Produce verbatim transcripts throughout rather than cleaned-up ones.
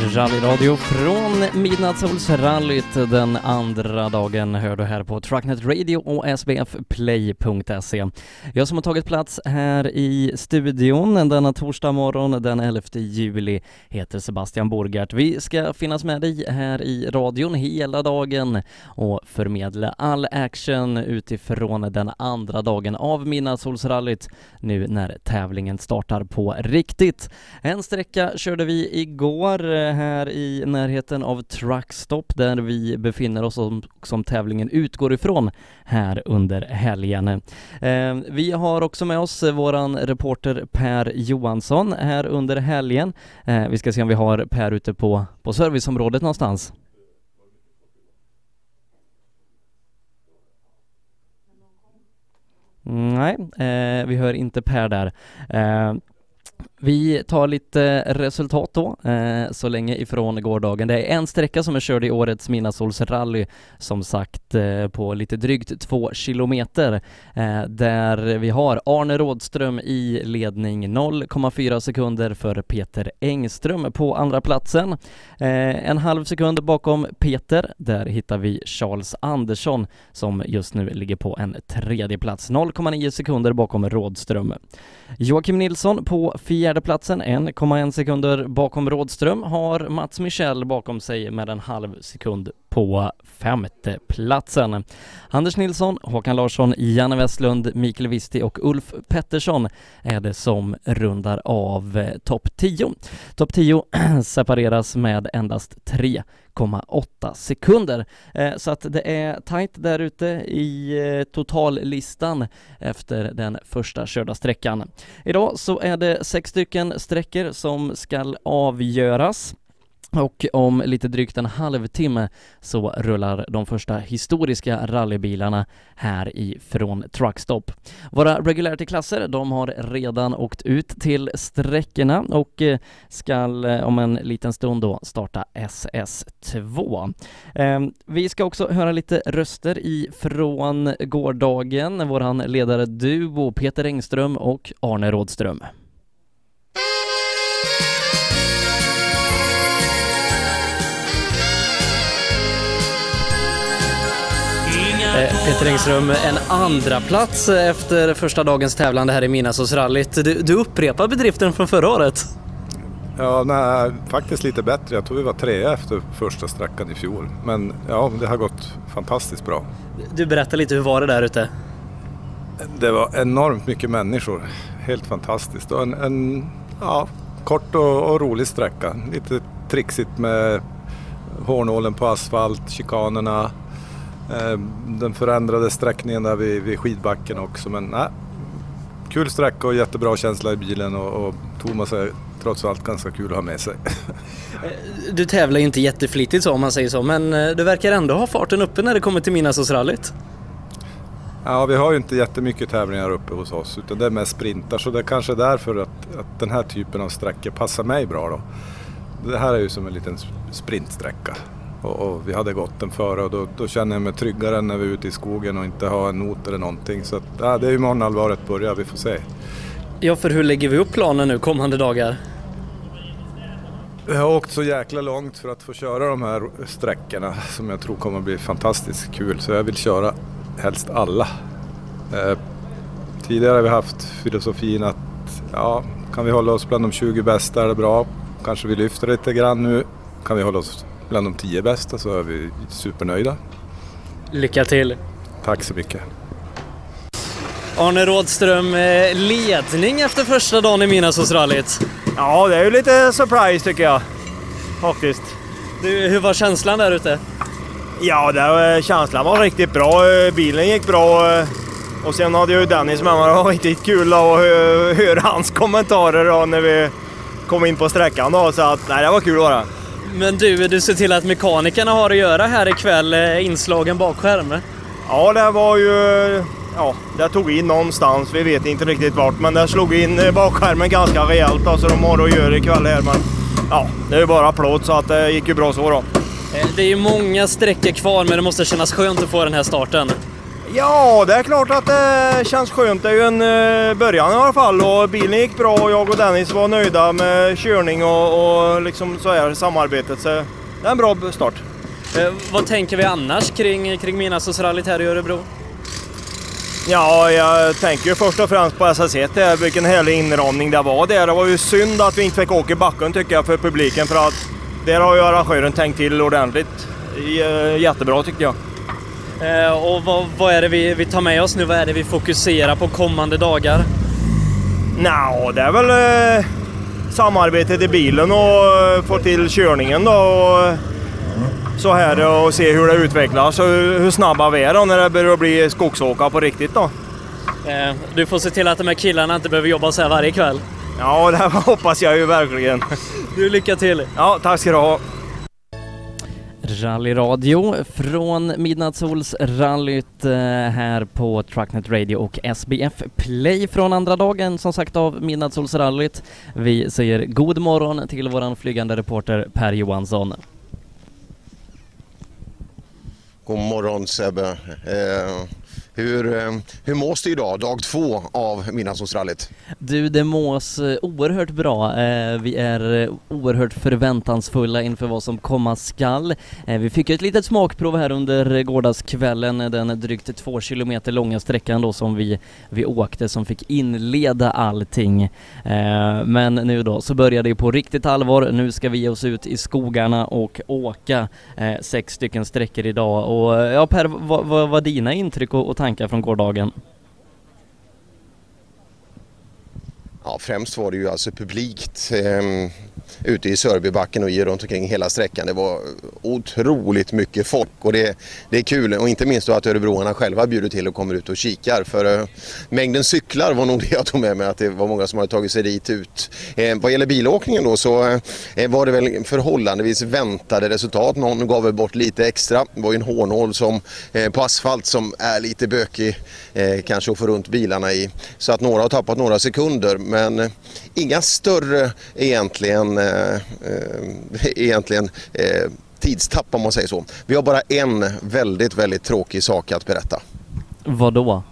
Rallyradio från Midnattssolsrallyt den andra dagen hör du här på Trucknet Radio och s b f play punkt se. Jag som har tagit plats här i studion denna torsdag morgon den elfte juli heter Sebastian Borgart. Vi ska finnas med dig här i radion hela dagen och förmedla all action utifrån den andra dagen av Midnattssolsrallyt nu när tävlingen startar på riktigt. En sträcka körde vi igår här i närheten av Truckstop där vi befinner oss som, som tävlingen utgår ifrån här under helgen. Eh, vi har också med oss våran reporter Per Johansson här under helgen. Eh, vi ska se om vi har Per ute på, på serviceområdet någonstans. Nej, eh, vi hör inte Per där. Eh, Vi tar lite resultat då, eh, så länge ifrån gårdagen. Det är en sträcka som är körd i årets Midnattssolsrally, som sagt eh, på lite drygt två kilometer, eh, där vi har Arne Rådström i ledning, noll komma fyra sekunder för Peter Engström på andra platsen. Eh, en halv sekund bakom Peter, där hittar vi Charles Andersson som just nu ligger på en tredje plats, noll komma nio sekunder bakom Rådström. Joakim Nilsson på fjärde platsen, en komma en sekunder bakom Rådström, har Mats Michel bakom sig med en halv sekund på femte platsen. Anders Nilsson, Håkan Larsson, Janne Westlund, Mikael Visti och Ulf Pettersson är det som rundar av eh, topp tio. Topp tio separeras med endast tre komma åtta sekunder. Eh, så att det är tajt där ute i eh, totallistan efter den första körda sträckan. Idag så är det sex stycken sträckor som ska avgöras. Och om lite drygt en halvtimme så rullar de första historiska rallybilarna här ifrån Truckstop. Våra regularity-klasser, de har redan åkt ut till sträckorna och ska om en liten stund då starta S S två. Vi ska också höra lite röster ifrån gårdagen. Våran ledare duo Peter Engström och Arne Rådström. Peter Engström, en andra plats efter första dagens tävlande här i Midnattssolsrallyt. Du, du upprepar bedriften från förra året. Ja, nej, faktiskt lite bättre. Jag tror vi var trea efter första sträckan i fjol. Men ja, det har gått fantastiskt bra. Du berättar lite, hur var det där ute? Det var enormt mycket människor. Helt fantastiskt. Och en, en ja, kort och, och rolig sträcka. Lite trixigt med hårnålen på asfalt, chikanerna. Den förändrade sträckningen där vid, vid skidbacken också, men nej, kul sträcka och jättebra känsla i bilen och, och Thomas är trots allt ganska kul att ha med sig. Du tävlar ju inte jätteflitigt så om man säger så, men du verkar ändå ha farten uppe när det kommer till Midnattssolsrallyt. Ja, vi har ju inte jättemycket tävlingar uppe hos oss, utan det är mest sprintar, så det är kanske därför att, att den här typen av sträckor passar mig bra då. Det här är ju som en liten sprintsträcka. Och, och vi hade gått den före och då, då känner jag mig tryggare när vi är ute i skogen och inte har en not eller någonting. Så att, ja, det är ju imorgon allvaret börjar, vi får se. Ja, för hur lägger vi upp planen nu kommande dagar? Jag har åkt så jäkla långt för att få köra de här sträckorna som jag tror kommer att bli fantastiskt kul. Så jag vill köra helst alla. Eh, tidigare har vi haft filosofin att ja, kan vi hålla oss bland de tjugo bästa är det bra. Kanske vi lyfter lite grann nu. Kan vi hålla oss bland de tio bästa så är vi supernöjda. Lycka till! Tack så mycket! Arne Rådström, ledning efter första dagen i Midnattssolsrallyt. Ja, det är ju lite surprise tycker jag. Faktiskt. Du, hur var känslan där ute? Ja, det, känslan var riktigt bra. Bilen gick bra. Och sen hade ju Dennis med mig. Det var riktigt kul att höra hans kommentarer då, när vi kom in på sträckan. Då, så att, nej, det var kul att vara. Men du, du ser till att mekanikerna har att göra här ikväll, inslagen bakskärm. Ja, det var ju... Ja, det tog in någonstans. Vi vet inte riktigt vart, men det slog in bakskärmen ganska rejält. Så de har att göra ikväll här. Men ja, det är ju bara applåd så att det gick ju bra så då. Det är ju många sträckor kvar, men det måste kännas skönt att få den här starten. Ja, det är klart att det känns skönt. Det är ju en uh, början i alla fall och bilen gick bra och jag och Dennis var nöjda med körning och, och liksom så här samarbetet. Så det är en bra start. Eh, vad tänker vi annars kring, kring Midnattssolsrallyt här i Örebro? Ja, jag tänker ju först och främst på S S ett där, vilken härlig inramning det var där. Det var ju synd att vi inte fick åka i backen tycker jag för publiken, för att där har ju arrangören tänkt till ordentligt. Jättebra tycker jag. Eh, och vad, vad är det vi, vi tar med oss nu? Vad är det vi fokuserar på kommande dagar? Nå, det är väl eh, samarbetet i bilen och eh, få till körningen då och så här och se hur det utvecklas och hur snabba vi är då när det börjar bli skogsåka på riktigt då. Eh, du får se till att de här killarna inte behöver jobba så här varje kväll. Ja, det hoppas jag ju verkligen. Du, lycka till! Ja, tack ska du ha! Rallyradio från Midnattssolsrallyt här på Trucknet Radio och S B F Play från andra dagen som sagt av Midnattssolsrallyt. Vi säger god morgon till våran flygande reporter Per Johansson. God morgon Sebbe. Eh, hur, eh, hur mås det idag, dag två av Midnattssolsrallyt? Du, det mås oerhört bra. Eh, vi är oerhört förväntansfulla inför vad som komma skall. Eh, vi fick ett litet smakprov här under gårdagskvällen, den drygt två kilometer långa sträckan då som vi, vi åkte, som fick inleda allting. Eh, men nu då så börjar det på riktigt allvar. Nu ska vi ge oss ut i skogarna och åka eh, sex stycken sträckor idag. Och ja Per, vad, vad var dina intryck och, och tankar från gårdagen? Ja, främst var det ju alltså publikt eh, ute i Sörbybacken och i runt omkring hela sträckan. Det var otroligt mycket folk och det, det är kul. Och inte minst då att örebroarna själva bjuder till och kommer ut och kikar. För eh, mängden cyklar var nog det jag tog med mig, att det var många som hade tagit sig dit ut. Eh, vad gäller bilåkningen då så eh, var det väl förhållandevis väntade resultat. Någon gav väl bort lite extra. Det var ju en hårnål som, eh, på asfalt som är lite bökig eh, kanske att få runt bilarna i. Så att några har tappat några sekunder. Men eh, inga större egentligen, eh, egentligen eh, tidstapp om man säger så. Vi har bara en väldigt, väldigt tråkig sak att berätta. Vad då?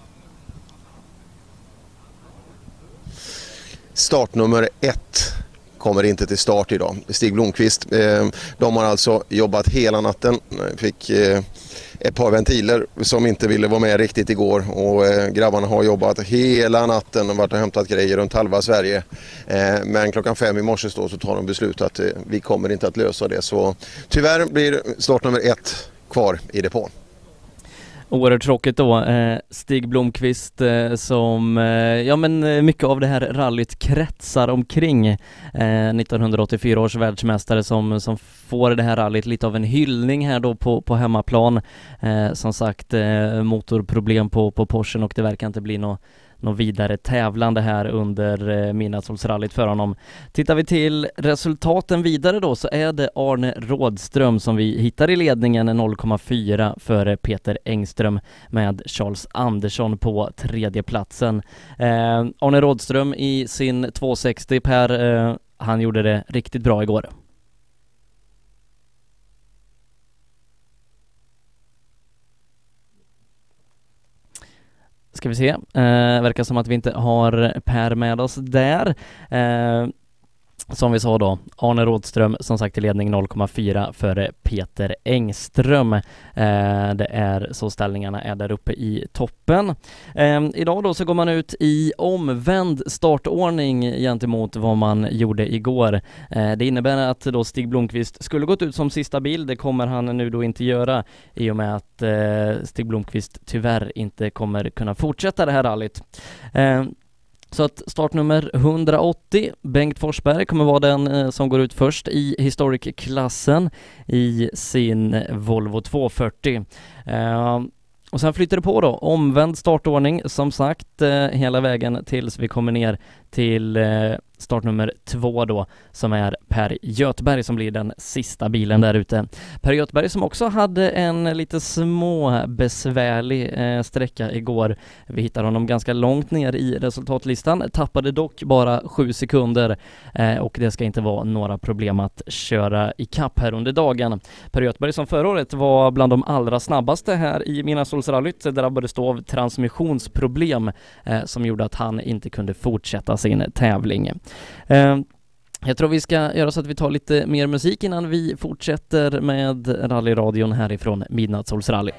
Startnummer ett kommer inte till start idag. Stig Blomqvist, eh, de har alltså jobbat hela natten, fick eh, ett par ventiler som inte ville vara med riktigt igår och eh, grabbarna har jobbat hela natten och varit och hämtat grejer runt halva Sverige. Eh, men klockan fem i morse då så tar de beslut att eh, vi kommer inte att lösa det, så tyvärr blir startnummer ett kvar i depån. Oerhört tråkigt då. Stig Blomqvist som, ja men mycket av det här rallyt kretsar omkring. nittonhundraåttiofyra års världsmästare som, som får det här rallyt lite av en hyllning här då på, på hemmaplan. Som sagt, motorproblem på, på Porschen och det verkar inte bli något någon vidare tävlande här under eh, Midnattssolsrallyt för honom. Tittar vi till resultaten vidare då så är det Arne Rådström som vi hittar i ledningen noll komma fyra före Peter Engström med Charles Andersson på tredje platsen. Eh, Arne Rådström i sin tvåhundrasextio Per, eh, han gjorde det riktigt bra igår. Ska vi se, eh, verkar som att vi inte har Per med oss där. Eh, som vi sa då, Arne Rådström som sagt i ledning noll komma fyra före Peter Engström. Eh, det är så ställningarna är där uppe i toppen. Eh, idag då så går man ut i omvänd startordning gentemot vad man gjorde igår. Eh, det innebär att då Stig Blomqvist skulle gått ut som sista bil. Det kommer han nu då inte göra i och med att eh, Stig Blomqvist tyvärr inte kommer kunna fortsätta det här rallyt. Eh, Så att startnummer hundraåttio, Bengt Forsberg, kommer vara den eh, som går ut först i Historic-klassen i sin Volvo tvåhundrafyrtio. Eh, och sen flyttar det på då, omvänd startordning som sagt eh, hela vägen tills vi kommer ner till eh, startnummer två då, som är Per Göthberg som blir den sista bilen där ute. Per Göthberg som också hade en lite små besvärlig eh, sträcka igår. Vi hittade honom ganska långt ner i resultatlistan, tappade dock bara sju sekunder eh, och det ska inte vara några problem att köra i kapp här under dagen. Per Göthberg som förra året var bland de allra snabbaste här i Midnattssolsrallyt drabbades då av transmissionsproblem eh, som gjorde att han inte kunde fortsätta sin tävling. Eh, jag tror vi ska göra så att vi tar lite mer musik innan vi fortsätter med rallyradion härifrån Midnattssolsrally.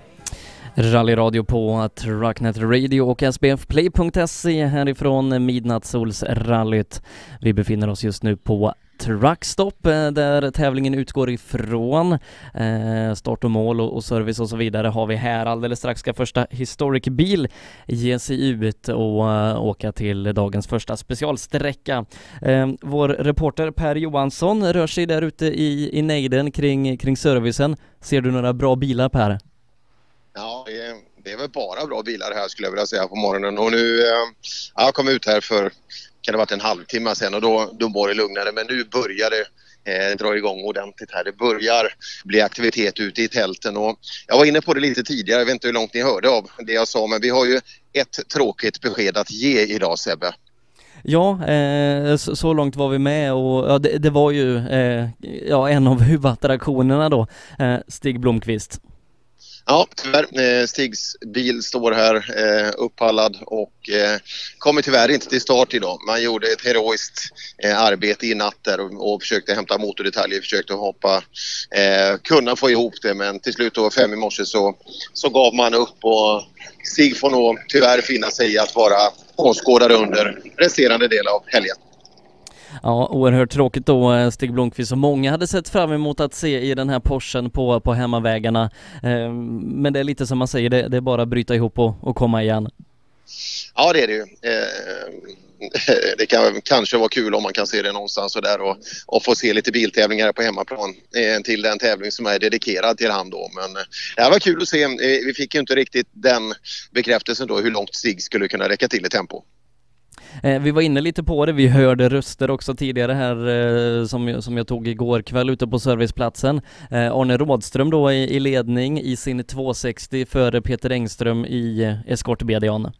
Rallyradio på Trucknet Radio och S B F Play punkt se härifrån Midnattssolsrallyt. Vi befinner oss just nu på Truckstop där tävlingen utgår ifrån. Eh, start och mål och, och service och så vidare har vi här. Alldeles strax ska första Historic bil ge sig ut och uh, åka till dagens första specialsträcka. Eh, vår reporter Per Johansson rör sig där ute i, i nejden kring, kring servicen. Ser du några bra bilar, Per? Ja, det är, det är väl bara bra bilar här skulle jag vilja säga på morgonen. Och nu, eh, jag kom ut här för, kan det ha varit en halvtimme sedan och då, då var det lugnare. Men nu börjar det eh, dra igång ordentligt här. Det börjar bli aktivitet ute i tälten. Och jag var inne på det lite tidigare, jag vet inte hur långt ni hörde av det jag sa. Men vi har ju ett tråkigt besked att ge idag, Sebbe. Ja, eh, så, så långt var vi med och ja, det, det var ju eh, ja, en av huvudattraktionerna då, eh, Stig Blomqvist. Ja, tyvärr. Stigs bil står här eh, uppallad och eh, kommer tyvärr inte till start idag. Man gjorde ett heroiskt eh, arbete i natt där och, och försökte hämta motordetaljer, försökte hoppa, eh, kunna få ihop det, men till slut då fem i morse så, så gav man upp och Stig får nog tyvärr finna sig i att vara åskådare under resterande del av helgen. Ja, oerhört tråkigt då, Stig Blomqvist, som många hade sett fram emot att se i den här Porschen på, på hemmavägarna. Eh, men det är lite som man säger, det, det är bara att bryta ihop och, och komma igen. Ja, det är det ju. Eh, det kan kanske vara kul om man kan se det någonstans och där och, och få se lite biltävlingar på hemmaplan eh, till den tävling som är dedikerad till han då. Men eh, det var kul att se. Eh, vi fick ju inte riktigt den bekräftelsen då hur långt Stig skulle kunna räcka till i tempo. Eh, vi var inne lite på det, vi hörde röster också tidigare här eh, som, som jag tog igår kväll ute på serviceplatsen. Eh, Arne Rådström då i, i ledning i sin tvåhundrasextio före Peter Engström i eh, Escort-B D N.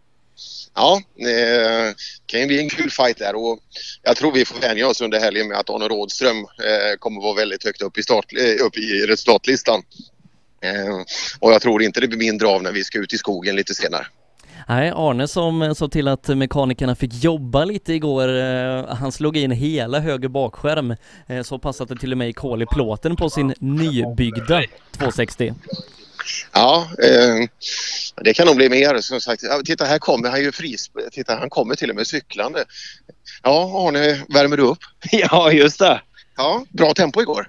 Ja, det eh, kan ju bli en kul fight där och jag tror vi får vänja oss under helgen med att Arne Rådström eh, kommer vara väldigt högt upp i, start, eh, upp i resultatlistan. Eh, och jag tror inte det blir mindre av när vi ska ut i skogen lite senare. Nej, Arne som såg till att mekanikerna fick jobba lite igår, eh, han slog in hela höger bakskärm eh, så pass att det till och med i kol i plåten på sin nybyggda tvåhundrasextio. Ja, eh, det kan nog bli mer som sagt. Titta, här kommer han ju fris. Titta, han kommer till och med cyklande. Ja, Arne, värmer du upp? Ja, just det. Ja, bra tempo igår.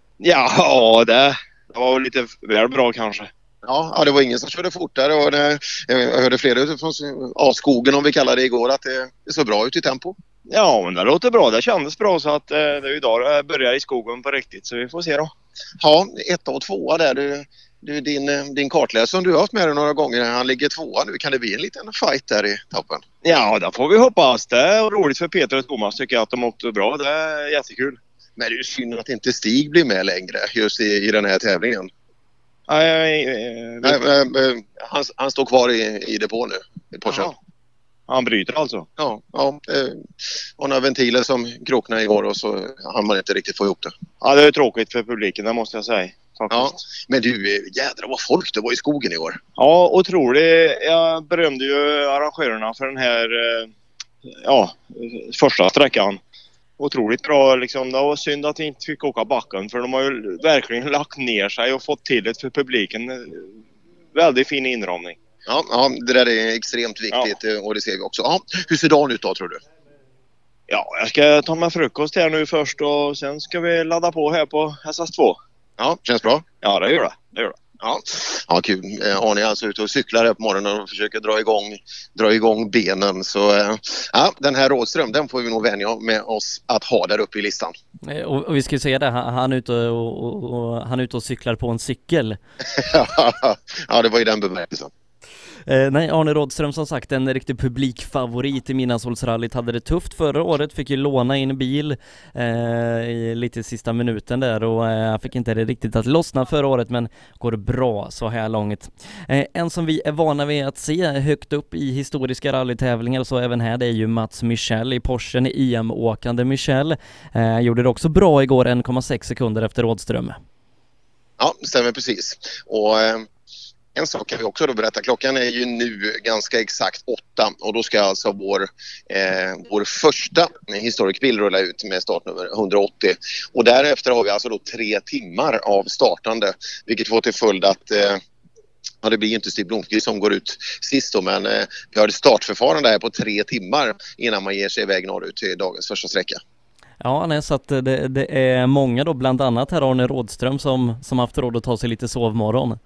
Ja, det, det var lite väl bra kanske. Ja, ja, det var ingen som körde fortare och det, jag hörde flera utifrån ja, skogen om vi kallar det igår att det, det såg bra ut i tempo. Ja, men det låter bra. Det kändes bra så att eh, det är idag det börjar i skogen på riktigt så vi får se då. Ja, ett och tvåa där. Du, du, din, din kartläsare som du har haft med dig några gånger, han ligger tvåa nu. Kan det bli en liten fight där i toppen? Ja, det får vi hoppas. Det är roligt för Peter och Thomas tycker jag att de åkte bra. Det är jättekul. Men det är ju synd att inte Stig blir med längre just i, i den här tävlingen. Nej, nej, nej, nej, nej, nej han, han står kvar i, i depå nu i Porsche. Han bryter alltså? Ja, ja eh, och några ventiler som kroknade igår och så hann man inte riktigt få ihop det. Ja, det är tråkigt för publiken, det måste jag säga. Faktiskt. Ja, men du, jädra vad folk det var i skogen igår. Ja, otroligt. Jag berömde ju arrangörerna för den här ja, första sträckan. Otroligt bra liksom. Det var synd att vi inte fick åka backen för de har ju verkligen lagt ner sig och fått till det för publiken. Väldigt fin inramning. Ja, ja, det där är extremt viktigt ja. Och det ser vi också. Ja, hur ser dagen ut då tror du? Ja, jag ska ta med frukost här nu först och sen ska vi ladda på här på S S två. Ja, känns bra. Ja, det gör det. det, gör det. Ja. Ja, kul. Arne är alltså ute och cyklar här på morgonen och försöker dra igång, dra igång benen. Så ja, den här Rådström, den får vi nog vänja med oss att ha där uppe i listan. Och, och vi ska säga det, han, han, är ute och, och, och, han är ute och cyklar på en cykel. Ja, det var ju den bemärkelsen. Eh, nej, Arne Rådström som sagt en riktig publikfavorit i Midnattssolsrallyt, hade det tufft förra året, fick ju låna in bil eh, i lite sista minuten där och eh, fick inte det riktigt att lossna förra året, men går det bra så här långt. Eh, en som vi är vana vid att se högt upp i historiska rallytävlingar, så även här, det är ju Mats Michel i Porschen, I M-åkande Michel. Eh, gjorde det också bra igår, en komma sex sekunder efter Rådström. Ja, det stämmer precis. Och eh, en sak kan vi också då berätta. Klockan är ju nu ganska exakt åtta och då ska alltså vår, eh, vår första historikbil rulla ut med startnummer hundraåttio. Och därefter har vi alltså då tre timmar av startande, vilket får till följd att eh, ja, det blir inte Stig Blomqvist som går ut sist då, men eh, vi har ett startförfarande här på tre timmar innan man ger sig iväg norrut till dagens första sträcka. Ja, nej, så att det, det är många då, bland annat här Arne Rådström som, som haft råd att ta sig lite sovmorgon.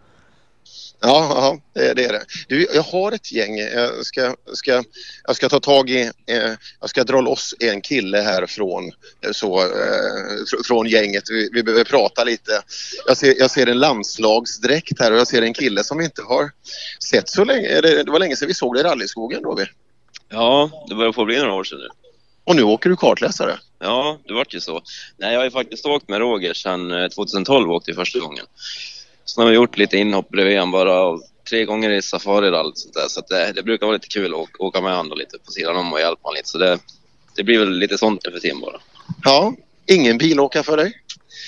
Ja, ja det, det är det. Du, jag har ett gäng. Jag ska, ska, jag ska ta tag i, eh, jag ska dra loss en kille här från, så, eh, fr- från gänget. Vi, vi behöver prata lite. Jag ser, jag ser en landslagsdräkt här och jag ser en kille som vi inte har sett så länge. Det, det var länge sedan vi såg det i rallyskogen då vi. Ja, det börjar få bli några år sedan nu. Och nu åker du kartläsare. Ja, det vart ju så. Nej, jag har ju faktiskt åkt med Roger sedan tjugohundratolv, åkte jag första gången. Så har vi gjort lite inhopp bredvid han bara tre gånger i safari-rally och sånt där. Så att det, det brukar vara lite kul att åka med han lite på sidan om och hjälpa han lite. Så det, det blir väl lite sånt för tiden bara. Ja, ingen bilåka för dig?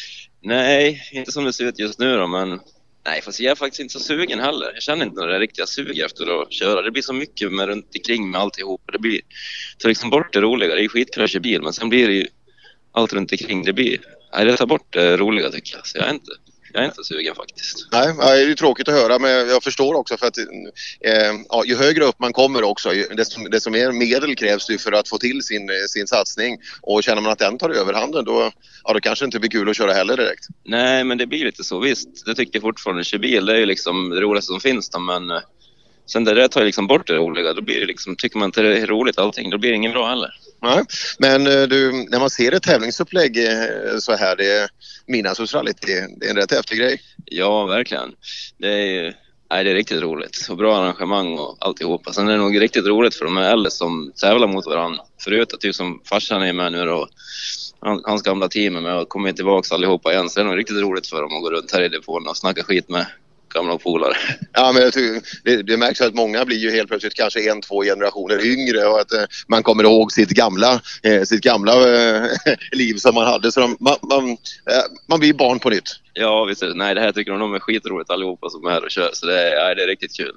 Nej, inte som det ser ut just nu då, men nej, fast jag är faktiskt inte så sugen heller. Jag känner inte några riktiga sug efter att köra. Det blir så mycket med runt omkring med alltihop. Det blir tar liksom bort det roliga. Det är skitkul att köra bil, men sen blir det ju allt runt omkring. Det blir, nej, det tar bort det roliga tycker jag. Så jag är inte, jag är inte sugen faktiskt. Nej, det är ju tråkigt att höra, men jag förstår också för att eh, ja, ju högre upp man kommer också, ju, desto, desto mer medel krävs det för att få till sin, sin satsning. Och känner man att den tar överhanden, då, ja, då kanske inte blir kul att köra heller direkt. Nej, men det blir lite så. Visst, det tycker jag fortfarande. Kör bil, det är ju liksom det roligaste som finns då, men eh, sen det där tar liksom bort det roliga. Då blir det liksom, tycker man inte det är roligt allting, då blir det ingen bra heller. Nej, men du, när man ser ett tävlingsupplägg så här, det är Midnattssolsrallyt, det, det är en rätt häftig grej. Ja, verkligen. Det är, nej, det är riktigt roligt. Och bra arrangemang och alltihopa. Sen är det nog riktigt roligt för de här äldre som tävlar mot varandra. Förut att typ som farsan är med nu då, han, hans gamla team är med och kommer tillbaka allihopa igen. Så det är nog riktigt roligt för dem att gå runt här i depån och snacka skit med gamla polare. Ja, men jag tycker, det, det märks att många blir ju helt plötsligt kanske en, två generationer yngre och att eh, man kommer ihåg sitt gamla, eh, sitt gamla eh, liv som man hade. Så de, man, man, eh, man blir barn på nytt. Ja, visst. Nej, det här tycker de är skitroligt allihopa som är här och kör. Så det är, ja, det är riktigt kul.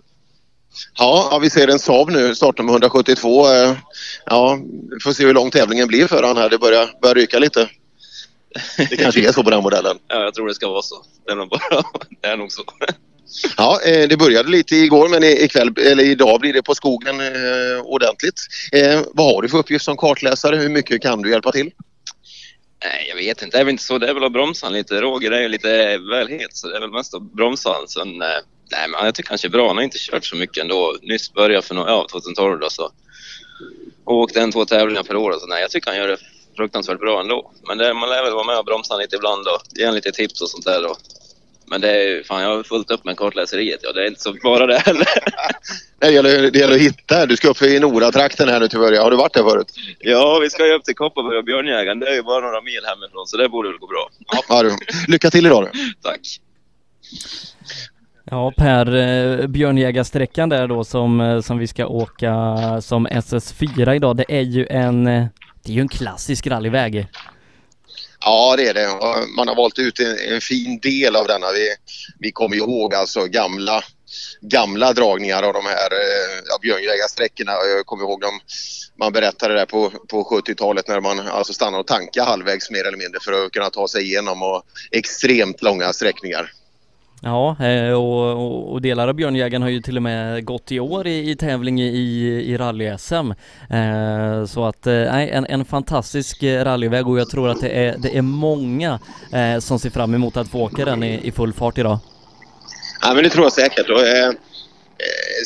Ja, ja, vi ser en Saab nu, startnummer hundrasjuttiotvå. Eh, ja, vi får se hur lång tävlingen blir för han här. Det börjar, börjar ryka lite. Det kanske är så på den modellen. Ja, jag tror det ska vara så. Det är nog, bara, det är nog så. Ja, eh, det började lite igår, men ikväll, eller idag blir det på skogen eh, ordentligt. Eh, vad har du för uppgift som kartläsare? Hur mycket kan du hjälpa till? Nej, jag vet inte. Det är väl inte så. Det är väl att bromsa lite. Roger är ju lite välhet, så det är väl mest att bromsa. Sen, eh, nej, men jag tycker kanske är bra. Han har inte kört så mycket ändå. Nyss började för no- ja, tjugotolv då, så. Och åkte en, två tävlingar per år. Så nej, jag tycker han gör det fruktansvärt bra ändå. Men det, man lär väl vara med och bromsa lite ibland och ge en lite tips och sånt där då. Men det är ju, fan, jag har fullt upp med kartläseriet. Ja, det är inte så bara det heller. Det gäller, det gäller att hitta. Du ska upp i Nora-trakten här nu till början. Har du varit där förut? Ja, vi ska ju upp till Kopparberg och Björnjägaren. Det är ju bara några mil hemifrån, så det borde väl gå bra. Ja, du. Lycka till idag då. Tack. Ja, Per, eh, Björnjägarsträckan där då som, eh, som vi ska åka som S S fyra idag, det är ju en, eh, det är ju en klassisk rallyväg. Ja, det är det. Man har valt ut en, en fin del av denna. Vi, vi kommer ihåg alltså gamla, gamla dragningar av de här eh, ja, Björnjägarsträckorna. Jag kommer ihåg dem. Man berättade det på, på sjuttiotalet när man alltså stannade och tankade halvvägs mer eller mindre för att kunna ta sig igenom och extremt långa sträckningar. Ja, och, och, och delar av Björnjägaren har ju till och med gått i år i, i tävling i, i rally-S M. Eh, så att, nej, en, en fantastisk rallyväg och jag tror att det är, det är många eh, som ser fram emot att få åka den i, i full fart idag. Ja, men det tror jag säkert. Och, eh,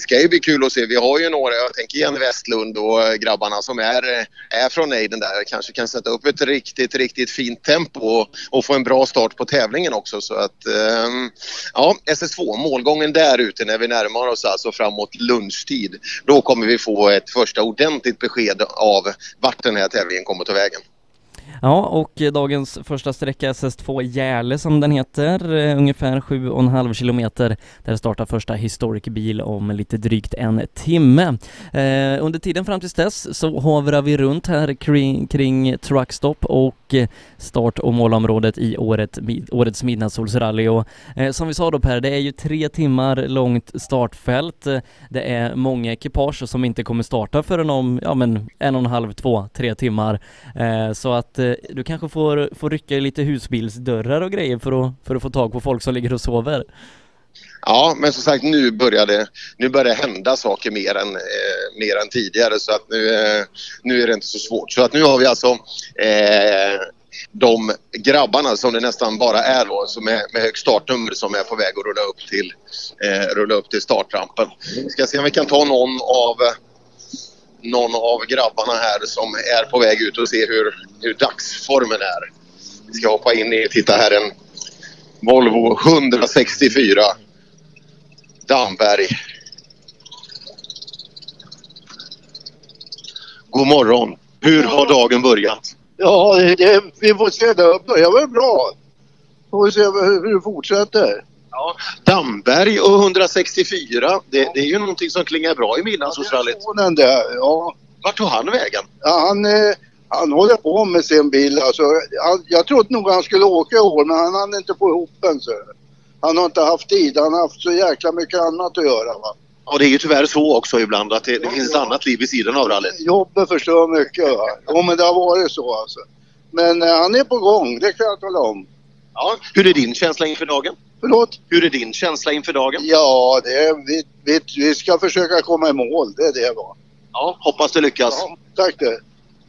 ska ju bli kul att se. Vi har ju några, jag tänker Jenny Westlund och grabbarna som är, är från nejden där. Kanske kan sätta upp ett riktigt, riktigt fint tempo och, och få en bra start på tävlingen också. Så att, um, ja, S S två, målgången där ute när vi närmar oss alltså framåt lunchtid. Då kommer vi få ett första ordentligt besked av vart den här tävlingen kommer ta vägen. Ja, och dagens första sträcka S S två Järle som den heter, ungefär sju och en halv kilometer, där startar första Historic bil om lite drygt en timme. Eh, under tiden fram till dess så hovrar vi runt här kring, kring Truckstop och start- och målområdet i året, årets midnattssolsrally. Och eh, som vi sa då Per, det är ju tre timmar långt startfält. Det är många ekipage som inte kommer starta förrän om ja, men en och en halv, två, tre timmar. Eh, så att eh, du kanske får, får rycka i lite husbilsdörrar och grejer för att, för att få tag på folk som ligger och sover. Ja, men som sagt, nu börjar det, nu börjar det hända saker mer än, eh, mer än tidigare, så att nu, eh, nu är det inte så svårt. Så att nu har vi alltså eh, de grabbarna som det nästan bara är då, som är med högt startnummer, som är på väg att rulla upp till, eh, rulla upp till startrampen. Vi ska se om vi kan ta någon av, någon av grabbarna här som är på väg ut och se hur, hur dagsformen är. Vi ska hoppa in i, titta här, en Volvo hundrasextiofyra Damberg. God morgon. Hur har dagen börjat? Ja, det, det, vi får se. Det börjar väl bra. Får vi se hur det fortsätter. Ja, Damberg och hundrasextiofyra, det, det är ju någonting som klingar bra i midnattssolsrallyt. Ja, där, ja. Vart tog han vägen? Ja, han, eh, han håller på med sin bil. Alltså, han, jag trodde nog han skulle åka i år, men han hann inte få ihop en. Så. Han har inte haft tid. Han har haft så jäkla mycket annat att göra. Va? Ja, det är ju tyvärr så också ibland att det, det finns ett annat liv vid sidan av rallyt. Jobbet förstör mycket. Va? Jo, men det har varit så alltså. Men eh, han är på gång, det kan jag tala om. Ja, hur är din känsla inför dagen? Förlåt? Hur är din känsla inför dagen? Ja, det är, vi, vi, vi ska försöka komma i mål. Det är det, va? Ja, hoppas det lyckas. Ja, tack det.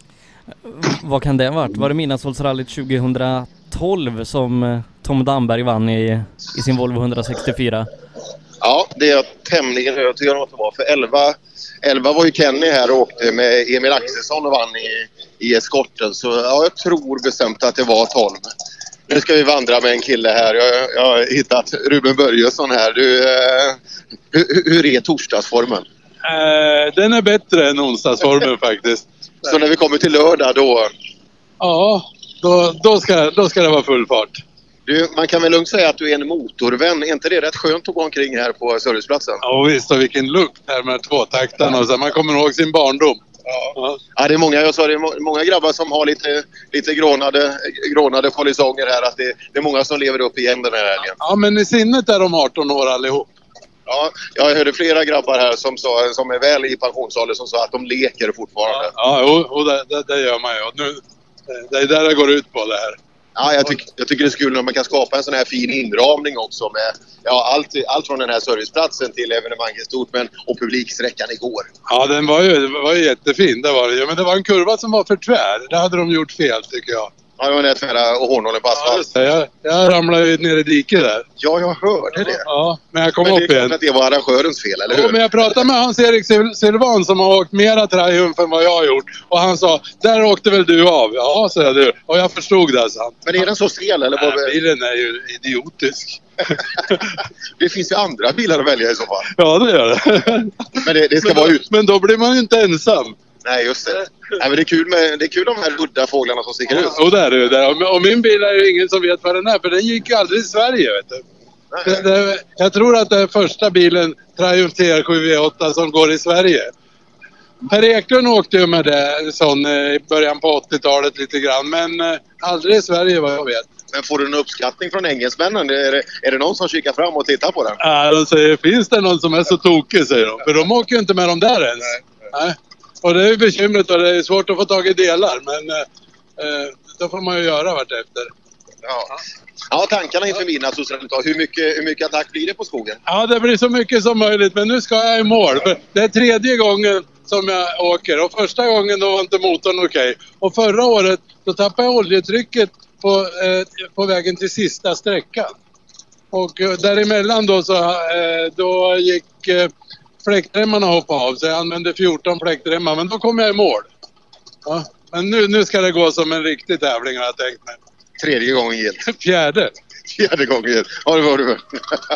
Vad kan det ha varit? Var det midnattssolsrallyt tjugohundratolv som Tom Damberg vann i, i sin Volvo hundrasextiofyra? Ja, det är jag tämligen övertygad om att det var. För elva, elva var ju Kenny här och åkte med Emil Axelsson och vann i, i eskorten. Så ja, jag tror bestämt att det var tolv. Nu ska vi vandra med en kille här. Jag, jag har hittat Ruben Börjesson här. Du, eh, hur, hur är torsdagsformen? Eh, den är bättre än onsdagsformen faktiskt. Så när vi kommer till lördag då... Ja, då, då, ska, då ska det vara full fart. Du, man kan väl lugnt säga att du är en motorvän. Är inte det rätt skönt att gå omkring här på serviceplatsen? Ja visst, och vilken lukt här med tvåtaktarna. Så man kommer ihåg sin barndom. Ja. Ja, det är många, jag sa det är många grabbar som har lite, lite grånade, grånade polisonger här. Att det, det är många som lever upp igen den här helgen. Ja, men i sinnet är de arton år allihop. Ja, jag hörde flera grabbar här som, sa, som är väl i pensionsålder som sa att de leker fortfarande. Ja, ja och, och det, det, det gör man ju. Nu, det är där det går ut på det här. Ja, jag, tyck, jag tycker det är kul när man kan skapa en sån här fin inramning också med ja, allt, allt från den här serviceplatsen till evenemanget stort, men och publiksträckan igår. Ja, den var ju, det var ju jättefin, det var det. Men det var en kurva som var för tvär. Det hade de gjort fel, tycker jag. Ja, det var den tvära och hårnålen på asfalt. Ja, jag, jag ramlade ju ner i diket där. Ja, jag hörde det. Ja, men jag kom men upp det är igen. att det var arrangörens fel, eller hur? Ja, men jag pratade med Hans-Erik Silvan som har åkt mera Triumph än vad jag har gjort. Och han sa, där åkte väl du av? Ja, sa jag du. Och jag förstod det, sa han. Men är den så stel, eller? Nej, vad... bilen är ju idiotisk. Det finns ju andra bilar att välja i så fall. Ja, det gör det. Men det, det ska men, vara ut. Men då blir man ju inte ensam. Nej, just det. Nej, men det är kul med det är kul de här udda fåglarna som sticker ut. Och där är det. Och min bil är ju ingen som vet vad den är, för den gick ju aldrig i Sverige, vet du. Det, det, jag tror att det är första bilen, Triumph T R sju V åtta, som går i Sverige. Per Eklund åkte ju med det sån, i början på åttiotalet lite grann, men eh, aldrig i Sverige vad jag vet. Men får du en uppskattning från engelsmännen? Är det, är det någon som kikar fram och tittar på den? Ja, de säger, finns det någon som är så tokig, säger de. För de åker ju inte med dem där ens. Nej. Nej. Och det är ju bekymret och det är svårt att få tag i delar, men eh, då får man ju göra vart efter. Ja. Ja, tankarna inför midnattssolsrallyt. Hur mycket, hur mycket attack blir det på skogen? Ja, det blir så mycket som möjligt, men nu ska jag i mål. För det är tredje gången som jag åker och första gången då var inte motorn okej. Okay. Och förra året då tappade jag oljetrycket på, eh, på vägen till sista sträckan. Och eh, däremellan då så eh, då gick eh, fläktremmarna hoppade av så jag använde fjorton fläktremmar, men då kom jag i mål. Ja, men nu, nu ska det gå som en riktig tävling har jag tänkt mig. Tredje gången gillt. Fjärde. Fjärde gången gillt. Ja, det var det.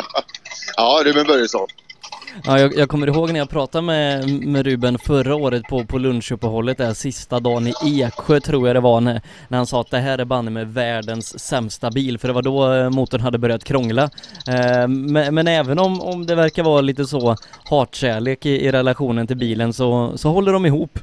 Ja, Ruben Börjesson. Ja, jag, jag kommer ihåg när jag pratade med, med Ruben förra året på, på lunchuppehållet där sista dagen i Eksjö tror jag det var när, när han sa att det här är banne med världens sämsta bil, för det var då motorn hade börjat krångla. Eh, men, men även om, om det verkar vara lite så hatkärlek i, i relationen till bilen så, så håller de ihop.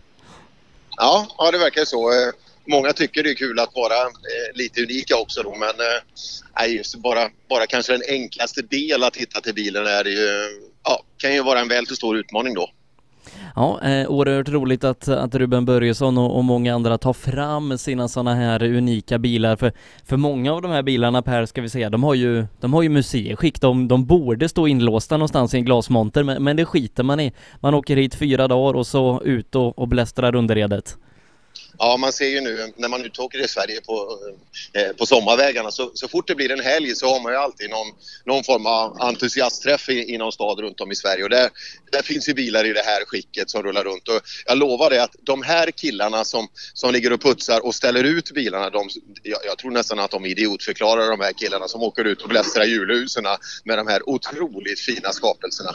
Ja, ja, det verkar så. Många tycker det är kul att vara eh, lite unika också då, men eh, just bara, bara kanske den enklaste del att hitta till bilen är det ju, ja, kan ju vara en väldigt stor utmaning då. Ja, eh, oerhört roligt att, att Ruben Börjesson och, och många andra tar fram sina sådana här unika bilar. För, för många av de här bilarna, Per, ska vi säga, de har ju, de har ju museiskick. De, de borde stå inlåsta någonstans i en glasmonter, men, men det skiter man i. Man åker hit fyra dagar och så ut och, och blästrar underredet. Ja, man ser ju nu när man utåker i Sverige på, eh, på sommarvägarna så, så fort det blir en helg så har man ju alltid någon, någon form av entusiastträff i, i någon stad runt om i Sverige. Och där, där finns ju bilar i det här skicket som rullar runt. Och jag lovar det att de här killarna som, som ligger och putsar och ställer ut bilarna, de, jag, jag tror nästan att de idiotförklarar de här killarna som åker ut och blästrar julhusen med de här otroligt fina skapelserna.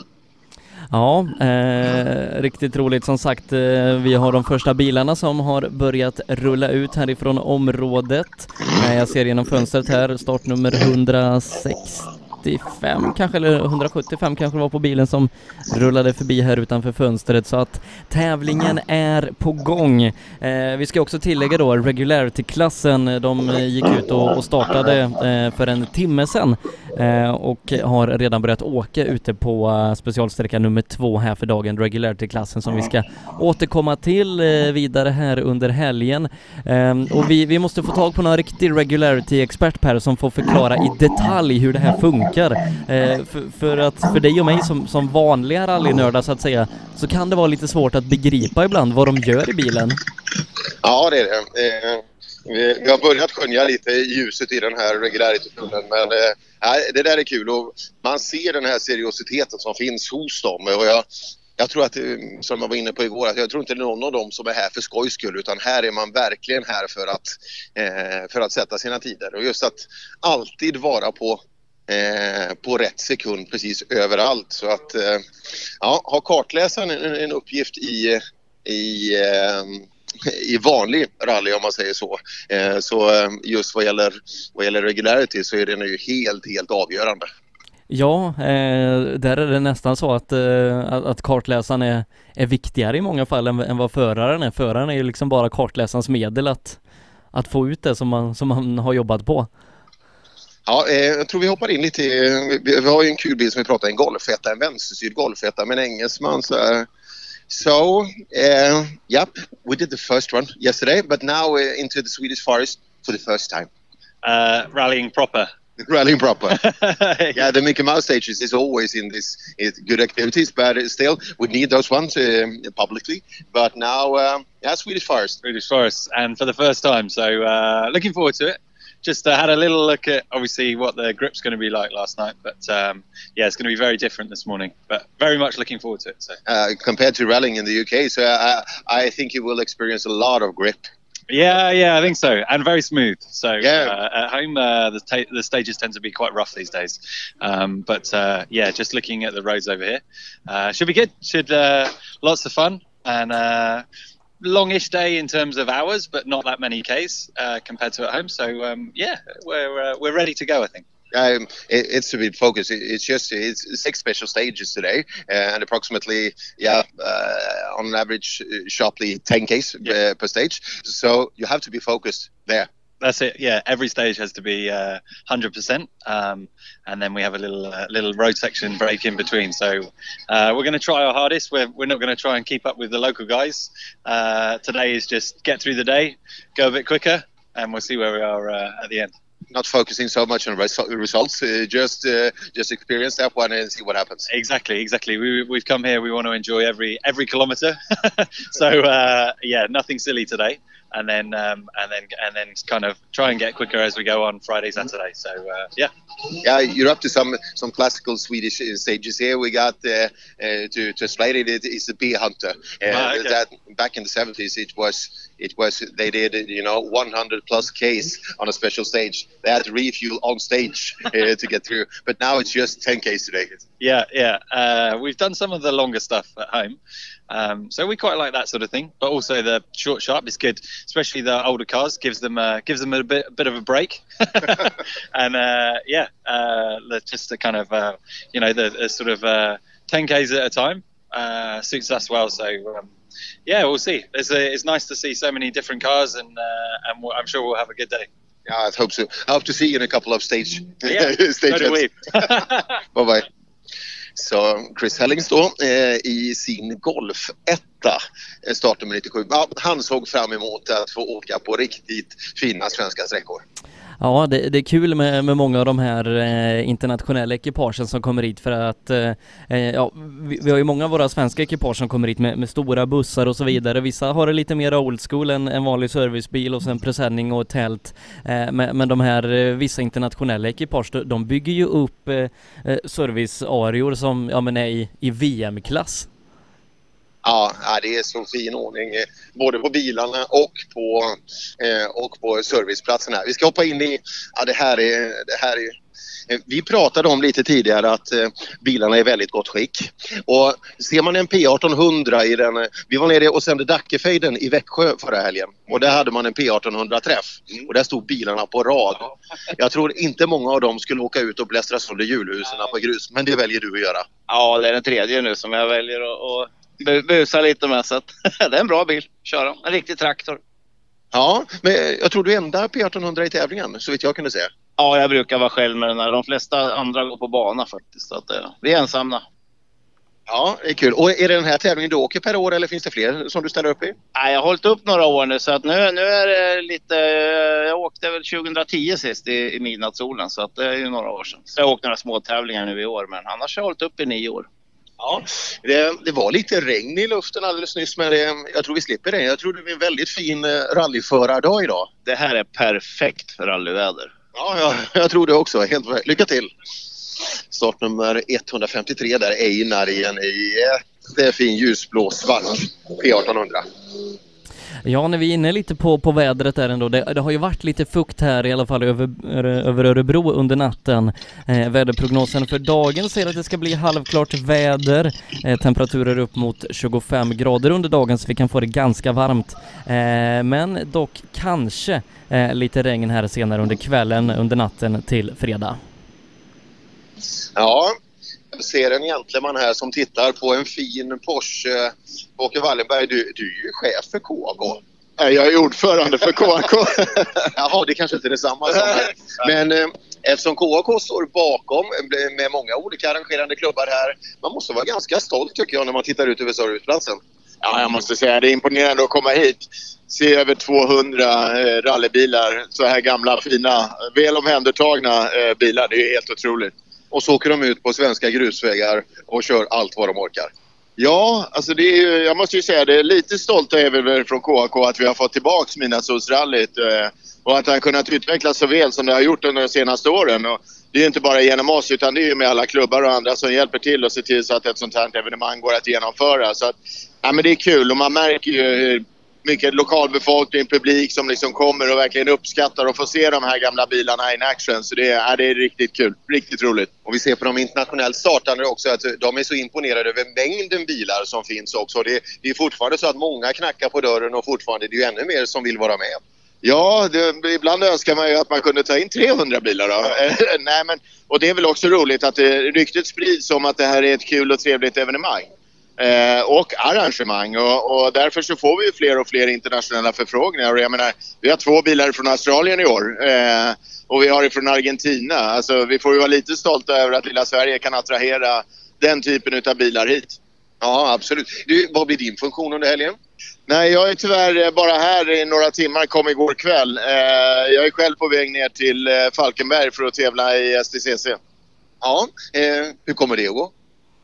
Ja, eh, riktigt roligt. Som sagt, eh, vi har de första bilarna som har börjat rulla ut härifrån området. Eh, jag ser genom fönstret här startnummer hundrasextiofem kanske, eller hundrasjuttiofem kanske var på bilen som rullade förbi här utanför fönstret. Så att tävlingen är på gång. Eh, vi ska också tillägga då regularity-klassen. De eh, gick ut och, och startade eh, för en timme sedan. Eh, och har redan börjat åka ute på uh, specialsträcka nummer två här för dagen, regularity-klassen, som vi ska återkomma till uh, vidare här under helgen. Um, och vi, vi måste få tag på någon riktig regularity-expert, Per, som får förklara i detalj hur det här funkar. Uh, för, för att för dig och mig som, som vanliga rallynördar så att säga, så kan det vara lite svårt att begripa ibland vad de gör i bilen. Ja, det är det. Eh... Vi har börjat skönja lite ljuset i den här regularity-tunneln, men eh, det där är kul och man ser den här seriositeten som finns hos dem. Och jag, jag tror att, som jag var inne på igår, att jag tror inte någon av dem som är här för skojs skull, utan här är man verkligen här för att, eh, för att sätta sina tider. Och just att alltid vara på, eh, på rätt sekund precis överallt. Så att eh, ja, ha kartläsaren en, en uppgift i... i eh, i vanlig rally, om man säger så. Eh, så just vad gäller, vad gäller regularity så är det nu helt, helt avgörande. Ja, eh, där är det nästan så att, eh, att kartläsaren är, är viktigare i många fall än, än vad föraren är. Föraren är ju liksom bara kartläsarens medel att, att få ut det som man, som man har jobbat på. Ja, eh, jag tror vi hoppar in lite. Vi, vi har ju en kul bil som vi pratar, en golfetta, en vänsterstyrd golfetta med en engelsman så här. So, uh, yep, we did the first one yesterday, but now we're into the Swedish forest for the first time. Uh, rallying proper. Rallying proper. Yeah, the Mickey Mouse stages is always in this it's good activities, but still we need those ones uh, publicly. But now, uh, yeah, Swedish forest. Swedish forest, and for the first time, so uh, looking forward to it. Just uh, had a little look at obviously what the grip's going to be like last night, but um, yeah, it's going to be very different this morning. But very much looking forward to it. So uh, compared to rallying in the U K, so I, I think you will experience a lot of grip. Yeah, yeah, I think so, and very smooth. So yeah. uh, at home, uh, the, ta- the stages tend to be quite rough these days. Um, but uh, yeah, just looking at the roads over here, uh, should be good. Should uh, lots of fun and. Uh, longish day in terms of hours, but not that many Ks uh, compared to at home. So um, yeah, we're uh, we're ready to go, I think. Um, it, it's a bit focused. It, it's just it's six special stages today, and approximately yeah, uh, on average, uh, sharply ten Ks yeah. uh, per stage. So you have to be focused there. That's it. Yeah, every stage has to be uh, one hundred percent, um, and then we have a little uh, little road section break in between. So uh, we're going to try our hardest. We're we're not going to try and keep up with the local guys. Uh, today is just get through the day, go a bit quicker, and we'll see where we are uh, at the end. Not focusing so much on res- results, uh, just uh, just experience that one and see what happens. Exactly, exactly. We we've come here. We want to enjoy every every kilometre. So uh, yeah, nothing silly today. and then um, and then and then kind of try and get quicker as we go on Friday, Saturday. So uh, yeah, yeah, you're up to some some classical Swedish stages here. We got uh, uh, to to explain it. It is the Bee Hunter. Uh, Ah, okay. That back in the seventies, it was it was they did you know one hundred plus Ks on a special stage. They had to refuel on stage uh, to get through, but now it's just ten Ks today. yeah, yeah. Uh, we've done some of the longer stuff at home. Um, so we quite like that sort of thing, but also the short sharp is good, especially the older cars. Gives them uh, gives them a bit a bit of a break, and uh, yeah, uh, just the kind of uh, you know the, the sort of uh, ten Ks at a time uh, suits us well. So um, yeah, we'll see. It's a, it's nice to see so many different cars, and uh, and we'll, I'm sure we'll have a good day. Yeah, I hope so. I hope to see you in a couple of stage Yeah, stage. so do we. Bye bye. Så Chris Hellings då eh, i sin Golf etta, eh, startnummer nittiosju. Ja, han såg fram emot att få åka på riktigt fina svenska sträckor. Ja, det, det är kul med, med många av de här eh, internationella ekipagen som kommer hit för att eh, ja, vi, vi har ju många av våra svenska ekipage som kommer hit med, med stora bussar och så vidare. Vissa har det lite mer old school än en vanlig servicebil och sen presenning och tält. Eh, men, men de här eh, vissa internationella ekipage, de, de bygger ju upp eh, servicearior som ja, men är i, i V M-klass. Ja, det är så fin ordning både på bilarna och på, eh, och på serviceplatserna. Vi ska hoppa in i, ja det här är, det här är vi pratade om lite tidigare att eh, bilarna är i väldigt gott skick. Och ser man en P arton hundra i den, vi var nere och sände Dackefejden i Växjö förra helgen. Och där hade man en P arton hundra-träff. Och där stod bilarna på rad. Jag tror inte många av dem skulle åka ut och blästra sönder hjulhusen på grus. Men det väljer du att göra. Ja, det är den tredje nu som jag väljer att, att bu- busa lite med. Så att, det är en bra bil. Köra. En riktig traktor. Ja, men jag tror du är enda P arton hundra i tävlingen, så vitt jag kunde säga. Ja, jag brukar vara själv med den här. De flesta andra går på bana faktiskt. Så att, eh, vi är ensamma. Ja, det är kul. Och är det den här tävlingen du åker per år eller finns det fler som du ställer upp i? Nej, jag har hållit upp några år nu så att nu, nu är det lite... Jag åkte väl tjugohundratio sist i, i midnattssolen så att det är ju några år sedan. Så jag har åkt några små tävlingar nu i år men annars har jag hållit upp i nio år. Ja, det, det var lite regn i luften alldeles nyss men det, jag tror vi slipper det. Jag tror det blir en väldigt fin rallyförardag idag. Det här är perfekt för rallyväder. Ja, jag, jag tror det också. Helt, lycka till! Startnummer etthundrafemtiotre där, Einar i en jättefin ljusblå svart P arton hundra. Ja, när vi är inne lite på, på vädret där ändå, det, det har ju varit lite fukt här i alla fall över, över Örebro under natten. Eh, väderprognosen för dagen säger att det ska bli halvklart väder, eh, temperaturer upp mot tjugofem grader under dagen så vi kan få det ganska varmt. Eh, men dock kanske eh, lite regn här senare under kvällen, under natten till fredag. Ja, jag ser en gentleman här som tittar på en fin Porsche. Åke Wallenberg, du, du är ju chef för K A K. Jag är ordförande för K A K. Jaha, det kanske inte är detsamma som här. Men eh, eftersom K A K står bakom med många olika arrangerande klubbar här, man måste vara ganska stolt tycker jag när man tittar ut över serviceplatsen. Ja, jag måste säga det är imponerande att komma hit. Se över tvåhundra eh, rallybilar, så här gamla, fina, väl omhändertagna eh, bilar. Det är helt otroligt. Och så åker de ut på svenska grusvägar och kör allt vad de orkar. Ja, alltså det är ju, jag måste ju säga det är lite stolta över från K A K att vi har fått tillbaks Midnattssolsrallyt eh, och att det har kunnat utvecklas så väl som det har gjort under de senaste åren. Och det är ju inte bara genom oss utan det är ju med alla klubbar och andra som hjälper till och ser till så att ett sånt här evenemang går att genomföra. Så att, ja, men det är kul och man märker ju hur mycket lokalbefolkning, publik som liksom kommer och verkligen uppskattar och får se de här gamla bilarna in action. Så det är, det är riktigt kul, riktigt roligt. Och vi ser på de internationellt startande också att de är så imponerade över mängden bilar som finns också. Det, det är fortfarande så att många knackar på dörren och fortfarande det är ju ännu mer som vill vara med. Ja, det, ibland önskar man ju att man kunde ta in trehundra bilar då. Nej, men, och det är väl också roligt att det, ryktet sprids om att det här är ett kul och trevligt evenemang. Eh, och arrangemang och, och därför så får vi ju fler och fler internationella förfrågningar och jag menar, vi har två bilar från Australien i år eh, och vi har det från Argentina, alltså vi får ju vara lite stolta över att lilla Sverige kan attrahera den typen av bilar hit. Ja, absolut. Du, vad blir din funktion under helgen? Nej, jag är tyvärr bara här i några timmar, kom igår kväll. eh, jag är själv på väg ner till eh, Falkenberg för att tävla i S T C C. Ja, eh, hur kommer det att gå?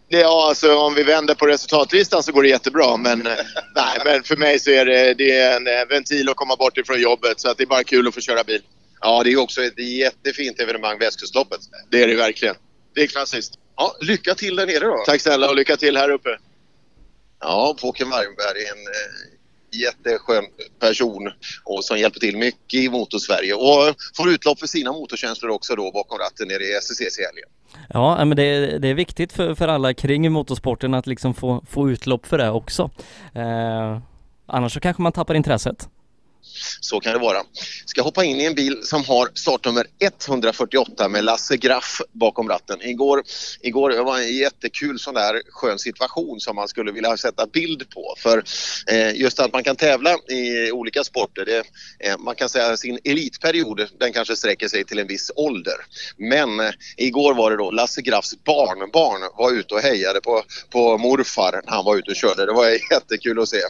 Det, ja, alltså, om vi vänder på resultatlistan så går det jättebra. Men, nej, men för mig så är det, det är en ventil att komma bort ifrån jobbet. Så att det är bara kul att få köra bil. Ja, det är också ett jättefint evenemang, Västkustloppet. Det är det verkligen. Det är klassiskt. Ja, lycka till där nere då. Tack snälla och lycka till här uppe. Ja, Håkan Warmberg är en eh, jätteskön person och som hjälper till mycket i Motorsverige. Och får utlopp för sina motorkänslor också då bakom ratten nere i S C C-helgen. Ja, men det är, det är viktigt för, för alla kring motorsporten att liksom få, få utlopp för det också. Eh, annars så kanske man tappar intresset. Så kan det vara. Ska hoppa in i en bil som har startnummer etthundrafyrtioåtta med Lasse Graff bakom ratten. Igår, igår det var en jättekul sån där skön situation som man skulle vilja sätta bild på. För eh, just att man kan tävla i olika sporter. Det, eh, man kan säga sin elitperiod, den kanske sträcker sig till en viss ålder. Men eh, igår var det då Lasse Graffs barnbarn var ute och hejade på, på morfar när han var ute och körde. Det var jättekul att se.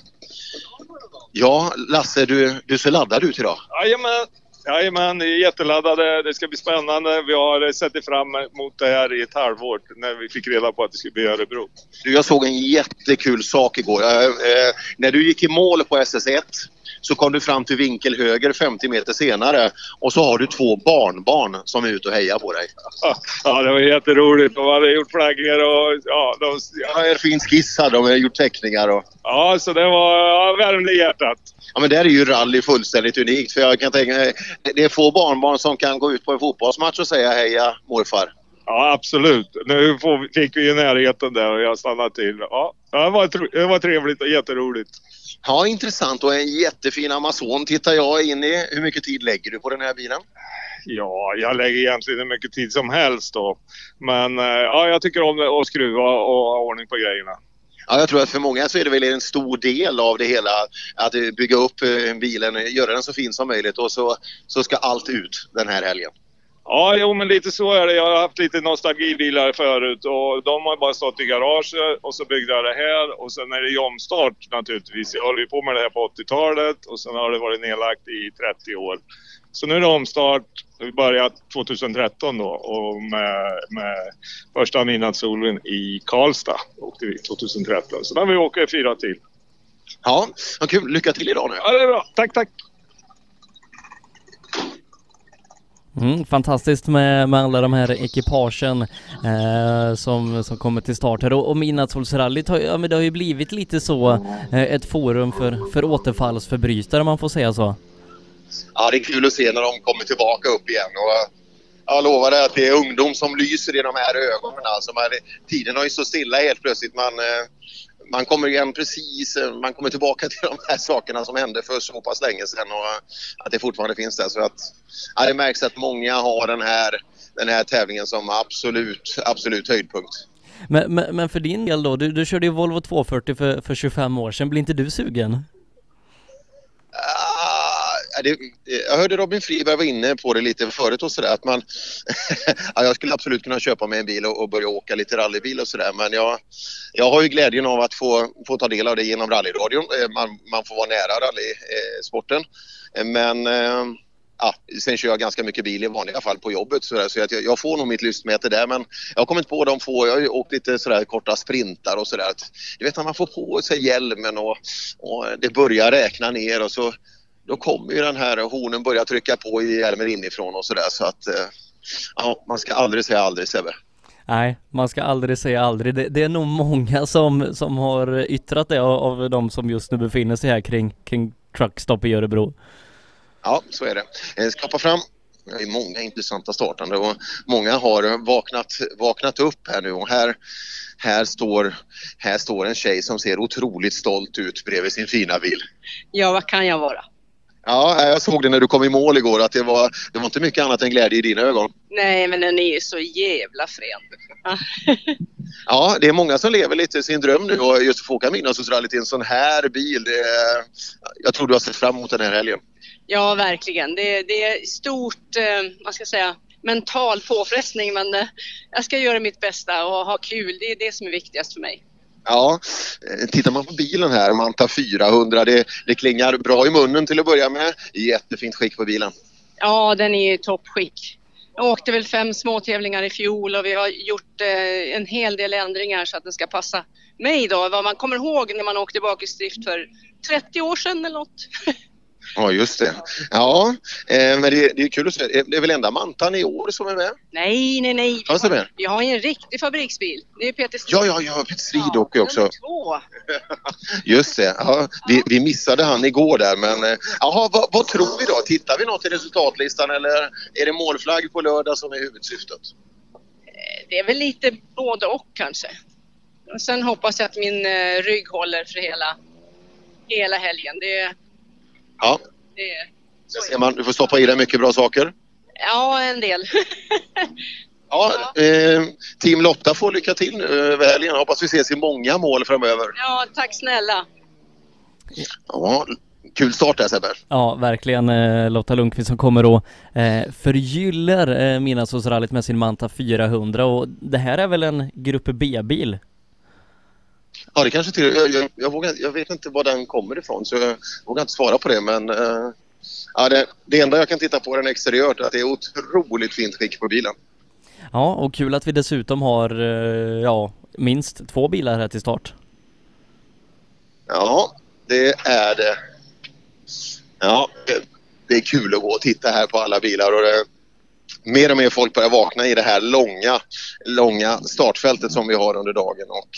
Ja, Lasse, du, du ser laddad ut idag. Jajamän, jajamän, det är jätteladdade. Det ska bli spännande. Vi har sett fram emot det här i ett halvår när vi fick reda på att det skulle bli Örebro. Du, jag såg en jättekul sak igår. Äh, äh, när du gick i mål på S S ett så kom du fram till vinkel höger femtio meter senare och så har du två barnbarn som är ute och hejar på dig. Ja, det var jätteroligt. De hade gjort flaggor och ja, de... Ja, en fin skiss hade de, har gjort teckningar och... Ja, så det var ja, värmde i hjärtat. Ja, men det är ju rally fullständigt unikt för jag kan tänka mig, det är få barnbarn som kan gå ut på en fotbollsmatch och säga heja morfar. Ja, absolut. Nu får, fick vi ju närheten där och jag stannade till. Ja, det var, det var trevligt och jätteroligt. Ja, intressant och en jättefin Amazon tittar jag in i. Hur mycket tid lägger du på den här bilen? Ja, jag lägger egentligen hur mycket tid som helst då. Men ja, jag tycker om att skruva och ha ordning på grejerna. Ja, jag tror att för många så är det väl en stor del av det hela att bygga upp bilen, göra den så fin som möjligt och så, så ska allt ut den här helgen. Ja, jo, men lite så är det. Jag har haft lite nostalgibilar förut och de har bara stått i garaget och så byggde jag det här och sen är det ju omstart naturligtvis. Jag håller ju på med det här på åttiotalet och sen har det varit nedlagt i trettio år. Så nu är det omstart. Vi började tjugohundratretton då och med, med första midnattssolen i Karlstad åkte vi tjugohundratretton. Så där vi åker fyra till. Ja, vad kul. Lycka till idag nu. Ja, det är bra. Tack, tack. Mm, fantastiskt med, med alla de här ekipagen eh, som, som kommer till start här. Och, och Midnattssolsrallyt har, ja, men det har ju blivit lite så eh, ett forum för, för återfallsförbrytare, man får säga så. Ja, det är kul att se när de kommer tillbaka upp igen. Och jag lovar dig att det är ungdom som lyser i de här ögonen. Alltså, man, tiden har ju så stilla helt plötsligt. Man, man kommer igen precis, man kommer tillbaka till de här sakerna som hände för så pass länge sedan och att det fortfarande finns där. Så att ja, det märks att många har den här, den här tävlingen som absolut, absolut höjdpunkt. Men, men, men för din del då, du, du körde ju Volvo tvåhundrafyrtio för, för tjugofem år sedan. Blir inte du sugen? Det, jag hörde Robin Friberg var inne på det lite förut och sådär att man ja, jag skulle absolut kunna köpa mig en bil och, och börja åka lite rallybil och sådär, men jag, jag har ju glädjen av att få, få ta del av det genom rallyradion. Man, man får vara nära rallysporten, men ja, sen kör jag ganska mycket bil i vanliga fall på jobbet sådär, så att jag, jag får nog mitt lystmäte där, men jag har kommit på de få, jag har ju åkt lite sådär korta sprintar och sådär, du vet när man får på sig hjälmen och, och det börjar räkna ner och så då kommer ju den här hornen börja trycka på i hjälmen inifrån och sådär, så att ja, man ska aldrig säga aldrig, Sebbe. Nej, man ska aldrig säga aldrig. Det, det är nog många som, som har yttrat det av, av de som just nu befinner sig här kring, kring Truckstop i Örebro. Ja, så är det. Jag ska hoppa fram. Det är många intressanta startande och många har vaknat, vaknat upp här nu och här, här, står, här står en tjej som ser otroligt stolt ut bredvid sin fina bil. Ja, vad kan jag vara? Ja, jag såg det när du kom i mål igår att det var, det var inte mycket annat än glädje i dina ögon. Nej, men den är ju så jävla frän. Ja, det är många som lever lite sin dröm nu och just att få åka Midnattssolsrallyt i en sån här bil. Det är, jag tror du har sett fram emot den här helgen. Ja, verkligen. Det, det är stort, eh, vad ska jag säga, mental påfrestning, men eh, jag ska göra mitt bästa och ha kul. Det är det som är viktigast för mig. Ja, tittar man på bilen här, Manta fyrahundra, det, det klingar bra i munnen till att börja med. Jättefint skick på bilen. Ja, den är ju toppskick. Jag åkte väl fem små tävlingar i fjol och vi har gjort eh, en hel del ändringar så att det ska passa mig då. Vad man kommer ihåg när man åkte bakhjulsdrift för trettio år sedan eller något. Ja, just det. Ja, eh, men det, det är kul att se. Det är väl enda Mantan i år som är med? Nej, nej, nej. Vad är det? Vi har ju en riktig fabriksbil. Det är Peter Strid. Ja, ja, ja. Peter Strid ja, åker också. Två. Just det. Ja, vi, vi missade han igår där, men eh, jaha, vad, vad tror vi då? Tittar vi något i resultatlistan eller är det målflagg på lördag som är huvudsyftet? Det är väl lite både och kanske. Och sen hoppas jag att min eh, rygg håller för hela, hela helgen. Det Ja, det, det ser man. Du får stoppa i dig mycket bra saker. Ja, en del. Ja, eh, Team Lotta får lycka till nu över helgen. Hoppas vi ses i många mål framöver. Ja, tack snälla. Ja, kul start där Sebbe. Ja, verkligen eh, Lotta Lundqvist som kommer och eh, förgyller eh, Midnattssolsrallyt med sin Manta fyrahundra och det här är väl en grupp B-bil? Ja, det kanske till. Jag, jag, jag, vågar, jag vet inte var den kommer ifrån så jag vågar inte svara på det. Men uh, ja, det, det enda jag kan titta på är den exteriört att det är otroligt fint skick på bilen. Ja, och kul att vi dessutom har uh, ja, minst två bilar här till start. Ja, det är det. Ja, det, det är kul att gå och titta här på alla bilar och det, mer och mer folk börjar vakna i det här långa, långa startfältet som vi har under dagen och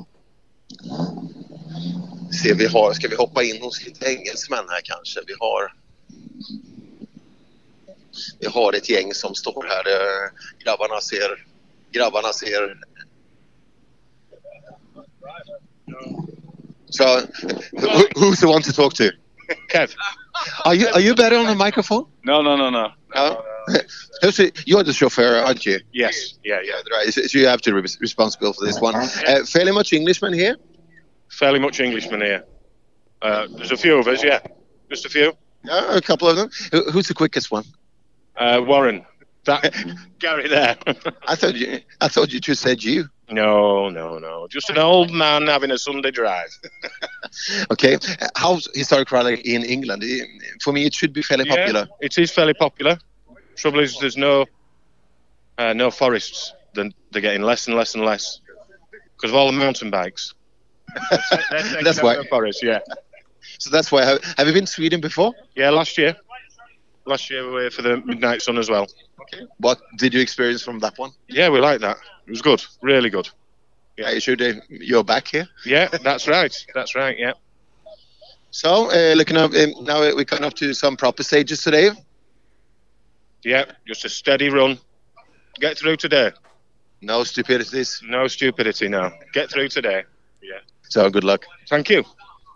se, vi har, ska vi hoppa in hos lite engelsmän här kanske? Vi har vi har ett gäng som står här. Grabbarna ser grabbarna ser so, who, who's the one to talk to? Kev. Are you are you better on the microphone? No, no, no, no. Uh, you're the chauffeur, aren't you? Yes. Yeah, yeah. Right. So, so you have to be responsible for this one. Uh, fairly much Englishman here? Fairly much Englishman here. Uh, there's a few of us, yeah. Just a few. Yeah, a couple of them. Who, who's the quickest one? Uh, Warren. That Gary there. I thought you. I thought you just said you. No, no, no. Just an old man having a Sunday drive. Okay. How's historic rally in England? For me, it should be fairly yeah, popular. It is fairly popular. Trouble is, there's no uh, no forests. Then they're getting less and less and less because of all the mountain bikes. They're That's why. Forest, yeah. So that's why. Have, have you been to Sweden before? Yeah, last year. Last year we were for the Midnight Sun as well. Okay. What did you experience from that one? Yeah, we liked that. It was good. Really good. Yeah, you should. Uh, you're back here. Yeah, that's right. That's right. Yeah. So, uh, looking up um, now, we're coming up to some proper stages today. Yeah, just a steady run. Get through today. No stupidities. No stupidity. No. Get through today. Yeah. So, good luck. Thank you.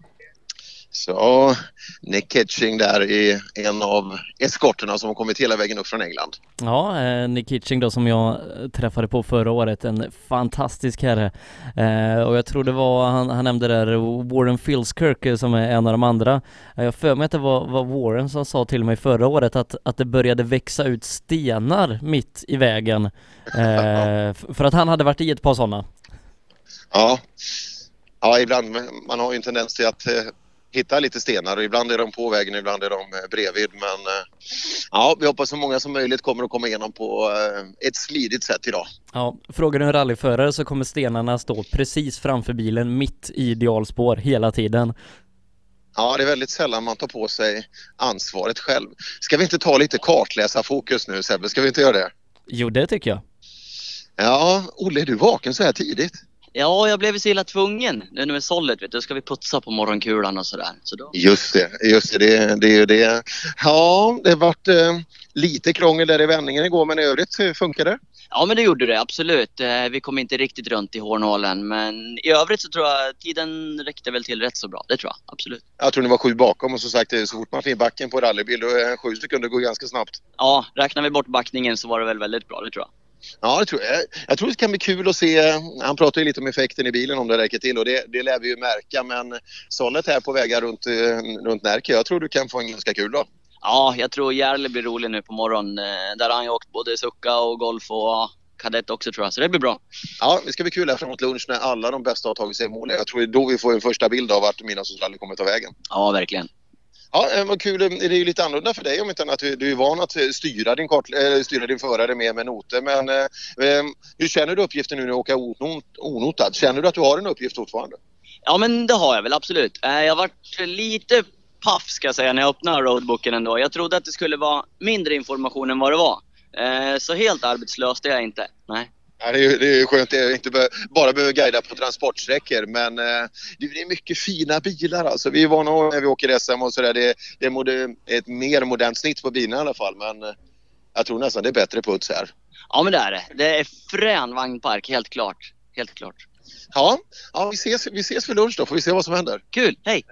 Så Nick Kitching där är en av eskorterna som har kommit hela vägen upp från England. Ja, eh, Nick Kitching då som jag träffade på förra året, en fantastisk herre. Eh, och jag tror det var, han, han nämnde där Warren Filskirk som är en av de andra. Eh, jag för mig att det var, var Warren som sa till mig förra året att, att det började växa ut stenar mitt i vägen. Eh, för att han hade varit i ett par sådana. Ja, ja ibland, man har ju en tendens till att eh, hitta lite stenar och ibland är de på vägen, ibland är de bredvid, men eh, ja, vi hoppas så många som möjligt kommer att komma igenom på eh, ett slidigt sätt idag. Ja, frågar du en rallyförare så kommer stenarna stå precis framför bilen mitt i idealspår hela tiden. Ja, det är väldigt sällan man tar på sig ansvaret själv. Ska vi inte ta lite kartläsarfokus nu, Sebbe? Ska vi inte göra det? Jo, det tycker jag. Ja, Olle, är du vaken så här tidigt? Ja, jag blev så illa tvungen. Nu med sållet, vet du, ska vi putsa på morgonkulan och sådär. Så då... Just det, just det, det, det är ju det. Ja, det har varit eh, lite krångel där i vändningen igår, men i övrigt funkar det? Ja, men det gjorde det, absolut. Vi kom inte riktigt runt i hårnålen, men i övrigt så tror jag tiden räckte väl till rätt så bra. Det tror jag, absolut. Jag tror ni var sju bakom och så sagt så fort man får in backen på rallybil då är sju sekunder går ganska snabbt. Ja, räknar vi bort backningen så var det väl väldigt bra, det tror jag. Ja, det tror jag. Jag tror det kan bli kul att se. Han pratar ju lite om effekten i bilen om det räcker till och det, det lär vi ju märka, men sållet här på vägar runt, runt Närke, jag tror du kan få en ganska kul då. Ja, jag tror Järle blir rolig nu på morgon. Där har han ju åkt både Succa och Golf och Kadett också tror jag, så det blir bra. Ja, det ska bli kul här framåt lunch när alla de bästa har tagit sig i mål. Jag tror det är då vi får en första bild av vart Midnattssolsrally kommer ta vägen. Ja, verkligen. Ja, vad kul. Det är ju lite annorlunda för dig om inte annat. Du, du är van att styra din, kort, äh, styra din förare med, med noter. Men äh, hur känner du uppgiften nu när du åker onot, onotad? Känner du att du har en uppgift fortfarande? Ja, men det har jag väl absolut. Jag har varit lite paff ska jag säga när jag öppnade roadbooken ändå. Jag trodde att det skulle vara mindre information än vad det var. Så helt arbetslös är jag inte. Nej. Ja, det, är, det är skönt att jag inte be, bara behöver guida på transportsträckor, men eh, det är mycket fina bilar alltså. Vi är vana när vi åker S M och sådär, det, det är moder, ett mer modernt snitt på bilarna i alla fall, men eh, jag tror nästan det är bättre puts här. Ja, men det är det. Det är frän vagnpark, helt klart. Helt klart. Ja, ja vi, ses, vi ses för lunch då, får vi se vad som händer. Kul, hej!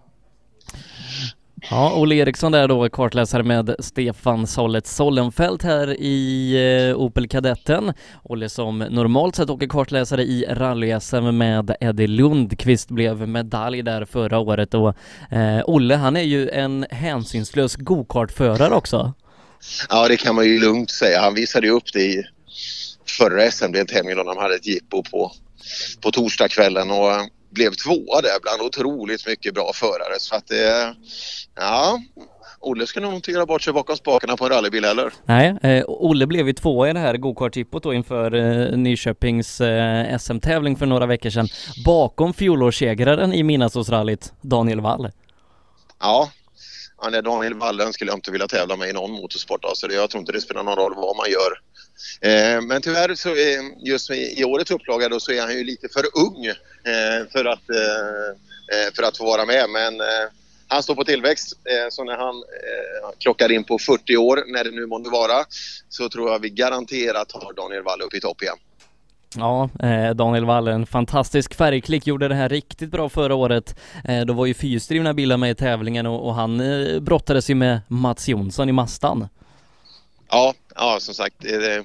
Ja, Olle Eriksson där då, kartläsare med Stefan Sollet Sollenfelt här i eh, Opel Kadetten. Olle som normalt sett åker kartläsare i rally-S M med Eddie Lundqvist, blev medalj där förra året. Och eh, Olle, han är ju en hänsynslös go-kartförare också. Ja, det kan man ju lugnt säga. Han visade ju upp det i förra S M-tävlingen då de hade ett jippo på, på torsdagskvällen och blev tvåa där bland otroligt mycket bra förare. Så att det, ja, Olle ska nog inte göra bort sig bakom spakarna på en rallybil heller. Nej, eh, Olle blev ju tvåa i det här go-kart-jippot då inför eh, Nyköpings eh, S M-tävling för några veckor sedan. Bakom fjolårssegraren i Midnattssolsrallyt, Daniel Wall. Ja, ja nej, Daniel Wallen skulle jag inte vilja tävla med i någon motorsport. Alltså, jag tror inte det spelar någon roll vad man gör. Eh, men tyvärr så är, just i, i årets upplaga då, så är han ju lite för ung eh, för, att, eh, för att få vara med. Men eh, han står på tillväxt, eh, så när han eh, klockar in på fyrtio år, när det nu måste vara, så tror jag vi garanterat har Daniel Wall upp i topp igen. Ja, eh, Daniel Wall, en fantastisk färgklick, gjorde det här riktigt bra förra året. Eh, då var ju fyrstrivna bilar med i tävlingen och, och han eh, brottades ju med Mats Jonsson i Mastan. Ja, ja som sagt, det,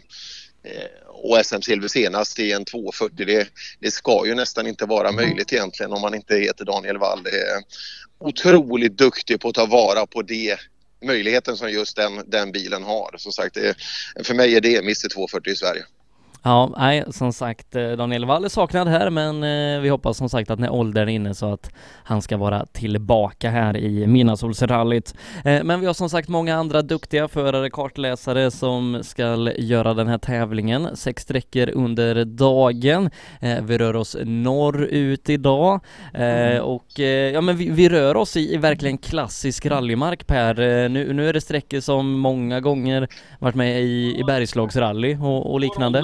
och S M Silver senast i en tvåhundrafyrtio, det, det ska ju nästan inte vara möjligt egentligen om man inte heter Daniel Wall. Det är otroligt duktig på att ta vara på det möjligheten som just den, den bilen har. Som sagt, det, för mig är det mister tvåhundrafyrtio i Sverige. Ja, nej, som sagt, Daniel Wall är saknad här, men eh, vi hoppas som sagt att när åldern är inne så att han ska vara tillbaka här i Midnattssolsrallyt. Eh, men vi har som sagt många andra duktiga förare, kartläsare som ska göra den här tävlingen. Sex sträckor under dagen. Eh, vi rör oss norrut idag eh, och eh, ja, men vi, vi rör oss i, i verkligen klassisk rallymark, Per. Eh, nu, nu är det sträckor som många gånger varit med i, i bergslagsrally och, och liknande.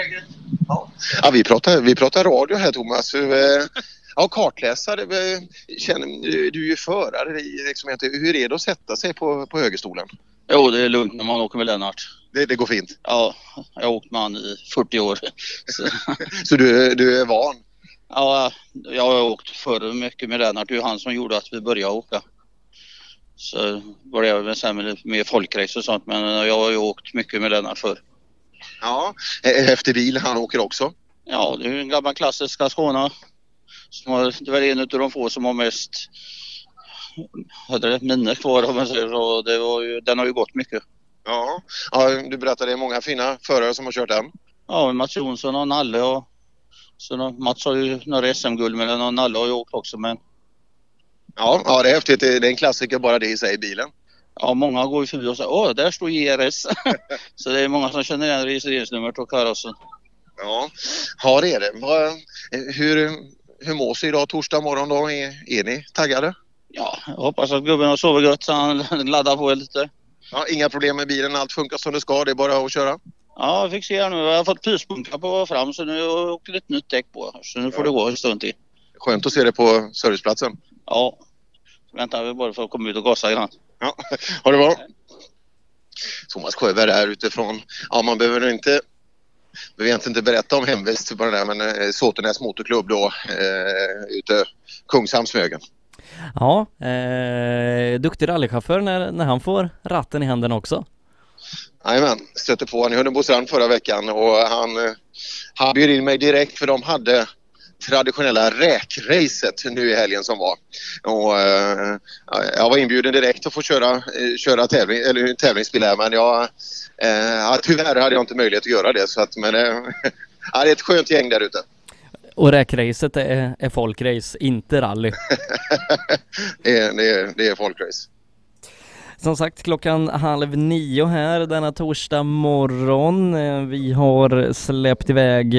Ja, vi pratar, vi pratar radio här, Thomas. Ja, kartläsare, känner, du är ju förare. Liksom, hur är det att sätta sig på, på högerstolen? Jo, det är lugnt när man åker med Lennart. Det, det går fint? Ja, jag har åkt med han i fyrtio år. Så, Så du, du är van? Ja, jag har åkt förr mycket med Lennart. Det är ju han som gjorde att vi började åka. Så började jag sen med, med folkrace och sånt, men jag har ju åkt mycket med Lennart förr. Ja, efter bil han åker också? Ja, det är en gammal klassisk Skåne. Som har, det var en av de få som har mest hade det minne kvar om man säger så. Det var ju, den har ju gått mycket. Ja, ja, du berättade det är många fina förare som har kört den. Ja, Mats Jonsson och Nalle och så Mats har ju några S M-guld med den och Nalle har ju åkt också men. Ja, ja, det är häftigt. Det är en klassiker bara det i sig i bilen. Ja, många går ju förbi och säger, åh, där står J R S. Så det är många som känner igen registreringsnumret och karossen. Ja, ja det är det. Hur, hur mår sig idag torsdag morgon då? Är, är ni taggade? Ja, jag hoppas att gubben har sovit gott så han laddar på lite. Ja, inga problem med bilen, allt funkar som det ska, det är bara att köra. Ja, jag fick se här nu. Jag har fått pyspunka på fram så nu åker det ett nytt däck på. Så nu får det gå en stund till. Skönt att se det på serviceplatsen. Ja, väntar vi bara för att komma ut och gasa grann. Ja, ha det bra. Thomas Sjöberg är utifrån, ja man behöver inte, behöver egentligen inte berätta om hemvist på den där, men eh, Såtenäs motorklubb då, eh, ute Kungshamnsmögen. Ja, eh, duktig rallychaufför när, när han får ratten i handen också. Jajamän, stötte på han i Hunnebostrand förra veckan och han, eh, han bjöd in mig direkt för de hade traditionella räkracet nu i helgen som var. Och, eh, jag var inbjuden direkt att få köra, eh, köra tävling, eller tävlingsbil här, men jag, eh, tyvärr hade jag inte möjlighet att göra det. Så att, men, eh, ja, det är ett skönt gäng där ute. Och räkracet är, är folkrace, inte rally. det, är, det, är, det är folkrace. Som sagt, klockan halv nio här denna torsdag morgon. Vi har släppt iväg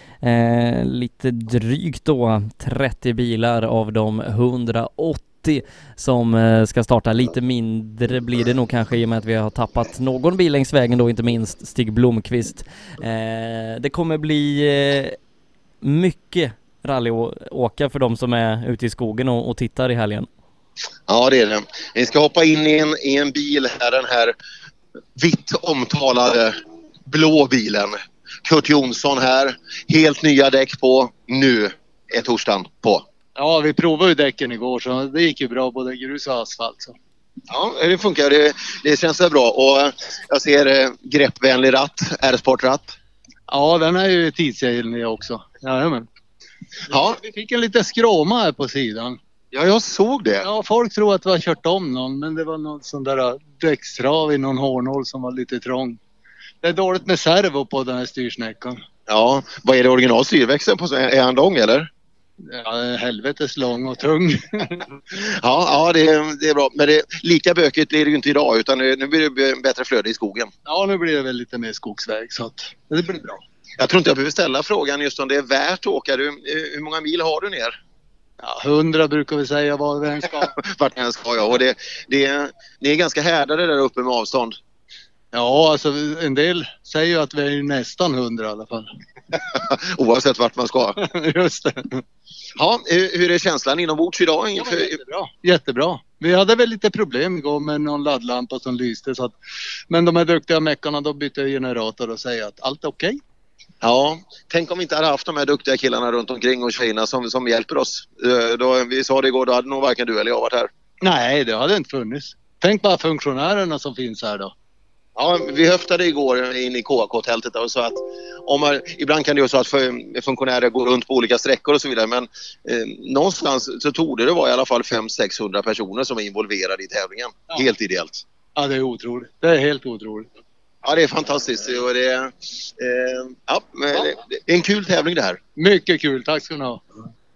eh, lite drygt då trettio bilar av de hundraåttio som eh, ska starta. Lite mindre blir det nog kanske i och med att vi har tappat någon bil längs vägen då, inte minst Stig Blomqvist. Eh, det kommer bli eh, mycket rallyåka för de som är ute i skogen och, och tittar i helgen. Ja, det är det. Vi ska hoppa in i en, i en bil här, den här vitt omtalade blå bilen. Kurt Jonsson här, helt nya däck på, nu är torsdagen på. Ja, vi provade ju däcken igår så det gick ju bra, både grus och asfalt. Så. Ja, det funkar. Det, det känns så bra. Och jag ser eh, greppvänlig ratt, R-sportratt. Ja, den är ju tidsenlig också. Jajamän. Ja. Vi fick en lite skråma här på sidan. Ja, jag såg det. Ja, folk tror att vi har kört om någon, men det var någon sån där däckstrav i någon hårnål som var lite trång. Det är dåligt med servo på den här styrsnäckan. Ja, vad är det original styrväxeln på? Är han lång eller? Ja, helvetes lång och tung. ja, ja det, det är bra. Men det, lika bökigt blir det ju inte idag, utan nu blir det bättre flöde i skogen. Ja, nu blir det väl lite mer skogsväg, så att det blir bra. Jag tror inte jag behöver ställa frågan just om det är värt att åka. Du, hur många mil har du ner? Ja, hundra brukar vi säga var vi än ska. Vart än ska jag. Och det, det, det är ganska härdade där uppe med avstånd. Ja, alltså en del säger ju att vi är nästan hundra i alla fall. Oavsett vart man ska. Just det. Ja, hur är känslan inombords idag? Ja, jättebra. Jättebra. Vi hade väl lite problem igår med någon laddlampa som lyste. Så att, men de här duktiga meckarna, då bytte jag generator och säger att allt är okej. Okay. Ja, tänk om vi inte hade haft de här duktiga killarna runt omkring och tjejerna som, som hjälper oss. Då, vi sa det igår, då hade nog varken du eller jag varit här. Nej, det hade inte funnits. Tänk bara funktionärerna som finns här då. Ja, vi höftade igår in i K A K-tältet och så att om man, ibland kan det ju så att funktionärer går runt på olika sträckor och så vidare, men eh, någonstans så tog det vara i alla fall fem till sexhundra personer som är involverade i tävlingen. Ja. Helt ideellt. Ja, det är otroligt. Det är helt otroligt. Ja, det är fantastiskt. Och det, är, eh, ja, men ja. Det, det är en kul tävling det här. Mycket kul, tack ska ni ha.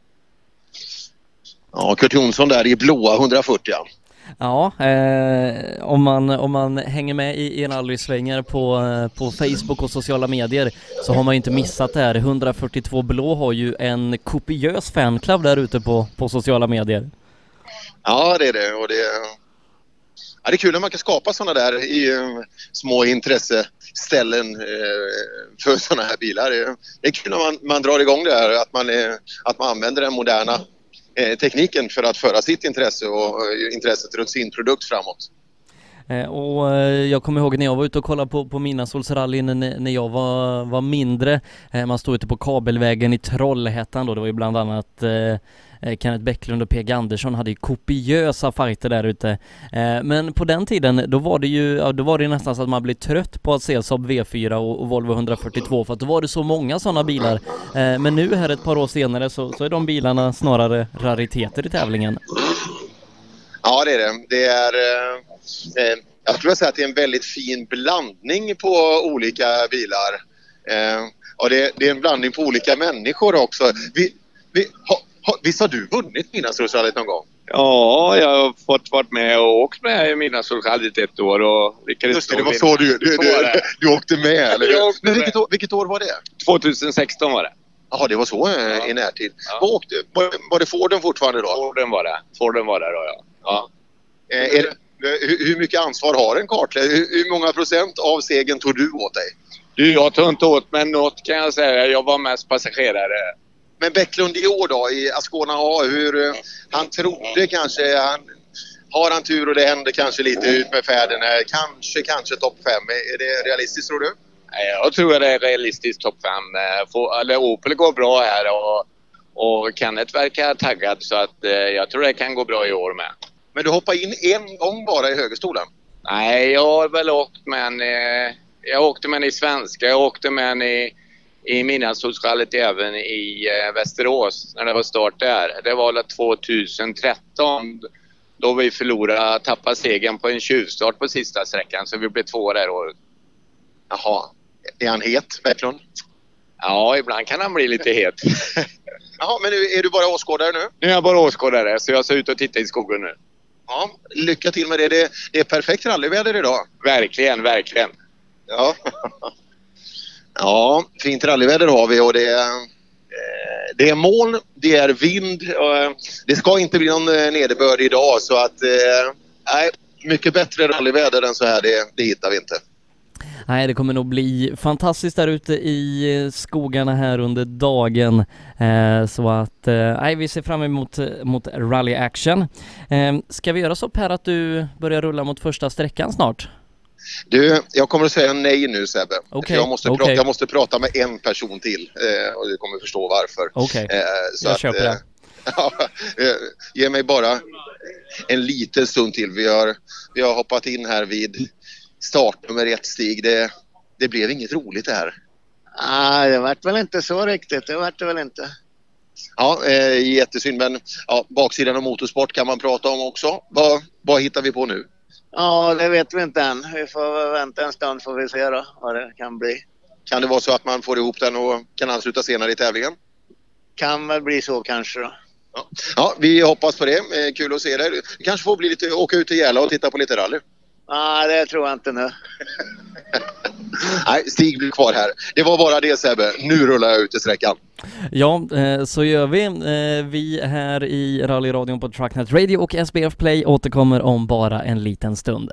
Ja, Kurt Jonsson där i blåa hundrafyrtio. Ja, eh, om, man, om man hänger med i, i rallysvängar på, på Facebook och sociala medier så har man ju inte missat det här. hundrafyrtiotvå blå har ju en kopiös fanclub där ute på, på sociala medier. Ja, det är det. Och det, ja, det är kul när man kan skapa sådana där i uh, små intresseställen uh, för sådana här bilar. Det, det är kul när man, man drar igång det här, att man, uh, att man använder den moderna tekniken för att föra sitt intresse och intresset runt sin produkt framåt. Eh, och eh, jag kommer ihåg när jag var ute och kollade på, på Midnattssolsrallyn när, när jag var, var mindre. Eh, man stod ute på kabelvägen i Trollhättan då. Det var ju bland annat eh, Kenneth Bäcklund och P G Andersson hade ju kopiösa fighter där ute. Eh, men på den tiden då var det ju ja, då var det nästan så att man blev trött på att se Saab V fyra och, och Volvo hundrafyrtiotvå för att då var det så många sådana bilar. Eh, men nu här ett par år senare så, så är de bilarna snarare rariteter i tävlingen. Ja, det är det. Det är eh, jag skulle säga att det är en väldigt fin blandning på olika bilar. Eh, och det, det är en blandning på olika människor också. Vi, vi, ha, ha, visst har du vunnit Midnattssolsrallyt någon gång? Ja, jag har fått varit med och åkt med i Midnattssolsrallyt ett år och lyckades. Just det, det var så du, du, du, du åkte med, eller? Jag åkte Men vilket, med. År, vilket år var det? tjugohundrasexton var det. Jaha, det var så ja. I närtid. Ja. Var, åkte, var, var det Forden fortfarande då? Forden var det. Forden var det då, ja. ja. Eh, är det, hur, hur mycket ansvar har en kartlägg? Hur, hur många procent av segern tog du åt dig? Du, jag tog inte åt mig något kan jag säga. Jag var mest passagerare. Men Bäcklund i år då, i Ascona A, hur han trodde kanske, han, har han tur och det händer kanske lite ut med färden här, kanske, kanske topp fem. Är det realistiskt tror du? Jag tror att det är realistiskt topp fem. Eller Opel går bra här och, och Kenneth verkar taggad så att jag tror det kan gå bra i år med. Men du hoppar in en gång bara i högerstolen? Nej, jag har väl åkt med en, jag åkte med en i svenska, jag åkte med en i i Midnattssolsrallyt även i eh, Västerås när det var start där. Det var väl tjugohundratretton då vi förlorade, tappade segern på en tjuvstart på sista sträckan så vi blev två där året. Jaha, är han het, Bäcklund? Ja, ibland kan han bli lite het. Jaha, men är du bara åskådare nu? Nu är jag bara åskådare så jag ser ut och tittar i skogen nu. Ja, lycka till med det. Det, det är perfekt rallyväder idag. Verkligen, verkligen. Ja, ja fint rallyväder har vi och det är, det är moln, det är vind. Det ska inte bli någon nederbörd idag så att nej, mycket bättre rallyväder än så här, det, det hittar vi inte. Nej, det kommer nog bli fantastiskt där ute i skogarna här under dagen. Eh, så att, eh, nej, vi ser fram emot mot rally action. Eh, ska vi göra så, Per, att du börjar rulla mot första sträckan snart? Du, jag kommer att säga nej nu, Sebbe. Okay, jag, måste okay. prata, jag måste prata med en person till eh, och du kommer förstå varför. Okej, okay. eh, jag att, köper det. Eh, ja, ge mig bara en liten stund till. Vi har, vi har hoppat in här vid start nummer ett, Stig. Det, det blev inget roligt det här. Nej, det vart väl inte så riktigt. Det vart det väl inte. Ja, eh, jättesynd. Men ja, baksidan av motorsport kan man prata om också. Vad, vad hittar vi på nu? Ja, det vet vi inte än. Vi får vänta en stund får vi se då vad det kan bli. Kan det vara så att man får ihop den och kan ansluta senare i tävlingen? Kan väl bli så kanske då. Ja, ja vi hoppas på det. Eh, kul att se dig. Du kanske får bli lite, åka ut till Järla och titta på lite rally. Nej, det tror jag inte nu. Nej, Stig blir kvar här. Det var bara det, Sebbe. Nu rullar jag ut i sträckan. Ja, så gör vi. Vi här i rallyradion på Trucknet Radio och S B F Play återkommer om bara en liten stund.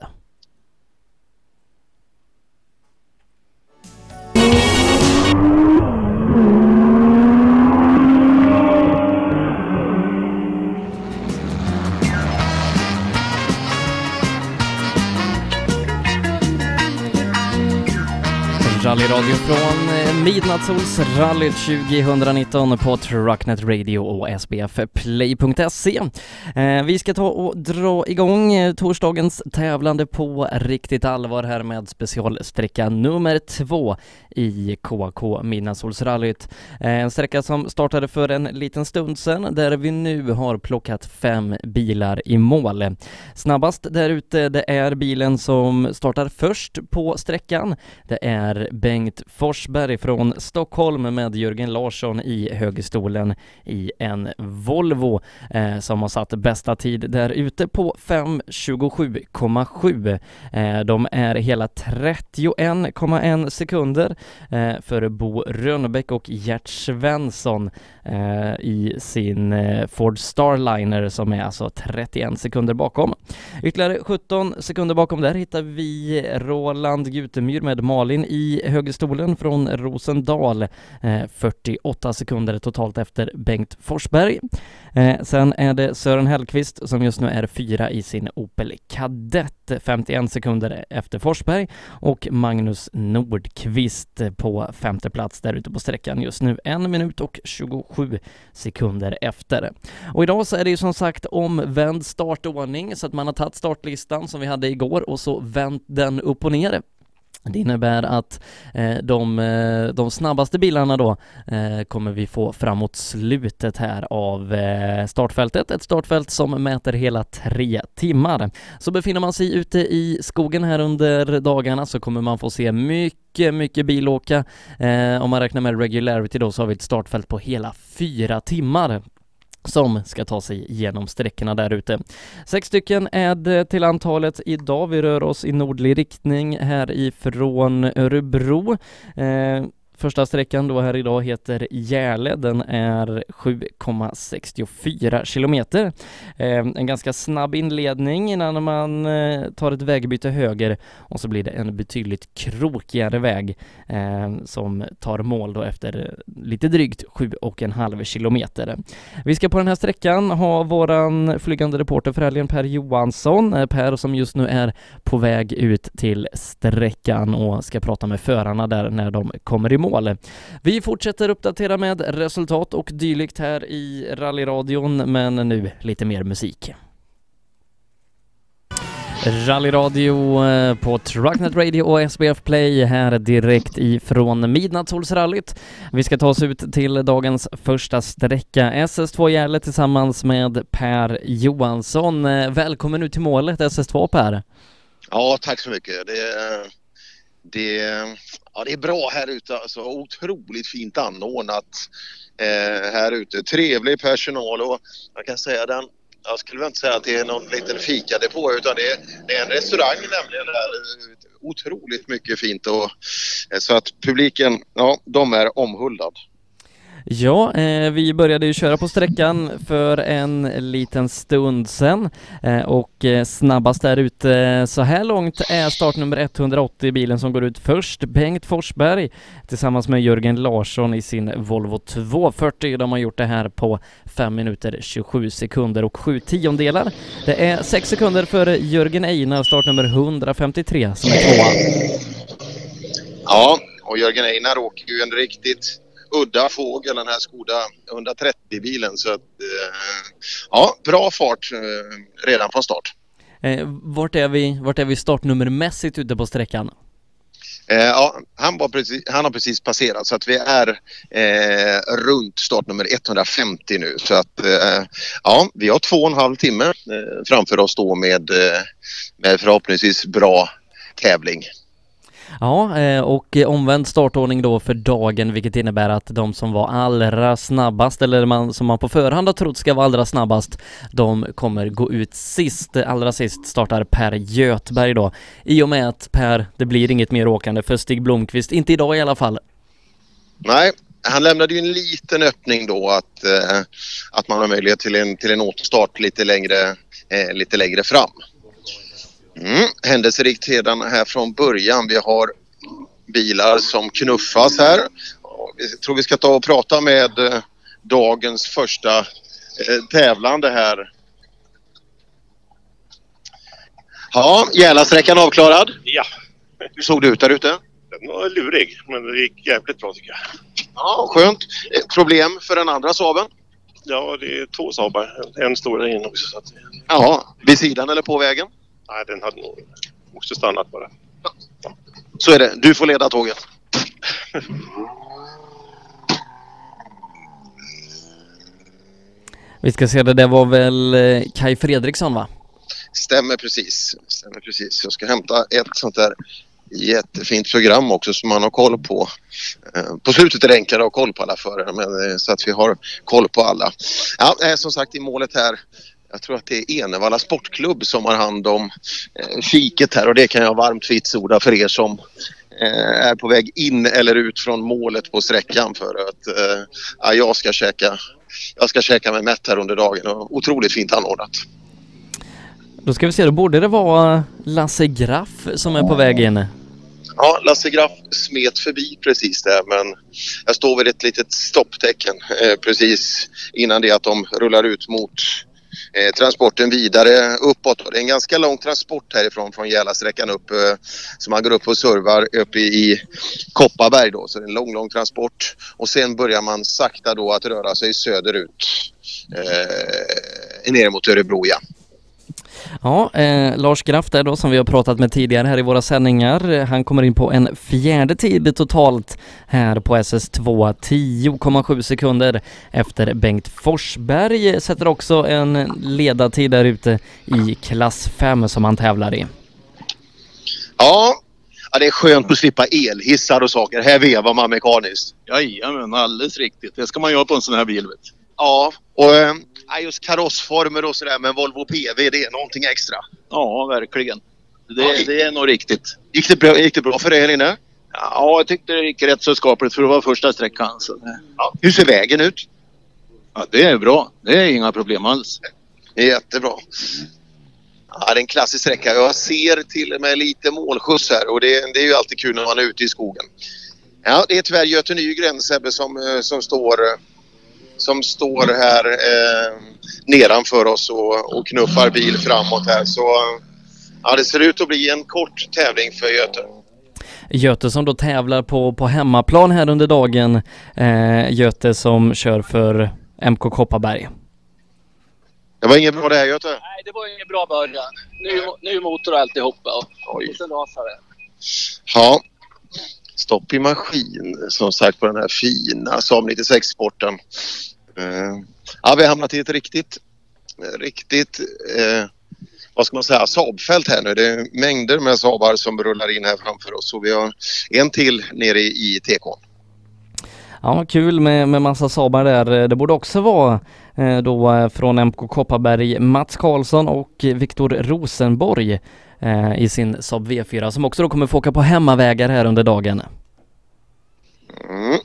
Rallyradio från Midnattssolsrallyt tjugonitton på Trucknet Radio och S B F Play punkt se. Vi ska ta och dra igång torsdagens tävlande på riktigt allvar här med specialsträcka nummer två i K K Midnattssolsrallyt. En sträcka som startade för en liten stund sedan där vi nu har plockat fem bilar i mål. Snabbast där ute det är bilen som startar först på sträckan. Det är Bengt Forsberg från Stockholm med Jörgen Larsson i högerstolen i en Volvo eh, som har satt bästa tid där ute på fem tjugosju komma sju. Eh, de är hela trettioen komma en sekunder eh, för Bo Rönnbäck och Gert Svensson eh, i sin eh, Ford Starliner som är alltså trettioen sekunder bakom. Ytterligare sjutton sekunder bakom där hittar vi Roland Gutemyr med Malin i högerstolen från Rosendal, eh, fyrtioåtta sekunder totalt efter Bengt Forsberg. Eh, sen är det Sören Hellqvist som just nu är fyra i sin Opel Kadett, femtioen sekunder efter Forsberg, och Magnus Nordqvist på femte plats där ute på sträckan just nu, en minut och tjugosju sekunder efter. Och idag så är det ju som sagt omvänd startordning så att man har tagit startlistan som vi hade igår och så vänt den upp och ner. Det innebär att eh, de, de snabbaste bilarna då eh, kommer vi få framåt slutet här av eh, startfältet. Ett startfält som mäter hela tre timmar. Så befinner man sig ute i skogen här under dagarna så kommer man få se mycket, mycket bilåka. Eh, om man räknar med regularity då så har vi ett startfält på hela fyra timmar. Som ska ta sig igenom sträckorna där ute. Sex stycken är det till antalet idag. Vi rör oss i nordlig riktning här ifrån Örebro. Eh, Första sträckan då här idag heter Järle. Den är sju komma sextiofyra kilometer. Eh, en ganska snabb inledning innan man eh, tar ett vägbyte höger och så blir det en betydligt krokigare väg eh, som tar mål då efter lite drygt sju och en halv kilometer. Vi ska på den här sträckan ha våran flygande reporter för helgen Per Johansson. Eh, Per som just nu är på väg ut till sträckan och ska prata med förarna där när de kommer i mål. Vi fortsätter uppdatera med resultat och dylikt här i rallyradion, men nu lite mer musik. Rallyradio på Trucknet Radio och S B F Play här direkt ifrån Midnattssolsrallyt. Vi ska ta oss ut till dagens första sträcka, S S två Järle tillsammans med Per Johansson. Välkommen ut till målet S S två, Per. Ja, tack så mycket. Det Det, ja, det är bra här ute, alltså otroligt fint anordnat eh, här ute. Trevlig personal och jag kan säga den jag skulle väl inte säga att det är någon liten fikadepå, utan det är, det är en restaurang nämligen där. Otroligt mycket fint och så att publiken, ja, de är omhuldad. Ja, eh, vi började ju köra på sträckan för en liten stund sedan eh, och eh, snabbast där ute så här långt är startnummer etthundraåttio, bilen som går ut först, Bengt Forsberg tillsammans med Jörgen Larsson i sin Volvo tvåhundrafyrtio. De har gjort det här på fem minuter tjugosju sekunder och sju tiondelar. Det är sex sekunder för Jörgen Einar, startnummer etthundrafemtiotre, som är tvåa. Ja, och Jörgen Einar åker ju en riktigt udda fågel, den här Skoda etthundratrettio-bilen, så att, eh, ja, bra fart eh, redan från start. Eh, vart är vi, vart är vi startnummermässigt ute på sträckan? Eh, ja, han, var precis, han har precis passerat, så att vi är eh, runt startnummer etthundrafemtio nu, så att eh, ja, vi har två och en halv timme eh, framför oss då med, eh, med förhoppningsvis bra tävling. Ja, och omvänd startordning då för dagen, vilket innebär att de som var allra snabbast, eller man, som man på förhand har trott ska vara allra snabbast, de kommer gå ut sist. Allra sist startar Per Göthberg då, i och med att Per, det blir inget mer åkande för Stig Blomqvist, inte idag i alla fall. Nej, han lämnade ju en liten öppning då att, eh, att man har möjlighet till en, till en återstart lite längre, eh, lite längre fram. Mm, händelserikt redan här från början. Vi har bilar som knuffas här. Jag tror vi ska ta och prata med eh, dagens första eh, tävlande här. Ja, Järnasträckan avklarad. Ja. Hur såg det ut där ute? Den var lurig, men det gick jävligt bra tycker jag. Ja, skönt. Problem för den andra Saaben? Ja, det är två Saabar. En stor där inne också. Så att... Ja, vid sidan eller på vägen? Nej, den hade nog också stannat bara. Så är det. Du får leda tåget. Vi ska se, det där var väl Kai Fredriksson, va? Stämmer precis. Stämmer precis. Jag ska hämta ett sånt där jättefint program också som man har koll på. På slutet är det enklare att ha koll på alla förare, men så att vi har koll på alla. Ja, som sagt, i målet här, jag tror att det är Enevalla Sportklubb som har hand om eh, kiket här, och det kan jag varmt vitsorda för er som eh, är på väg in eller ut från målet på sträckan, för att eh, ja, jag ska käka jag ska käka mig mätt här under dagen, och otroligt fint anordnat. Då ska vi se, då borde det vara Lasse Graff som är på väg in. Ja, Lasse Graff smet förbi precis där, men jag står vid ett litet stopptecken eh, precis innan det att de rullar ut mot Eh, transporten vidare uppåt. Det är en ganska lång transport härifrån från Järnasträckan upp, eh, som man går upp och servar upp i, i Kopparberg då, så det är en lång lång transport, och sen börjar man sakta då att röra sig söderut eh, ner mot Örebro, ja. Ja, eh, Lars Graff där då, som vi har pratat med tidigare här i våra sändningar. Han kommer in på en fjärde tid totalt här på S S två, tio komma sju sekunder efter Bengt Forsberg. Sätter också en ledartid där ute i klass fem som han tävlar i. Ja, ja, det är skönt att slippa elhissar och saker. Här vevar man mekaniskt. Jajamän, alldeles riktigt. Det ska man göra på en sån här bil, vet. Ja, och eh, just karossformer och sådär, men Volvo P V, det är någonting extra. Ja, verkligen. Det, det är nog riktigt. Gick det bra, gick det bra för dig här inne? Ja, jag tyckte det gick rätt så skapligt för det var första sträckan. Så. Ja. Hur ser vägen ut? Ja, det är bra. Det är inga problem alls. Det är jättebra. Ja, det är en klassisk sträcka. Jag ser till och med lite målskjuts här, och det, det är ju alltid kul när man är ute i skogen. Ja, det är tyvärr Göte Nygren, Sebbe, som, som står... som står här eh, nedanför oss och, och knuffar bil framåt här. Så ja, det ser ut att bli en kort tävling för Göte. Göte som då tävlar på, på hemmaplan här under dagen. Eh, Göte som kör för M K Kopparberg. Det var inget bra det här, Göte? Nej, det var ingen bra början. Ny, ny motor och alltihopa. Och, och sen rasade det. Ja. Stopp i maskin, som sagt, på den här fina Saab nittiosex-sporten. Uh, ja, vi har hamnat i ett riktigt, riktigt, uh, vad ska man säga, Saabfält här nu. Det är mängder med Saabar som rullar in här framför oss, och vi har en till nere i T K. Ja, kul med, med massa Saabar där. Det borde också vara eh, då från M K Kopparberg Mats Karlsson och Viktor Rosenborg eh, i sin Saab V fyra som också då kommer få åka på hemmavägar här under dagen. Mm.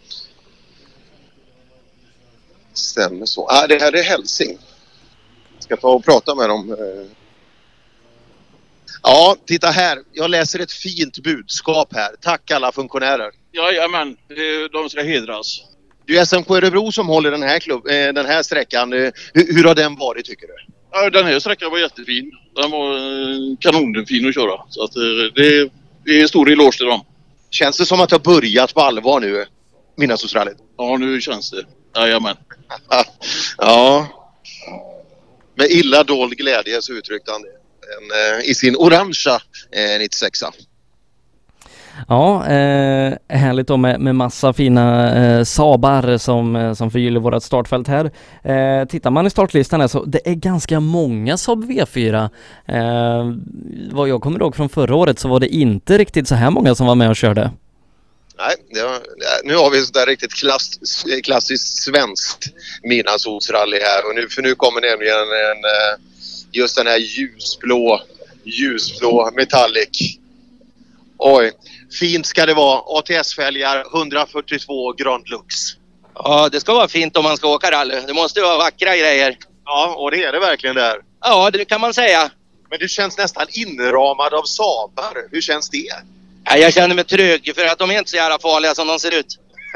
Stämmer så. Ah, det här är Hälsing. Ska ta och prata med dem. Ja, titta här. Jag läser ett fint budskap här. Tack alla funktionärer. Jajamän, de ska hedras. Det är S M K Örebro som håller den här, klubb, den här sträckan. Hur, hur har den varit tycker du? Ja, den här sträckan var jättefin. Den var kanonfin att köra. Så att det, det är en stor eloge till dem. Känns det som att det har börjat på allvar nu? Midnattsrallyt? Ja, nu känns det. Jajamän. Ja. Med illa dold glädje så uttryckte han det. En, eh, i sin orangea eh, nittiosexa. Ja, eh, härligt då med, med massa fina eh, Saabar som, eh, som förgyller vårt startfält här. Eh, tittar man i startlistan här så det är ganska många Saab V fyra. Eh, vad jag kommer ihåg från förra året så var det inte riktigt så här många som var med och körde. Nej, det var, nu har vi sådär riktigt klass, klassiskt svenskt midnattsrally här. Och nu, för nu kommer nämligen en, just den här ljusblå, ljusblå metallic. Oj, fint ska det vara. A T S-fälgar, hundrafyrtiotvå Grand Lux. Ja, det ska vara fint om man ska åka rally. Det måste vara vackra grejer. Ja, och det är det verkligen där. Ja, det kan man säga. Men du känns nästan inramad av Saabar. Hur känns det? Ja, jag känner mig trygg för att de är inte så jävla farliga som de ser ut.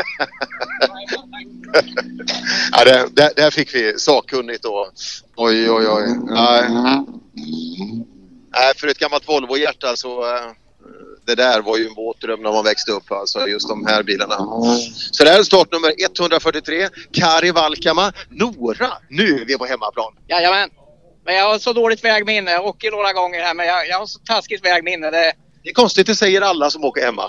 Ja, det, det, där fick vi sakkunnigt då. Oj, oj, oj. Nej. Nej, för ett gammalt Volvo-hjärta så... Det där var ju en våtdröm när man växte upp, alltså just de här bilarna. Så det här är startnummer etthundrafyrtiotre, Kari Valkama. Nora, nu är vi på hemmaplan. Jajamän. Men jag har så dåligt vägminne. Jag åker några gånger här, men jag, jag har så taskigt vägminne. Det... det är konstigt, det säger alla som åker hemma.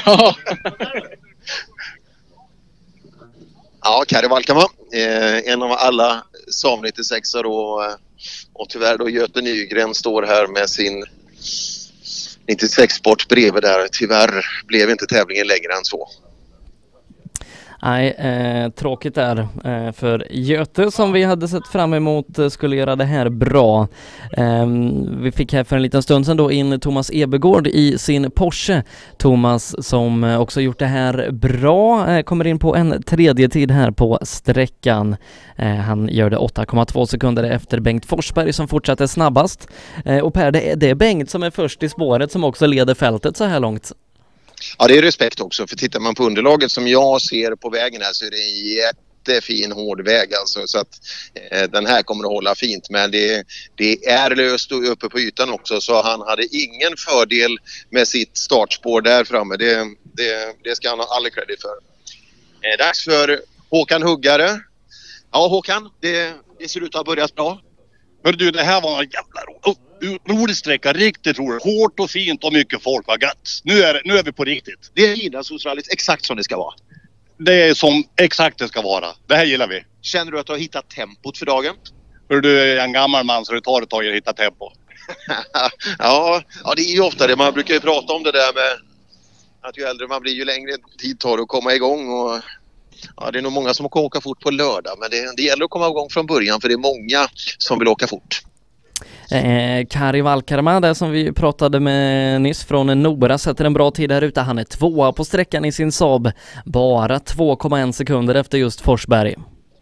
Ja, Kari Valkama. Eh, en av alla Saab nittiosex då. Och tyvärr då Göte Nygren står här med sin nittiosex Sport bredvid där. Tyvärr blev inte tävlingen längre än så. Nej, eh, tråkigt där eh, för Göte som vi hade sett fram emot eh, skulle göra det här bra. Eh, vi fick här för en liten stund sedan då in Thomas Ebergård i sin Porsche. Thomas som eh, också gjort det här bra, eh, kommer in på en tredje tid här på sträckan. Eh, han gör det åtta komma två sekunder efter Bengt Forsberg som fortsatte snabbast. Eh, och Per, det är, det är Bengt som är först i spåret som också leder fältet så här långt. Ja, det är respekt också, för tittar man på underlaget som jag ser på vägen här så är det en jättefin hård väg alltså, så att eh, den här kommer att hålla fint, men det, det är löst uppe på ytan också, så han hade ingen fördel med sitt startspår där framme, det, det, det ska han ha all credit för. Eh, dags för Håkan Huggare. Ja Håkan, det, det ser ut att ha börjat bra. Hör du, det här var en jävla ro- rolig sträcka, riktigt roligt. Hårt och fint och mycket folk, var gött. Nu är, nu är vi på riktigt. Det är midnattsrallyt exakt som det ska vara. Det är som exakt det ska vara. Det här gillar vi. Känner du att du har hittat tempot för dagen? Hör du, är en gammal man så det tar ett tag att hitta tempo. ja, ja, det är ju ofta det. Man brukar ju prata om det där med att ju äldre man blir ju längre tid tar det att komma igång. Och ja, det är nog många som kan åka fort på lördag, men det, det gäller att komma igång från början för det är många som vill åka fort. Eh, Kari Valkarma där som vi pratade med nyss från Nora sätter en bra tid här ute. Han är tvåa på sträckan i sin Saab, bara två komma en sekunder efter just Forsberg.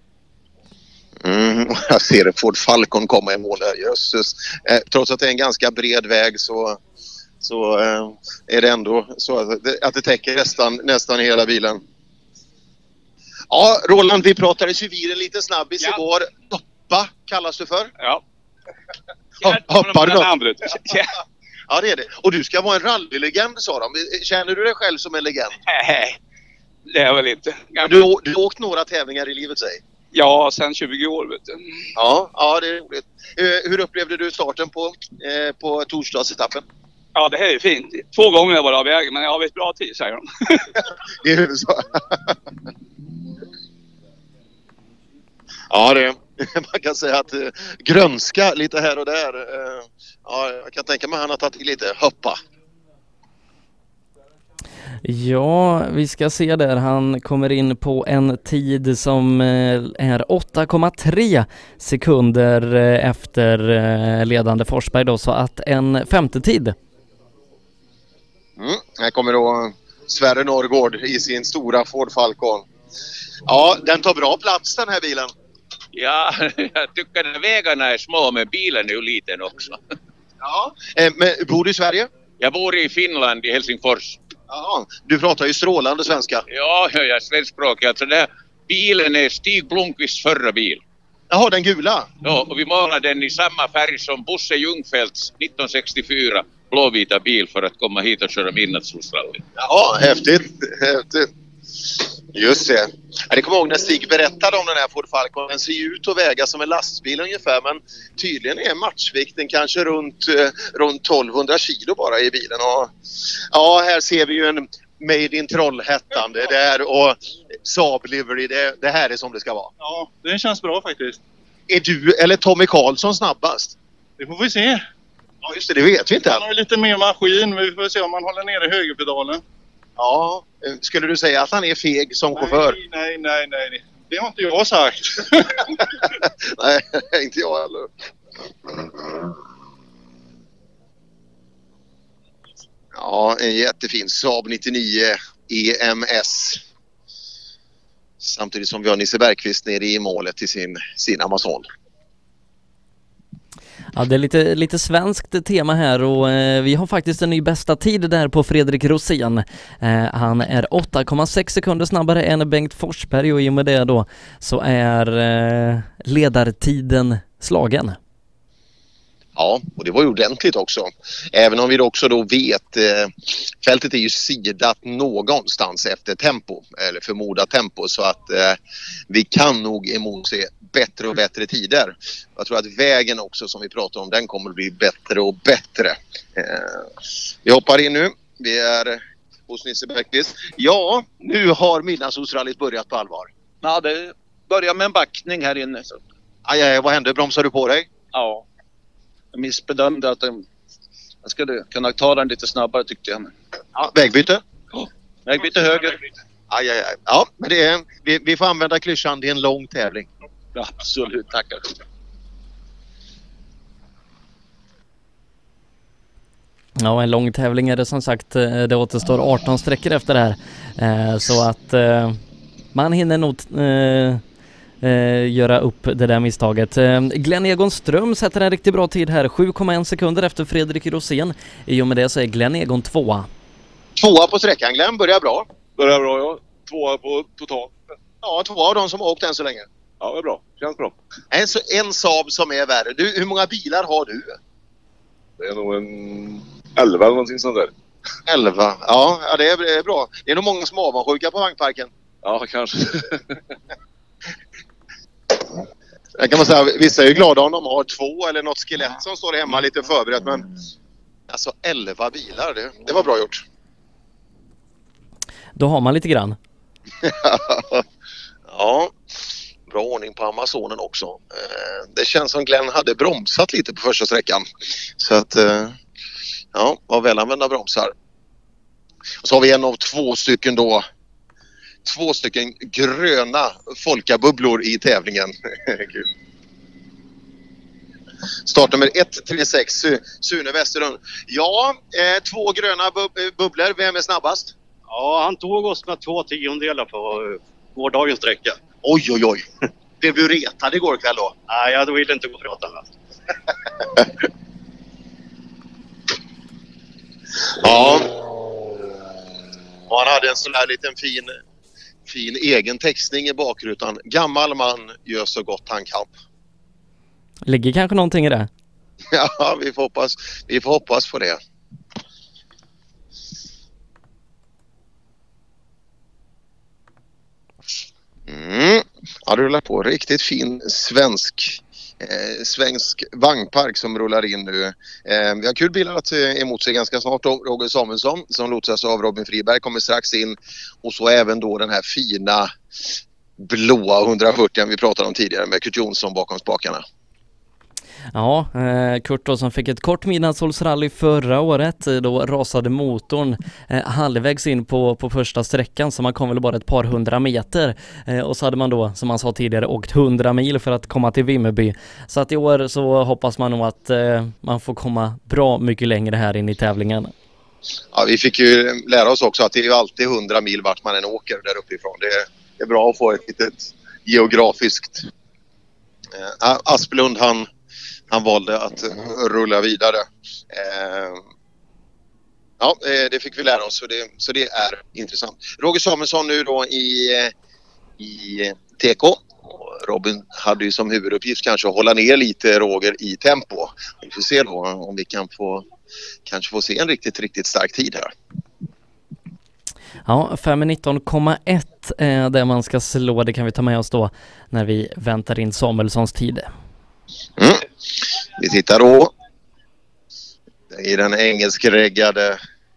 Mm, jag ser Ford Falcon komma i mål där, jösses. Eh, trots att det är en ganska bred väg så, så eh, är det ändå så att det, att det täcker nästan, nästan hela bilen. Ja, Roland, vi pratade civil en liten snabbis ja. igår. Hoppa kallas du för? Ja. Hoppar du då? Ja, det är det. Och du ska vara en rallylegend, sa de. Känner du dig själv som en legend? Nej, det är väl inte. Du, du har åkt några tävlingar i livet, säg. Ja, sen tjugo år, vet du. Ja, ja, det är roligt. Hur upplevde du starten på, eh, på torsdagsetappen? Ja, det här är fint. Två gånger jag var av vägen, men jag har ett bra tid, säger de. Det är så. Ja, det, man kan säga att uh, grönska lite här och där. Uh, ja, jag kan tänka mig att han har tagit lite hoppa. Ja, vi ska se där. Han kommer in på en tid som är åtta komma tre sekunder efter ledande Forsberg då, så att en femte tid. Mm, här kommer då Sverre Norrgård i sin stora Ford Falcon. Ja, den tar bra plats den här bilen. Ja, jag tycker att vägarna är små men bilen är ju liten också. Ja, eh, men bor du i Sverige? Jag bor i Finland, i Helsingfors. Ja, du pratar ju strålande svenska. Ja, jag är svenskspråkig. Alltså den här bilen är Stig Blomqvists förra bil. Jaha, den gula? Ja, och vi målade den i samma färg som Bosse Ljungfeldts nittonhundrasextiofyra blåvita bil för att komma hit och köra midnattssolsrally. Ja, häftigt. häftigt. Just det. Jag kommer ihåg när Stig berättade om den här Ford Falcon. Den ser ut att väga som en lastbil ungefär, men tydligen är matchvikten kanske runt, eh, runt tolvhundra kilo bara i bilen. Och, ja, här ser vi ju en Made in Trollhättan det där och Saab Livery. Det, det här är som det ska vara. Ja, det känns bra faktiskt. Är du eller Tommy Karlsson snabbast? Det får vi se. Ja, just det. Det vet vi inte än. Han har ju lite mer maskin, men vi får se om man håller nere högerpedalen. Ja, skulle du säga att han är feg som chaufför? Nej, nej, nej, nej. Det har inte jag sagt. Nej, inte jag heller. Ja, en jättefin Saab nittionio E M S. Samtidigt som vi har Nisse Bergqvist nere i målet i sin, sin Amazon. Ja, det är lite, lite svenskt tema här och eh, vi har faktiskt en ny bästa tid där på Fredrik Rosén. Eh, han är åtta komma sex sekunder snabbare än Bengt Forsberg och i och med det då så är eh, ledartiden slagen. Ja, och det var ju ordentligt också. Även om vi också då vet, eh, fältet är ju sidat någonstans efter tempo, eller förmodat tempo, så att eh, vi kan nog emotse bättre och bättre tider. Jag tror att vägen också som vi pratar om, den kommer att bli bättre och bättre. Eh, vi hoppar in nu. Vi är hos Nisse Bergqvist. Ja, nu har Midnattssolsrallyt börjat på allvar. Ja, det börjar med en backning här inne. Så. Aj, aj, vad hände? Bromsar du på dig? Ja. Jag missbedömde att den, jag skulle kunna ta den lite snabbare tyckte jag. Ja, vägbyte? Ja, vägbyte höger. Aj, aj, aj. Ja, men det är, vi, vi får använda klyschan, det är en lång tävling. Ja, absolut, tackar. Ja, en lång tävling är det som sagt. Det återstår arton sträckor efter det här. Så att man hinner nog göra upp det där misstaget. Glenn Egon Ström sätter en riktigt bra tid här. sju komma en sekunder efter Fredrik Rosén. I och med det så är Glenn Egon tvåa. Tvåa på sträckan. Glenn börjar bra. Börjar bra, ja. Tvåa på totalt. Ja, två av de som har åkt än så länge. Ja, det är bra. Känns bra. En, en Saab som är värre. Du, hur många bilar har du? Det är nog en elva eller någonting sånt där. elva, ja, ja det, är, det är bra. Det är nog många som är avundsjuka på vagnparken. Ja, kanske. Jag kan man säga, vissa är ju glada om de har två eller något skelett som står hemma lite förberett. Men alltså elva bilar, det, det var bra gjort. Då har man lite grann. Ja, bra ordning på Amazonen också. Det känns som Glenn hade bromsat lite på första sträckan. Så att, ja, var väl använda bromsar. Och så har vi en av två stycken då. Två stycken gröna folkabubblor i tävlingen. Startnummer ett tre sex, Sune Westerlund. Ja, eh, två gröna bub- bubblor. Vem är snabbast? Ja, han tog oss med två tiondelar på uh, gårdagens sträcka. Oj, oj, oj. Blev du retad igår kväll då? Nej, jag ville inte gå och prata med. Ja. Och han hade en sån här liten fin, fin egen textning i bakrutan. Gammal man gör så gott han kan. Ligger kanske någonting i det? Ja, vi får hoppas, vi får hoppas på det. Mm. Ja, det rullar på. Riktigt fin svensk eh, svensk vagnpark som rullar in nu. Eh, vi har kul bilar att eh, emot sig ganska snart. Roger Samuelsson som lotsas av Robin Friberg kommer strax in. Och så även då den här fina blåa hundrafyrtio vi pratade om tidigare med Kurt Jonsson bakom spakarna. Ja, eh, Kurt då, som fick ett kort midnattssolsrally förra året, då rasade motorn eh, halvvägs in på, på första sträckan, så man kom väl bara ett par hundra meter eh, och så hade man då, som man sa tidigare, åkt hundra mil för att komma till Vimmerby. Så att i år så hoppas man nog att eh, man får komma bra mycket längre här in i tävlingen. Ja, vi fick ju lära oss också att det är ju alltid hundra mil vart man än åker där uppifrån. Det är, det är bra att få ett litet geografiskt... Eh, Asplund han, han valde att rulla vidare. Eh, ja, det fick vi lära oss, så det, så det är intressant. Roger Samuelsson nu då i, i T K. Robin hade ju som huvuduppgift kanske att hålla ner lite Roger i tempo. Vi får se då om vi kan få kanske få se en riktigt, riktigt stark tid här. Ja, fem nitton komma ett är det man ska slå. Det kan vi ta med oss då när vi väntar in Samuelssons tid. Mm. Vi tittar då i den engelskreggade.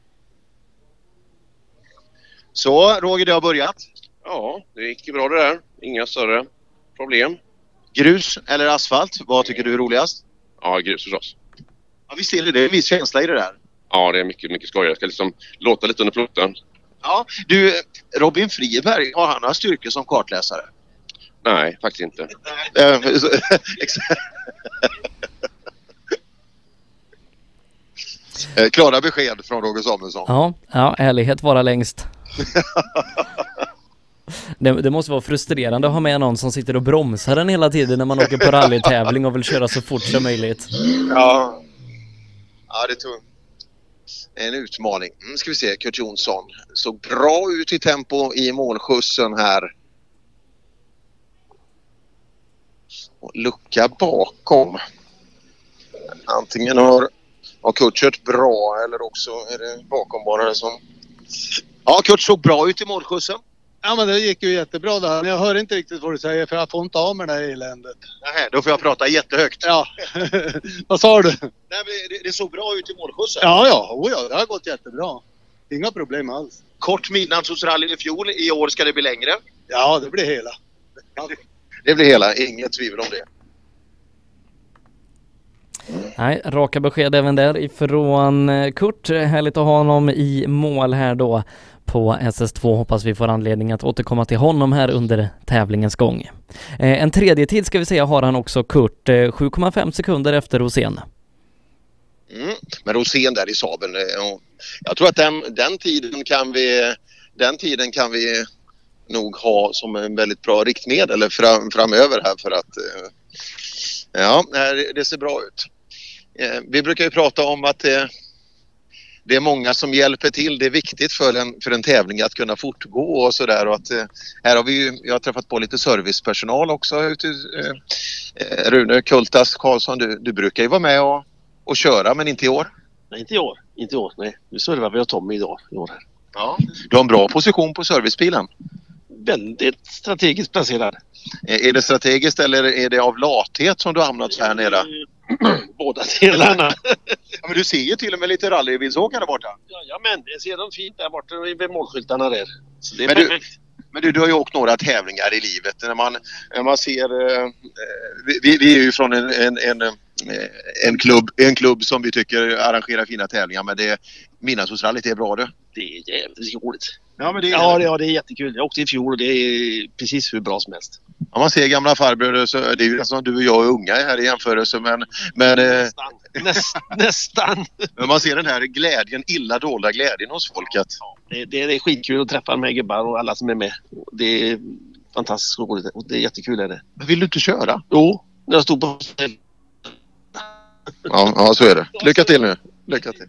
Så, Roger, det har börjat. Ja, det gick bra det där. Inga större problem. Grus eller asfalt? Vad tycker du är roligast? Ja, grus förstås. Ja, visst är det, det är en viss känsla i det där. Ja, det är mycket, mycket skojigt. Jag ska liksom låta lite under flotten. Ja, du, Robin Friberg, har han några styrkor som kartläsare? Nej, faktiskt inte. Klara besked från Roger Samuelsson. Ja, ja, ärlighet vara längst. Det, det måste vara frustrerande att ha med någon som sitter och bromsar den hela tiden när man åker på rallytävling och vill köra så fort som möjligt. Ja, ja det tog en utmaning. Nu ska vi se, Kurt Jonsson såg bra ut i tempo i målskjutsen här. Och lucka bakom. Antingen har, har Kurt kört bra eller också är det bakom bara som... Ja, Kurt såg bra ut i målskjutsen. Ja, men det gick ju jättebra där. Men jag hör inte riktigt vad du säger, för jag får inte av med det här eländet. Nej, då får jag prata jättehögt. Ja, vad sa du? Nej, det, det såg bra ut i målskjutsen. Ja, ja, oh, ja, det har gått jättebra. Inga problem alls. Kort midnattssolsrally i fjol, i år ska det bli längre. Ja, det blir hela. Det blir hela, inget tvivel om det. Nej, raka besked även där ifrån Kurt. Härligt att ha honom i mål här då på S S två. Hoppas vi får anledning att återkomma till honom här under tävlingens gång. Eh, en tredje tid ska vi säga har han också, Kurt. Eh, sju komma fem sekunder efter Rosén. Mm. Men Rosén där i Saben, eh, jag tror att den, den tiden kan vi den tiden kan vi nog ha som en väldigt bra riktmedel fram, framöver här, för att eh, ja, det ser bra ut. Eh, vi brukar ju prata om att eh, det är många som hjälper till. Det är viktigt för en, för en tävling att kunna fortgå och sådär. Och att, eh, här har vi ju, jag har träffat på lite servicepersonal också. Ute, eh, Rune Kultas Karlsson, du, du brukar ju vara med och, och köra, men inte i år. Nej, inte i år. Inte i år, nej. Nu servar vi och Tommy idag, i år här. Ja. Du har en bra position på servicebilen. Väldigt strategiskt placerad. Är det strategiskt eller är det av lathet som du har hamnat så här nere? Båda delarna. Ja, men du ser ju till och med lite rallybilsåkare där borta. Ja, men jag ser dem fint där borta vid målskyltarna där. Så det är men, perfekt. Du, men du, du har ju åkt några tävlingar i livet. När man, när man ser... Eh, vi, vi är ju från en, en, en, en, klubb, en klubb som vi tycker arrangerar fina tävlingar. Men det, midnattssolsrallyt är bra, du. Det är jävligt roligt. Ja, men det är, ja, det, ja, det är jättekul. Jag åkte i fjol och det är precis hur bra som helst. Om man ser gamla farbröder så det är ju nästan du och jag är unga här i jämförelse, men, men nästan. Näst, nästan. Men man ser den här glädjen, illa dolda glädjen hos folket. Ja, det, det, det är skitkul att träffa med gubbar och alla som är med. Det är fantastiskt roligt och det är jättekul är det. Men vill du inte köra? Jo, jag stod på... Ja, ja, så är det. Lycka till nu. Lycka till.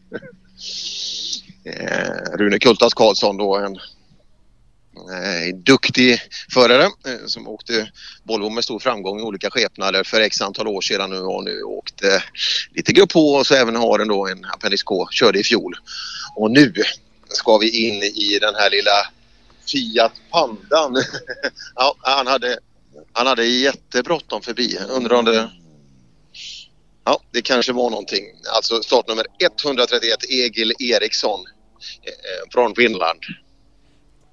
Eh, Rune Kultas Karlsson då, en eh, duktig förare eh, som åkte Volvo med stor framgång i olika skepnader för x antal år sedan nu, och nu åkte lite grupp på och så även har den då en Appendix K, körde i fjol. Och nu ska vi in i den här lilla Fiat Pandan. Ja, han hade han hade jättebråttom förbi. Undrar om det... Ja, det kanske var någonting. Alltså startnummer etthundratrettioett, Egil Eriksson eh, från Finland.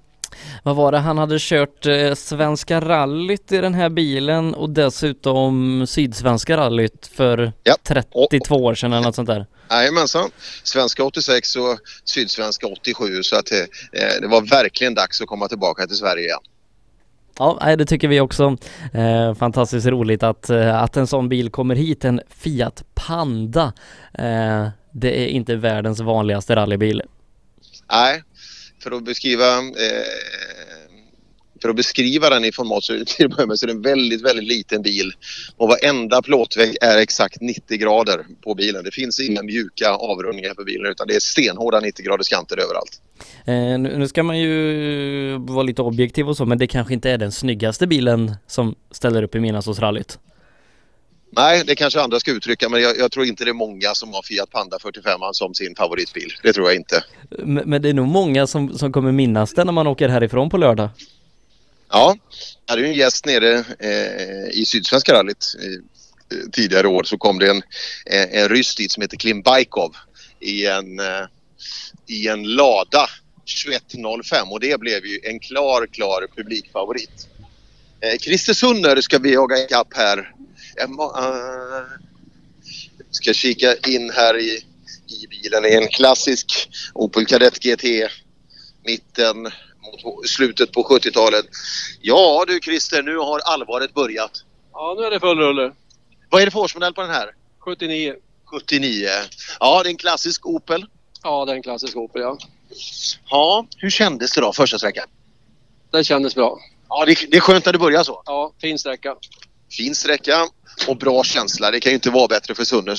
Vad var det? Han hade kört eh, Svenska rallyt i den här bilen och dessutom Sydsvenska rallyt för ja. trettiotvå år sedan eller något sånt där. Jajamensan. Svenska åttiosex och Sydsvenska åttiosju, så att det, eh, det var verkligen dags att komma tillbaka till Sverige igen. Ja, det tycker vi också. Eh, fantastiskt roligt att, att en sån bil kommer hit, en Fiat Panda. Eh, det är inte världens vanligaste rallybil. Nej, för att beskriva eh, för att beskriva den i format så, till att börja med, så är det en väldigt, väldigt liten bil. Och varenda plåtvägg är exakt nittio grader på bilen. Det finns inga mjuka avrundningar på bilen, utan det är stenhårda nittio graders kanter överallt. Eh, nu, nu ska man ju vara lite objektiv och så, men det kanske inte är den snyggaste bilen som ställer upp i Midnattssolsrallyt. Nej, det kanske andra ska uttrycka, men jag, jag tror inte det är många som har Fiat Panda fyrtiofem som sin favoritbil. Det tror jag inte. Men, men det är nog många som, som kommer minnas det när man åker härifrån på lördag. Ja, jag hade ju en gäst nere eh, i Sydsvenska rallyt eh, tidigare år, så kom det en, eh, en ryss dit som heter Klim Baikov i en, eh, i en Lada tjugoett noll fem, och det blev ju en klar, klar publikfavorit. Eh, Christer Sunner ska vi jaga ikapp här. Jag uh, ska kika in här i, i bilen. Det är en klassisk Opel Kadett G T, mitten mot slutet på sjuttiotalet. Ja du Christer, nu har allvaret börjat. Ja, nu är det full rulle. Vad är det för årsmodell på den här? sjuttionio. sjuttionio. Ja, det är en klassisk Opel. Ja, det är en klassisk Opel, ja. Ja, hur kändes det då första sträckan? Det kändes bra. Ja, det, det är skönt att det börjar så. Ja, fin sträcka. Fin sträcka och bra känsla. Det kan ju inte vara bättre för Sunner.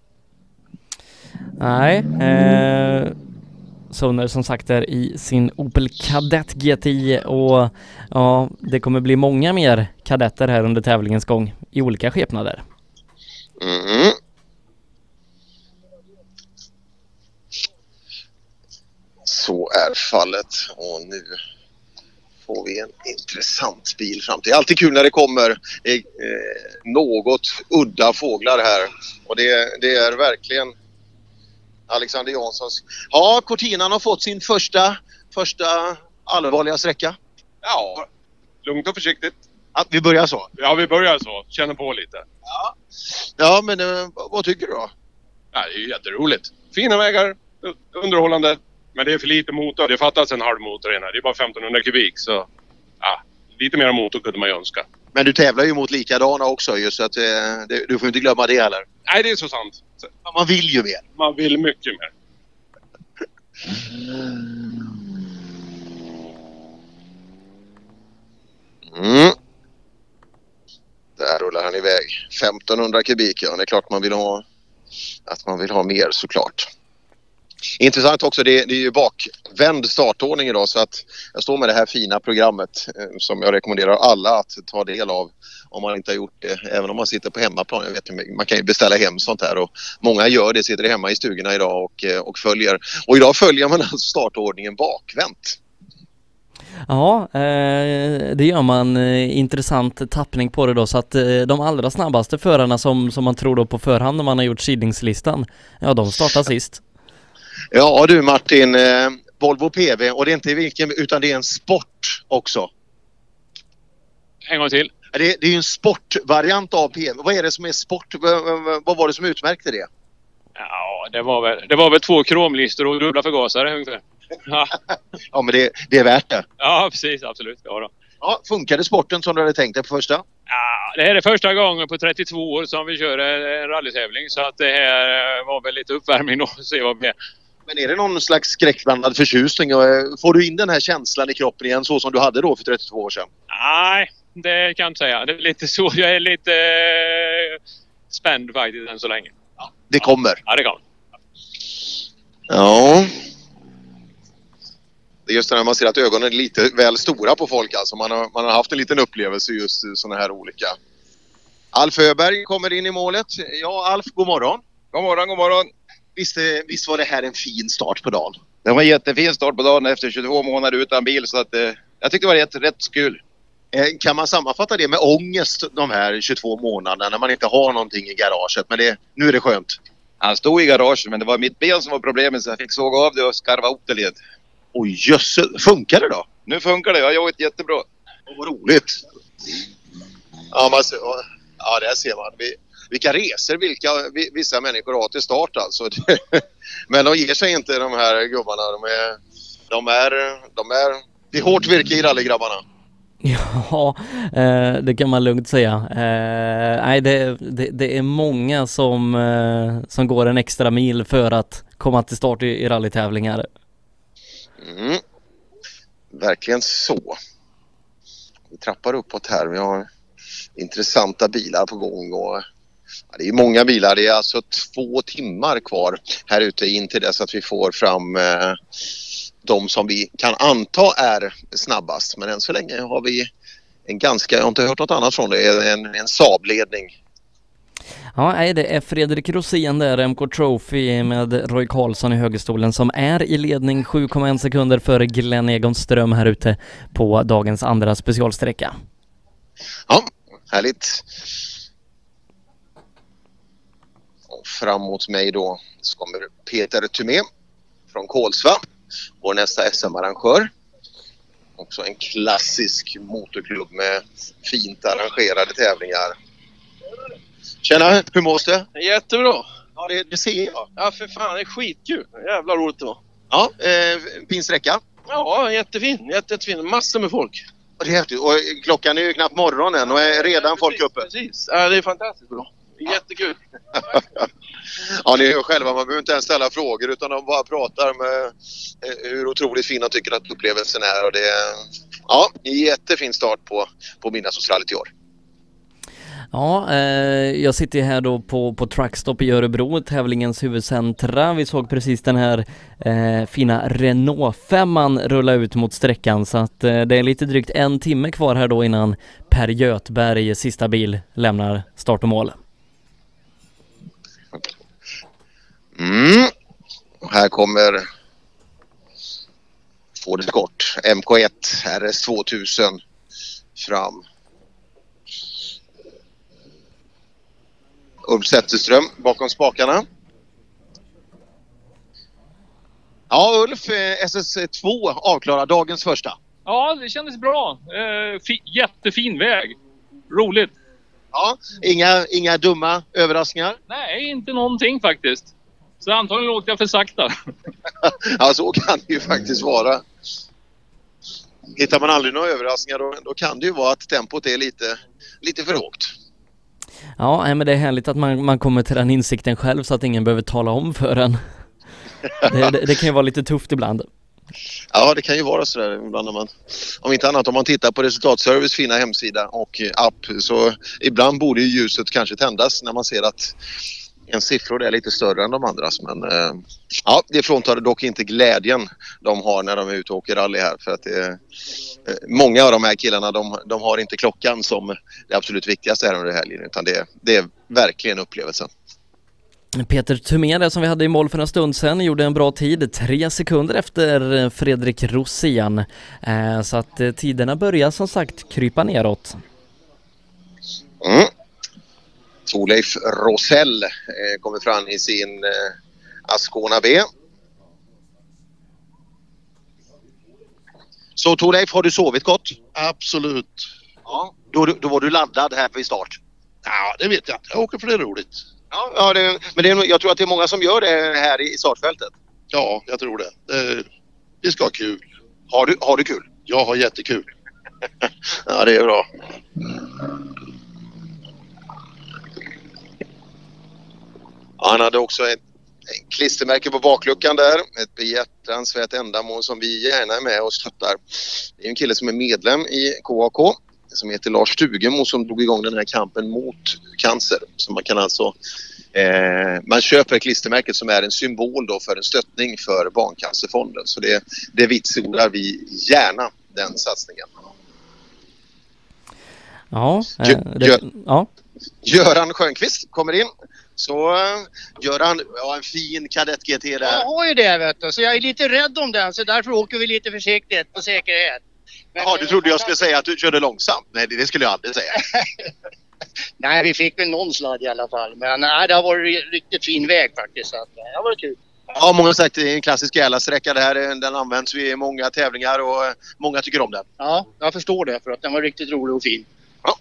Nej, eh, Sunner som sagt är i sin Opel Kadett G T, och ja, det kommer bli många mer kadetter här under tävlingens gång i olika skepnader. Mm. Så är fallet, och nu får vi en intressant bil fram till. Det är alltid kul när det kommer eh, något udda fåglar här, och det, det är verkligen Alexander Janssons. Ja, Cortinan har fått sin första första allvarliga sträcka. Ja, lugnt och försiktigt. Att vi börjar så. Ja, vi börjar så. Känner på lite. Ja, ja men eh, vad tycker du då? Ja, det är ju jätteroligt. Fina vägar, underhållande. Men det är för lite motor. Det fattas en halv motor innan. Det är bara femtonhundra kubik. Så ja, lite mer motor kunde man ju önska. Men du tävlar ju mot likadana också. Just så att, eh, det, du får inte glömma det heller. Nej, det är så sant. Så, man vill ju mer. Man vill mycket mer. Mm. Där rullar han iväg. femtonhundra kubik. Ja, det är klart man vill ha att man vill ha mer såklart. Intressant också, det, det är ju bakvänd startordning idag, så att jag står med det här fina programmet eh, som jag rekommenderar alla att ta del av om man inte har gjort det, även om man sitter på hemmaplan. Jag vet, man kan ju beställa hem sånt här, och många gör det, sitter hemma i stugorna idag och, eh, och följer. Och idag följer man alltså startordningen bakvänt. Ja, eh, det gör man. Eh, intressant tappning på det då, så att eh, de allra snabbaste förarna som, som man tror då på förhand när man har gjort sidningslistan, ja, de startar sist. Ja du Martin, eh, Volvo P V, och det är inte vilken, utan det är en sport också. En gång till. Det, det är ju en sportvariant av P V. Vad är det som är sport? V- v- vad var det som utmärkte det? Ja, det var väl, det var väl två kromlistor och dubbla förgasare ungefär. Ja, ja men det, det är värt det. Ja, precis, absolut. Ja, då. Ja, funkade sporten som du hade tänkt dig på första? Ja, det här är första gången på trettiotvå år som vi kör en rallytävling, så att det här var väl lite uppvärmning då, se vad det är. Men är det någon slags skräckblandad förtjusning? Får du in den här känslan i kroppen igen så som du hade då för trettiotvå år sedan? Nej, det kan jag inte säga. Det är lite så, jag är lite spänd faktiskt än så länge. Ja, det kommer. Ja, det kommer. Ja. Det är just det när man ser att ögonen är lite väl stora på folk. Alltså man har, man har haft en liten upplevelse just sådana här olika. Alf Öberg kommer in i målet. Ja, Alf, god morgon. God morgon, god morgon. Visst, visst var det här en fin start på dagen? Det var en jättefin start på dagen efter tjugotvå månader utan bil, så att eh, jag tyckte det var rätt, rätt kul. Eh, kan man sammanfatta det med ångest de här tjugotvå månaderna när man inte har någonting i garaget? Men det, nu är det skönt. Han stod i garaget, men det var mitt ben som var problemet, så jag fick såga av det och skarva upp det led. Oj, jösse, funkar det då? Nu funkar det. Jag har jobbat jättebra. Vad roligt. Ja, man, ja, där ser man. Vi, vilka resor vilka vissa människor har till start alltså. Men de ger sig inte, de här gubbarna. De är, de är, de är, det är hårt virke i rallygrabbarna. Ja, eh, det kan man lugnt säga. Eh, nej, det, det, det är många som, eh, som går en extra mil för att komma till start i, i rallytävlingar. Mm. Verkligen så. Vi trappar uppåt här. Vi har intressanta bilar på gång. Och, ja, det är många bilar. Det är alltså två timmar kvar här ute in till dess att vi får fram eh, de som vi kan anta är snabbast. Men än så länge har vi en ganska, jag har inte hört något annat från det, en, en Saab-ledning. Ja, nej, det är Fredrik Rosén där, M K Trophy med Roy Karlsson i högerstolen som är i ledning sju komma en sekunder före Glenn Egon Ström här ute på dagens andra specialsträcka. Ja, härligt. Och framåt mig då så kommer Peter Thumé från Kolsva, vår nästa S M-arrangör. Också en klassisk motorklubb med fint arrangerade tävlingar. Tjena, hur mås det? Jättebra. Ja, det, det ser jag. Ja, för fan, det är skitkul. Jävla roligt det var. Ja, eh, fin sträcka. Ja, jättefin. Jätte, jättefin. Massor med folk. Och det är häftigt. Och klockan är ju knappt morgonen och är redan ja, folk uppe. Precis. Ja, det är fantastiskt bra. Det är ja. Jättekul. Ja, ni hör själva. Man behöver inte ens ställa frågor utan de bara pratar med hur otroligt fin de tycker att upplevelsen är. Och det är ja, en jättefin start på, på Midnattssolsrallyt i år. Ja, eh, jag sitter här då på, på Truckstop i Örebro, tävlingens huvudcentra. Vi såg precis den här eh, fina Renault femman rulla ut mot sträckan, så att eh, det är lite drygt en timme kvar här då innan Per Göthberg, sista bil, lämnar start och mål. Mm. Här kommer får det kort M K ett R S tvåtusen fram. Ulf Zetterström bakom spakarna. Ja, Ulf, S S två avklarar dagens första. Ja, det kändes bra. Eh, fi- jättefin väg. Roligt. Ja, inga, inga dumma överraskningar? Nej, inte någonting faktiskt. Så antagligen åkte jag för sakta. Ja, så kan det ju faktiskt vara. Hittar man aldrig några överraskningar då, då kan det ju vara att tempot är lite, lite för högt. Ja, men det är härligt att man, man kommer till den insikten själv så att ingen behöver tala om för en. Det, det, det kan ju vara lite tufft ibland. Ja, det kan ju vara sådär ibland när man, om inte annat om man tittar på Resultatservice fina hemsida och app, så ibland borde ju ljuset kanske tändas när man ser att en siffror är lite större än de andras, men eh, ja, det fråntar dock inte glädjen de har när de är ute och åker rally här, för att det är, eh, många av de här killarna de, de har inte klockan som det absolut viktigaste här under helgen, utan det, det är verkligen upplevelsen. Peter Thumé som vi hade i mål för en stund sedan gjorde en bra tid, tre sekunder efter Fredrik Rosén, eh, så att eh, tiderna börjar som sagt krypa neråt. Mm. Torleif Rosell eh, kommer fram i sin eh, Ascona B. Så Torleif, har du sovit gott? Absolut. Ja, då, då var du laddad här vid start? Ja, det vet jag inte. Jag åker för det är roligt. Ja, ja det, men det är, jag tror att det är många som gör det här i startfältet. Ja, jag tror det. det vi ska ha kul. Har du, har du kul? Jag har jättekul. Ja, det är bra. Han hade också ett, ett klistermärke på bakluckan där. Ett behjärtansvärt ändamål som vi gärna är med och stöttar. Det är en kille som är medlem i K A K som heter Lars Stugemo som drog igång den här kampen mot cancer. Så man kan alltså eh, man köper klistermärket som är en symbol då för en stöttning för Barncancerfonden. Så det, det vitsordar vi gärna, den satsningen. Ja, eh, det, Gör, ja. Göran Schönqvist kommer in. Så gör han ja, en fin kadett G T där. Jag har ju det, vet du. Så jag är lite rädd om den. Så därför åker vi lite försiktigt på säkerhet. Men, ja, du trodde jag skulle säga att du körde långsamt. Nej, det, det skulle jag aldrig säga. Nej, vi fick väl någon sladd i alla fall. Men nej, det har varit riktigt fin väg faktiskt. Så att, det har varit kul. Ja, många har sagt det är en klassisk Järla-sträcka det här. Den används i många tävlingar och många tycker om den. Ja, jag förstår det för att den var riktigt rolig och fin. Ja.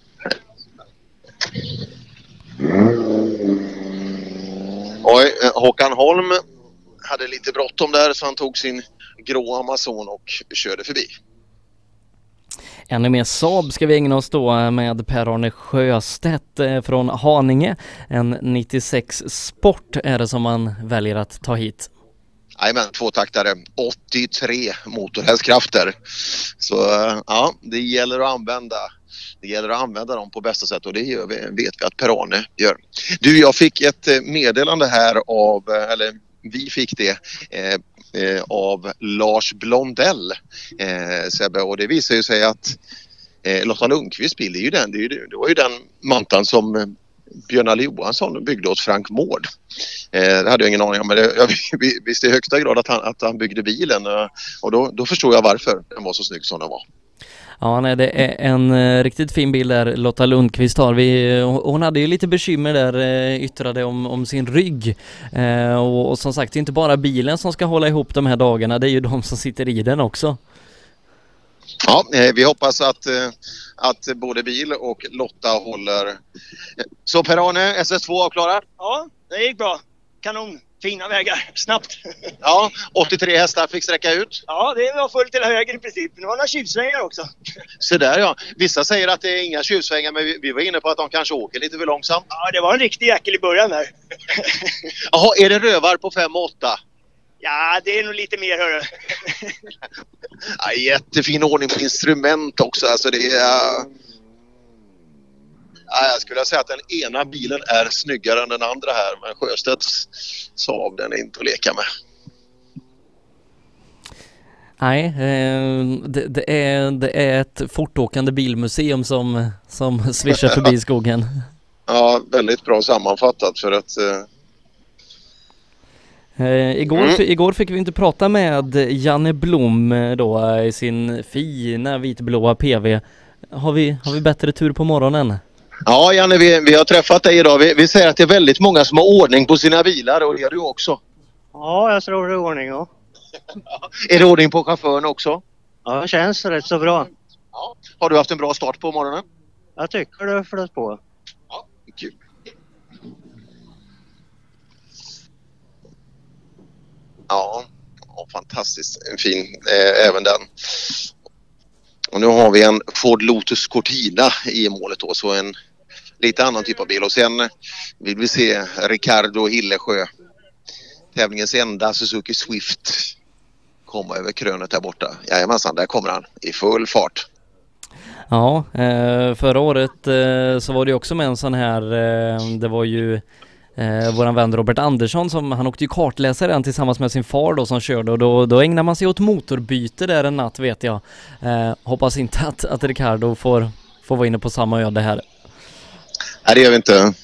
Oj, Håkan Holm hade lite bråttom där så han tog sin grå Amazon och körde förbi. Ännu mer Saab ska vi ägna oss då med Per-Arne Sjöstedt från Haninge. En nittiosex Sport är det som man väljer att ta hit. Jajamän, tvåtaktare, åttiotre motorhästkrafter. Så ja, det gäller att använda. Det gäller att använda dem på bästa sätt och det gör vi, vet vi att Per-Arne gör. Du, jag fick ett meddelande här av, eller vi fick det eh, eh, av Lars Blondell, eh, Sebbe, och det visar ju sig att eh, Lotta Lundqvist bil är ju den, det, är ju, det var ju den mantan som eh, Björn Johansson byggde åt Frank Mård. Eh, det hade jag ingen aning om, men det, jag visste i högsta grad att han, att han byggde bilen eh, och då, då förstår jag varför den var så snygg som den var. Ja, nej, det är en uh, riktigt fin bild där Lotta Lundqvist har. Vi, hon hade ju lite bekymmer där, uh, yttrade om, om sin rygg. Uh, och, och som sagt, det är inte bara bilen som ska hålla ihop de här dagarna, det är ju de som sitter i den också. Ja, eh, vi hoppas att, eh, att både bil och Lotta håller. Så Per-Arne, S S två avklarad? Ja, det gick bra. Kanon. Fina vägar, snabbt. Ja, åttiotre hästar fick sträcka ut. Ja, det var fullt till höger i princip. Det var några tjuvsvängar också. Så där ja. Vissa säger att det är inga tjuvsvängar, men vi, vi var inne på att de kanske åker lite för långsamt. Ja, det var en riktig jäkel i början där. Jaha, är det rövar på fem och åtta? Ja, det är nog lite mer, hörru. Ja, jättefin ordning på instrument också. Alltså det är... Ja, jag skulle säga att den ena bilen är snyggare än den andra här, men Sjöstedts Saab, den är inte att leka med. Nej, eh, det, det, är, det är ett fortåkande bilmuseum som, som svischar förbi skogen. Ja, väldigt bra sammanfattat för att... Eh... Eh, igår, mm. f- igår fick vi inte prata med Janne Blom då i sin fina vitblåa P V. Har vi, har vi bättre tur på morgonen? Ja, Janne, vi, vi har träffat dig idag. Vi, vi säger att det är väldigt många som har ordning på sina bilar och det är du också. Ja, jag tror det är ordning, ja. Är det ordning på chauffören också? Ja, det känns rätt så bra. Ja. Har du haft en bra start på morgonen? Jag tycker det flöt på. Ja, kul. Ja, ja fantastiskt. En fin, eh, även den. Och nu har vi en Ford Lotus Cortina i målet då, så en lite annan typ av bil. Och sen vill vi se Ricardo Hillesjö, tävlingens enda Suzuki Swift, komma över krönet där borta. Jajamensan, där kommer han i full fart. Ja, eh, förra året eh, så var det också med en sån här, eh, det var ju eh, våran vän Robert Andersson som, han åkte ju kartläsaren tillsammans med sin far då som körde och då, då ägnar man sig åt motorbyte där en natt vet jag. Eh, hoppas inte att, att Ricardo får, får vara inne på samma öde här. Nej, det gör vi inte.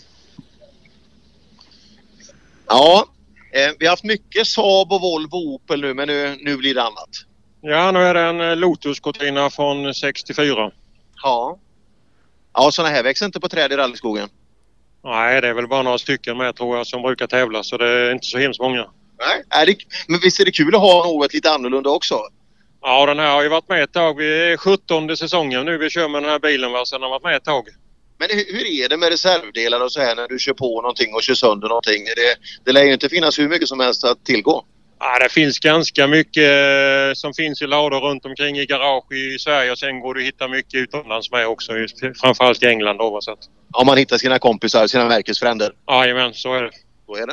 Ja, eh, vi har haft mycket Saab och Volvo och Opel nu, men nu, nu blir det annat. Ja, nu är det en Lotus Cortina från sextiofyra. Ja. Ja, sådana här växer inte på träd i rallyskogen. Nej, det är väl bara några stycken med tror jag som brukar tävla, så det är inte så hemskt många. Nej, är det, men visst är det kul att ha något lite annorlunda också? Ja, den här har ju varit med ett tag. Vi är sjuttonde säsongen nu vi kör med den här bilen, va? Sen har varit med ett tag. Men hur, hur är det med reservdelar och så här när du kör på någonting och kör sönder någonting? Det, det lär ju inte finnas hur mycket som helst att tillgå. Ja, det finns ganska mycket som finns i lador runt omkring i garage i Sverige och sen går det att hitta mycket utomlands med också, framförallt i England då. Så att... Ja, man hittar sina kompisar, sina märkesfränder. Jajamän, så är det. Så är det.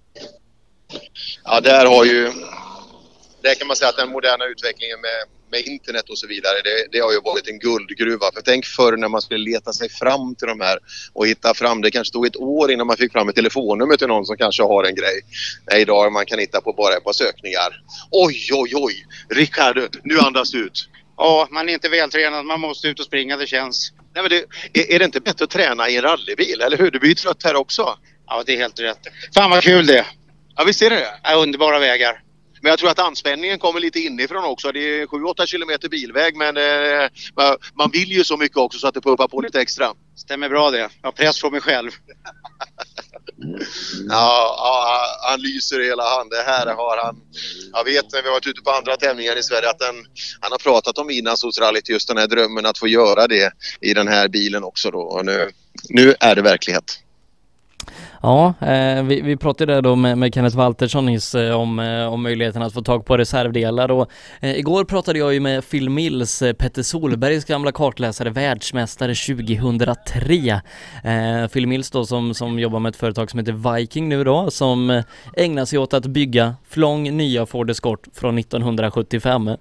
Ja, där har ju... Där kan man säga att den moderna utvecklingen med, med internet och så vidare, det, det har ju varit en guldgruva. För tänk förr när man skulle leta sig fram till de här och hitta fram. Det kanske tog ett år innan man fick fram ett telefonnummer till någon som kanske har en grej. Nej, idag man kan hitta på bara ett par sökningar. Oj, oj, oj. Rickard, nu andas ut. Ja, man är inte vältränad. Man måste ut och springa, det känns. Nej, men det, är, är det inte bättre att träna i en rallybil? Eller hur? Du blir ju trött här också. Ja, det är helt rätt. Fan vad kul det. Ja, visst är det det? Ja, underbara vägar. Men jag tror att anspänningen kommer lite inifrån också. Det är sju åtta kilometer bilväg, men eh, man vill ju så mycket också så att det pumpar på lite extra. Stämmer bra det. Jag har press på mig själv. Ja, ja, han lyser hela han. Det här har han. Jag vet när vi har varit ute på andra tävlingar i Sverige att den, han har pratat om midnattssolsrallyt, just den här drömmen att få göra det i den här bilen också då. Och nu, nu är det verklighet. Ja, eh, vi, vi pratade där då med, med Kenneth Waltersson nyss eh, om, eh, om möjligheten att få tag på reservdelar och eh, igår pratade jag ju med Phil Mills, eh, Petter Solbergs gamla kartläsare, världsmästare tjugohundratre. Eh, Phil Mills då som, som jobbar med ett företag som heter Viking nu då, som eh, ägnar sig åt att bygga flång nya Ford Escort från nittonhundrasjuttiofem.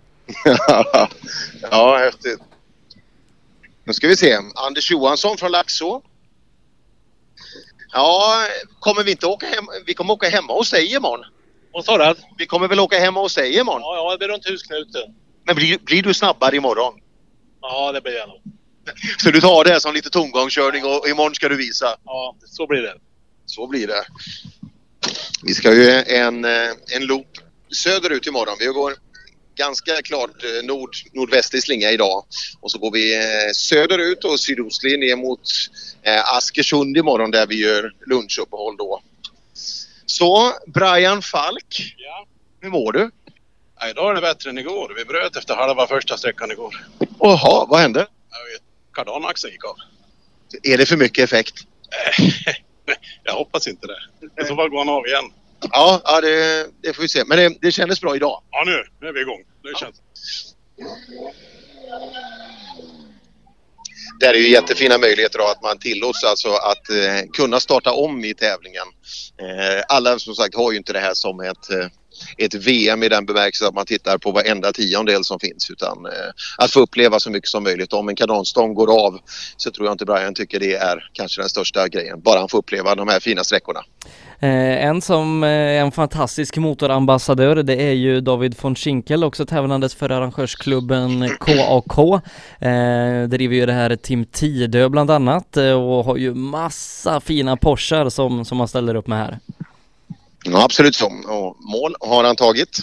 Ja, häftigt. Nu ska vi se. Anders Johansson från Laxå. Ja, kommer vi inte åka hem? Vi kommer åka hemma hos dig imorgon. Vad sa du? Vi kommer väl åka hemma hos dig imorgon? Ja, ja, det blir runt husknuten. Men blir, blir du snabbare imorgon? Ja, det blir jag nog. Så du tar det som lite tomgångskörning och imorgon ska du visa? Ja, så blir det. Så blir det. Vi ska ju en, en loop söderut imorgon. Vi går ganska klart nord, nordvästlig slinga idag. Och så går vi söderut och sydostlig ner mot eh, Askersund imorgon där vi gör lunchuppehåll då. Så, Brian Falk. Ja. Hur mår du? Ja, idag är det bättre än igår. Vi bröt efter halva första sträckan igår. Jaha, vad hände? Jag vet, kardanaxeln gick av. Är det för mycket effekt? Jag hoppas inte det. I så fall går han av igen. Ja, ja det, det får vi se. Men det, det kändes bra idag. Ja, nu, nu är vi igång. Nu ja. Känns det är ju jättefina möjligheter då att man tillåts alltså att eh, kunna starta om i tävlingen. Eh, alla som sagt har ju inte det här som ett, eh, ett V M i den bemärkelsen att man tittar på varenda tiondel som finns, utan eh, att få uppleva så mycket som möjligt. Om en kanonstång går av så tror jag inte Brian tycker det är kanske den största grejen. Bara han får uppleva de här fina sträckorna. Eh, en som är eh, en fantastisk motorambassadör, det är ju David von Schinkel, också tävlandes för arrangörsklubben K A K. Eh, driver ju det här Team Tidö bland annat eh, och har ju massa fina Porschar som, som han ställer upp med här. Ja, absolut så. Och mål har han tagit.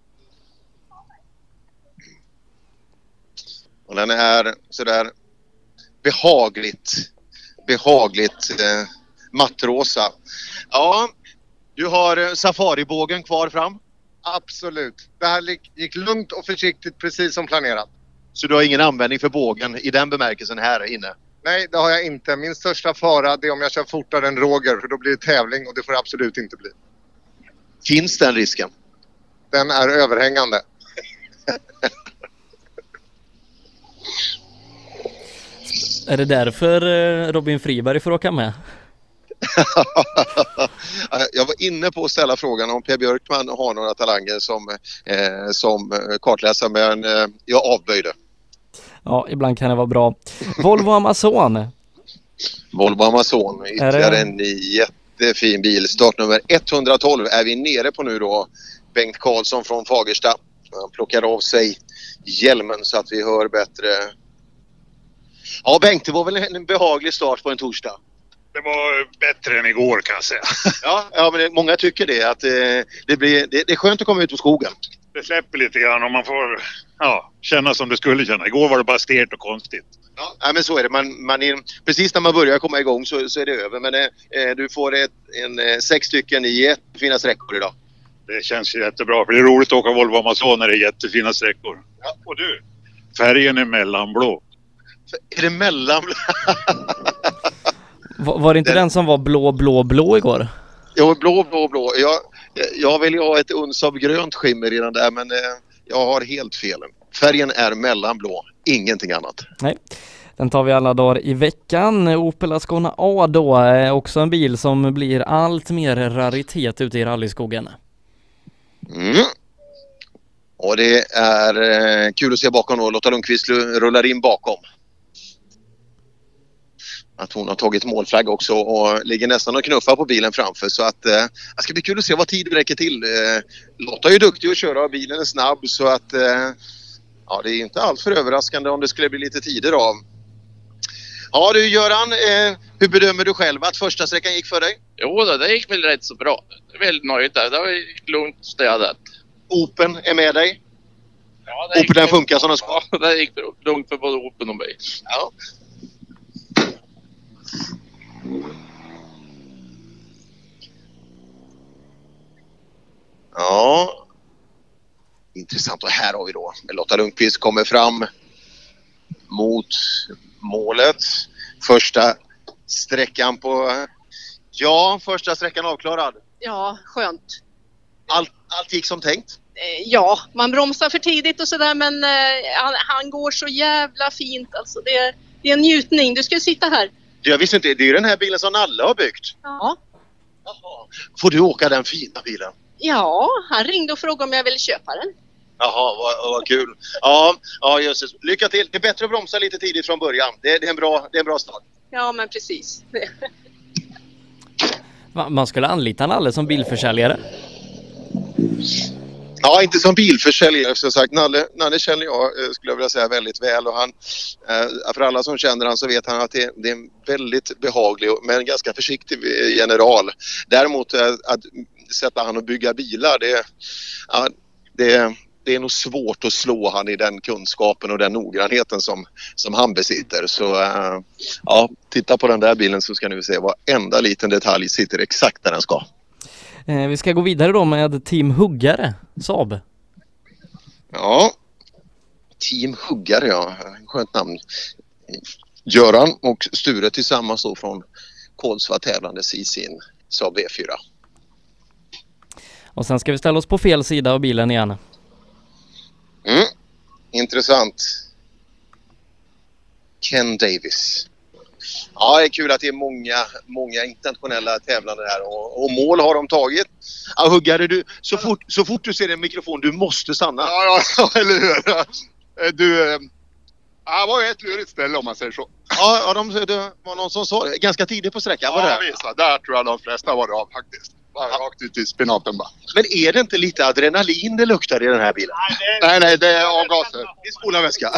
Och den är sådär behagligt, behagligt eh, mattrosa. Ja, du har safaribågen kvar fram? Absolut. Det här gick lugnt och försiktigt precis som planerat. Så du har ingen användning för bågen i den bemärkelsen här inne? Nej, det har jag inte. Min största fara är om jag kör fortare än Roger, för då blir det tävling och det får det absolut inte bli. Finns den risken? Den är överhängande. Är det därför Robin Friberg får åka med? Jag var inne på att ställa frågan om Per Björkman har några talanger som, eh, som kartläsare, men eh, jag avböjde. Ja, ibland kan det vara bra. Volvo Amazon. Volvo Amazon, ytterligare det... en jättefin bil. Startnummer etthundratolv är vi nere på nu då. Bengt Karlsson från Fagersta. Han plockar av sig hjälmen så att vi hör bättre. Ja, Bengt, det var väl en behaglig start på en torsdag. Det var bättre än igår kan jag säga. Ja, ja men det, många tycker det. Att, eh, det, blir, det, det är skönt att komma ut på skogen. Det släpper lite grann och man får ja, känna som det skulle känna. Igår var det bara stelt och konstigt. Ja, ja men så är det. Man, man är, precis när man börjar komma igång så, så är det över. Men eh, du får ett, en, eh, sex stycken i jättefina sträckor idag. Det känns jättebra. För det är roligt att åka Volvo Amazon när det är jättefina sträckor. Ja. Och du, färgen är mellanblå. Är det mellanblå? Var, var det inte den... den som var blå, blå, blå igår? Jo, blå, blå, blå. Jag, jag vill ju ha ett uns av grönt skimmer i den där, men eh, jag har helt fel. Färgen är mellanblå, ingenting annat. Nej, den tar vi alla dagar i veckan. Opel Ascona A då är också en bil som blir allt mer raritet ute i rallyskogen. Mm. Och det är eh, kul att se bakom då. Lotta Lundqvist rullar in bakom. Att hon har tagit målflagg också och ligger nästan och knuffar på bilen framför. Så att eh, det ska bli kul att se vad tid det räcker till. Eh, Lotta är ju duktig att köra och bilen är snabb, så att eh, ja, det är inte allt för överraskande om det skulle bli lite tider av. Ja du Göran, eh, hur bedömer du själv att första sträckan gick för dig? Jo då, det gick väl rätt så bra. Jag är väldigt nöjd där. Det var lugnt städat. Open är med dig? Ja, det Open den funkar som den ska? Ja, det gick lugnt för både Open och mig. Ja. Ja, intressant. Och här har vi då Lotta Lundqvist kommer fram mot målet. Första sträckan på... Ja, första sträckan avklarad. Ja, skönt. Allt, allt gick som tänkt? Eh, Ja, man bromsar för tidigt och sådär, men eh, han, han går så jävla fint. Alltså, det, det är en njutning. Du ska sitta här. Jag visste inte, det är ju den här bilen som Nalle har byggt. Ja. Får du åka den fina bilen? Ja, han ringde och frågade om jag ville köpa den. Jaha, vad, vad kul. Ja, ja just det. Lycka till. Det är bättre att bromsa lite tidigt från början. Det, det, är, en bra, det är en bra start. Ja, men precis. Va, Man skulle anlita Nalle som bilförsäljare. Ja, inte som bilförsäljare som sagt. Nalle, Nalle känner jag, eh, skulle jag vilja säga, väldigt väl. Och han, eh, för alla som känner han så vet han att det, det är en väldigt behaglig men ganska försiktig general. Däremot eh, att sätta han och bygga bilar, det, ja, det, det är nog svårt att slå han i den kunskapen och den noggrannheten som, som han besitter. Så eh, ja, titta på den där bilen så ska ni se varenda liten detalj sitter exakt där den ska. Eh, vi ska gå vidare då med Team Huggare, Saab. Ja, Team Huggare, ja. Skönt namn. Göran och Sture tillsammans då från Kolsva tävlandes i sin Saab V fyra. Och sen ska vi ställa oss på fel sida av bilen igen. Mm. Intressant. Ken Davis. Ja, det är kul att det är många, många internationella tävlande här och, och mål har de tagit. Ja, Huggare, du, så, fort, så fort du ser en mikrofon, du måste stanna. Ja, ja, eller hur? Du, äh, det var ju ett lurigt ställe om man säger så. Ja, ja de, det var någon som sa det. Ganska tidigt på sträckan, var det? Ja, visst. Där tror jag de flesta var av faktiskt. Bara ja. Rakt ut i spinaten bara. Men är det inte lite adrenalin det luktar i den här bilen? Nej, det är, nej, nej, det är avgaser. Det är spolarvätska.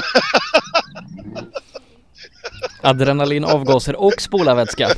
Adrenalin, avgaser och spolarvätska.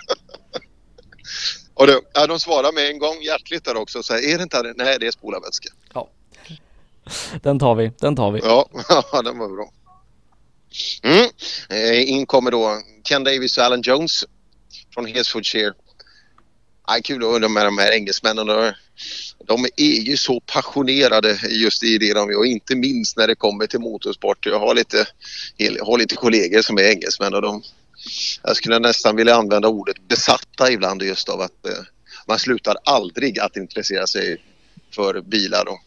Och det, ja, de svarar med en gång hjärtligt där också. Så är det inte adrenalin? Nej, det är spolarvätska. Ja. Den tar vi, den tar vi. Ja, den var bra. Mm. Eh, in kommer då Ken Davis och Alan Jones från Herefordshire. Ja, kul att undra med de här engelsmännen. De är ju så passionerade just i det de gör. Och inte minst när det kommer till motorsport. Jag har lite, jag har lite kollegor som är engelsmän. Och de, jag skulle nästan vilja använda ordet besatta ibland just av att eh, man slutar aldrig att intressera sig för bilar. Då.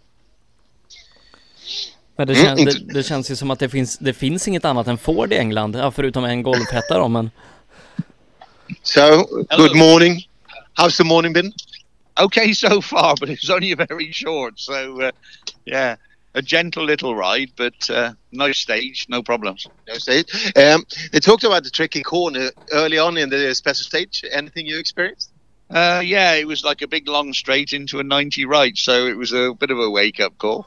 Men det, kän, det, det känns ju som att det finns, det finns inget annat än Ford i England. Ja, förutom en golfhätta då, men... So, good morning. How's the morning been? Okay so far, but it's only very short. So, uh, yeah, a gentle little ride, but uh, nice stage, no problems. No stage. Um, they talked about the tricky corner early on in the special stage. Anything you experienced? Uh, yeah, it was like a big long straight into a ninety right, so it was a bit of a wake-up call.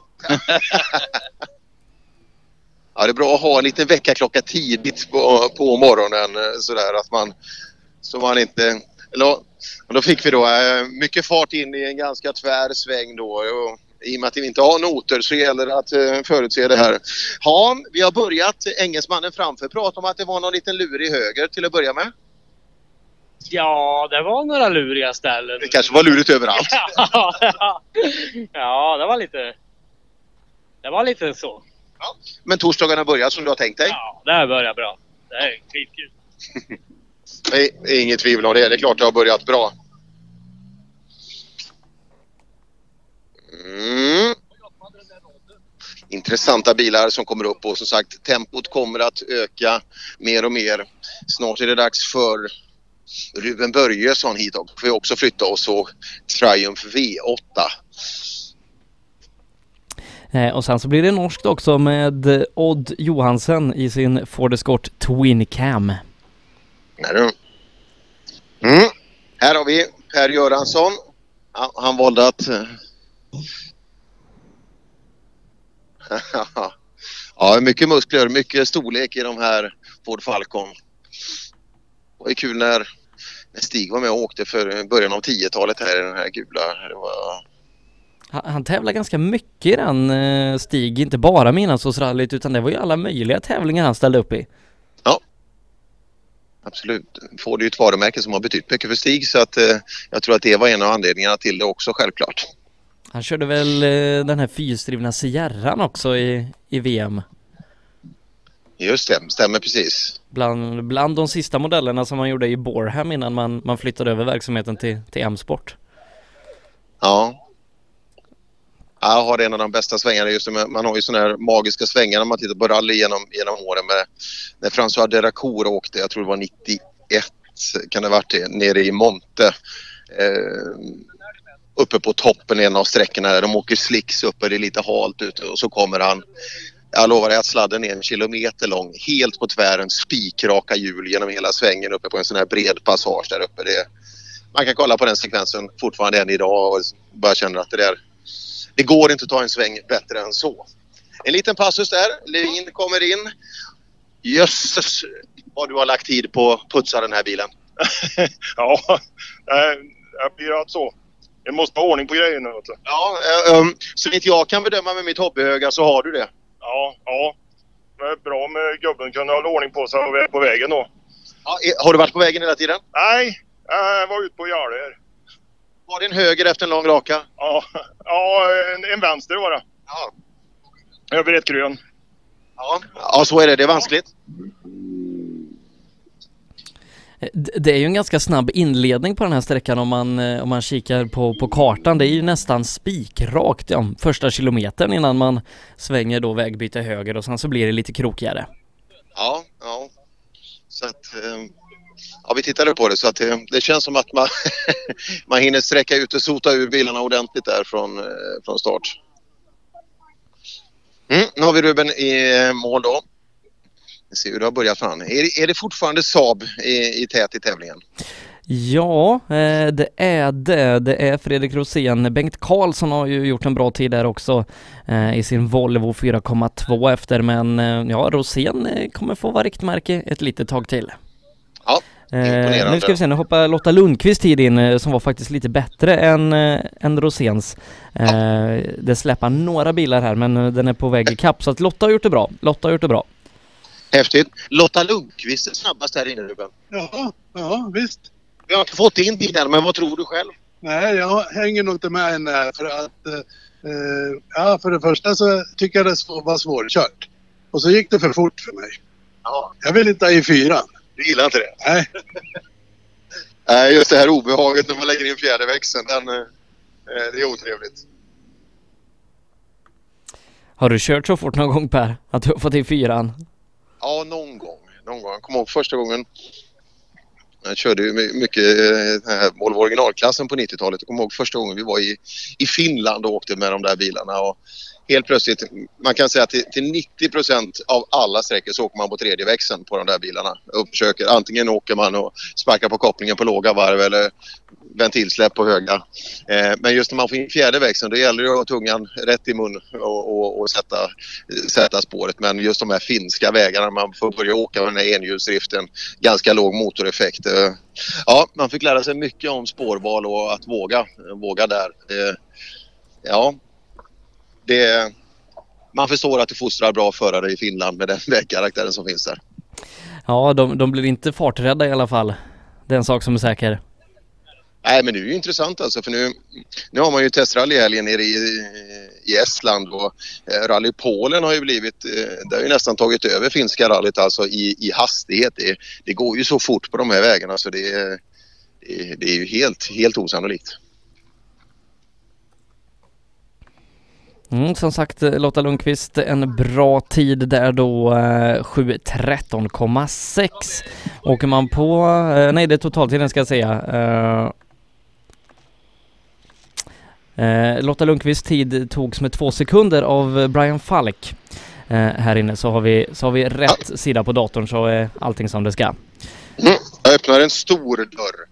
Ja, det är bra att ha en liten väckarklocka tidigt på, på morgonen sådär att man så man inte eller, och då fick vi då äh, mycket fart in i en ganska tvär sväng då och i och med att vi inte har noter så gäller det att äh, förutse det här. Ja, vi har börjat engelsmannen framför prata om att det var någon liten lur i höger till att börja med. Ja, det var några luriga ställen. Det kanske var lurigt överallt. ja, ja, det var lite det var lite så. Ja. Men torsdagen har börjat som du har tänkt dig? Ja, det har börjat bra. Det är skitkul. Nej, inget tvivel om det. Det är klart det har börjat bra. Mm. Intressanta bilar som kommer upp och som sagt tempot kommer att öka mer och mer. Snart är det dags för Ruben Börjesson hit och får vi också flytta oss och Triumph V åtta. Och sen så blir det norskt också med Odd Johansen i sin Ford Escort Twin Cam. Mm. Här har vi Per Göransson. Han, han valde att... ja, mycket muskler, mycket storlek i de här Ford Falcon. Det var kul när, när Stig var med och åkte för början av tiotalet här i den här gula. Det var... Han, han tävlar ganska mycket i den eh, Stig, inte bara Midnattssolsrallyt utan det var ju alla möjliga tävlingar han ställde upp i. Ja, absolut. Ford är ju ett varumärke som har betytt mycket för Stig så att eh, jag tror att det var en av anledningarna till det också självklart. Han körde väl eh, den här fyrstrivna Sierran också i, i V M. Just det, stämmer precis. Bland, bland de sista modellerna som man gjorde i Boreham innan man, man flyttade över verksamheten till, till M-sport. Ja. Jag har en av de bästa svängarna just det, man har ju såna här magiska svängar när man tittar på rally genom, genom åren med när François Delacour åkte, jag tror det var nittioett kan det ha varit det, nere i Monte. Eh, uppe på toppen i en av sträckorna där de åker slicks uppe, det är lite halt ute och så kommer han, jag lovar dig att sladden är en kilometer lång, helt på tvären, spikraka hjul genom hela svängen uppe på en sån här bred passage där uppe. Det, man kan kolla på den sekvensen fortfarande än idag och bara känna att det där, det går inte att ta en sväng bättre än så. En liten passus där, Levin kommer in. Jösses vad du har lagt tid på att putsa den här bilen. Ja, jag blir alltså så. Det måste vara ordning på grejerna. Ja, um, så vitt jag kan bedöma med mitt hobbyöga så har du det. Ja, ja. Det är bra med gubben kunde hålla ordning på sig på vägen då. Ja, har du varit på vägen hela tiden? Nej, jag var ute på Gärder. Var det en höger efter en lång raka? Ja, ja en, en vänster var det. Ja. Över ett grön. Ja, ja så är det. Det är vanskligt. Det är ju en ganska snabb inledning på den här sträckan om man, om man kikar på, på kartan. Det är ju nästan spikrakt ja, första kilometern innan man svänger då vägbyte höger och sen så blir det lite krokigare. Ja, ja. Så att, ja, vi tittade på det så att det, det känns som att man, man hinner sträcka ut och sota ur bilarna ordentligt där från, från start. Mm, nu har vi Ruben i mål då. Vi ser hur det har börjat fram. Är det, är det fortfarande Saab i, i tät i tävlingen? Ja, eh, det är det. Det är Fredrik Rosén. Bengt Karlsson har ju gjort en bra tid där också eh, i sin Volvo fyra komma två efter. Men eh, ja, Rosén eh, kommer få vara riktmärke ett litet tag till. Ja, imponerande. Eh, nu ska vi se, nu hoppar Lotta Lundqvist tid in eh, som var faktiskt lite bättre än, eh, än Roséns. Eh, ja. Det släpper några bilar här men eh, den är på väg i kapp så att Lotta har gjort det bra. Lotta har gjort det bra. Häftigt. Lotta Lundqvist är snabbast här inne, Ruben. Ja, ja visst. Vi har inte fått in bilen, men vad tror du själv? Nej, jag hänger nog inte med henne för att eh, ja, för det första så tycker jag det var svårkört. Och så gick det för fort för mig. Ja. Jag vill inte ha i fyran. Du gillar inte det? Nej. Nej, just det här obehaget när man lägger in fjärde växeln, den, eh, det är otrevligt. Har du kört så fort någon gång, Per? Att du har fått i fyran? Ja, någon gång. Någon gång. Jag kommer ihåg första gången. Jag körde ju mycket den här Volvo originalklassen på nittiotalet. Jag kommer ihåg första gången vi var i, i Finland och åkte med de där bilarna. Och helt plötsligt, man kan säga att till, till nittio procent av alla sträckor så åker man på tredje växeln på de där bilarna. Och försöker, antingen åker man och sparkar på kopplingen på låga varv eller ventilsläpp på höga. Eh, men just när man får in fjärde växeln då gäller det att ha tungan rätt i mun och, och, och sätta, sätta spåret. Men just de här finska vägarna, man får börja åka med den här enhjulsdriften, ganska låg motoreffekt. Eh, ja, man fick lära sig mycket om spårval och att våga, våga där. Eh, ja, det, man förstår att det fostrar bra förare i Finland med den vägkaraktären som finns där. Ja, de, de blir inte farträdda i alla fall. Det är en sak som är säker. Nej, men det är ju intressant alltså, för nu, nu har man ju testrally helgen nere i, i Estland och eh, rally Polen har ju blivit, eh, det har ju nästan tagit över finska rallyt alltså i, i hastighet. Det, det går ju så fort på de här vägarna så det, det, det är ju helt, helt osannolikt. Mm, som sagt, Lotta Lundqvist en bra tid där då, eh, sju tretton komma sex. Åker man på, eh, nej det är totaltiden ska jag säga. Eh, eh, Lotta Lundqvists tid togs med två sekunder av Brian Falk. Eh, här inne så har vi, så har vi rätt ja. sida på datorn så är allting som det ska. Mm, jag öppnar en stor dörr.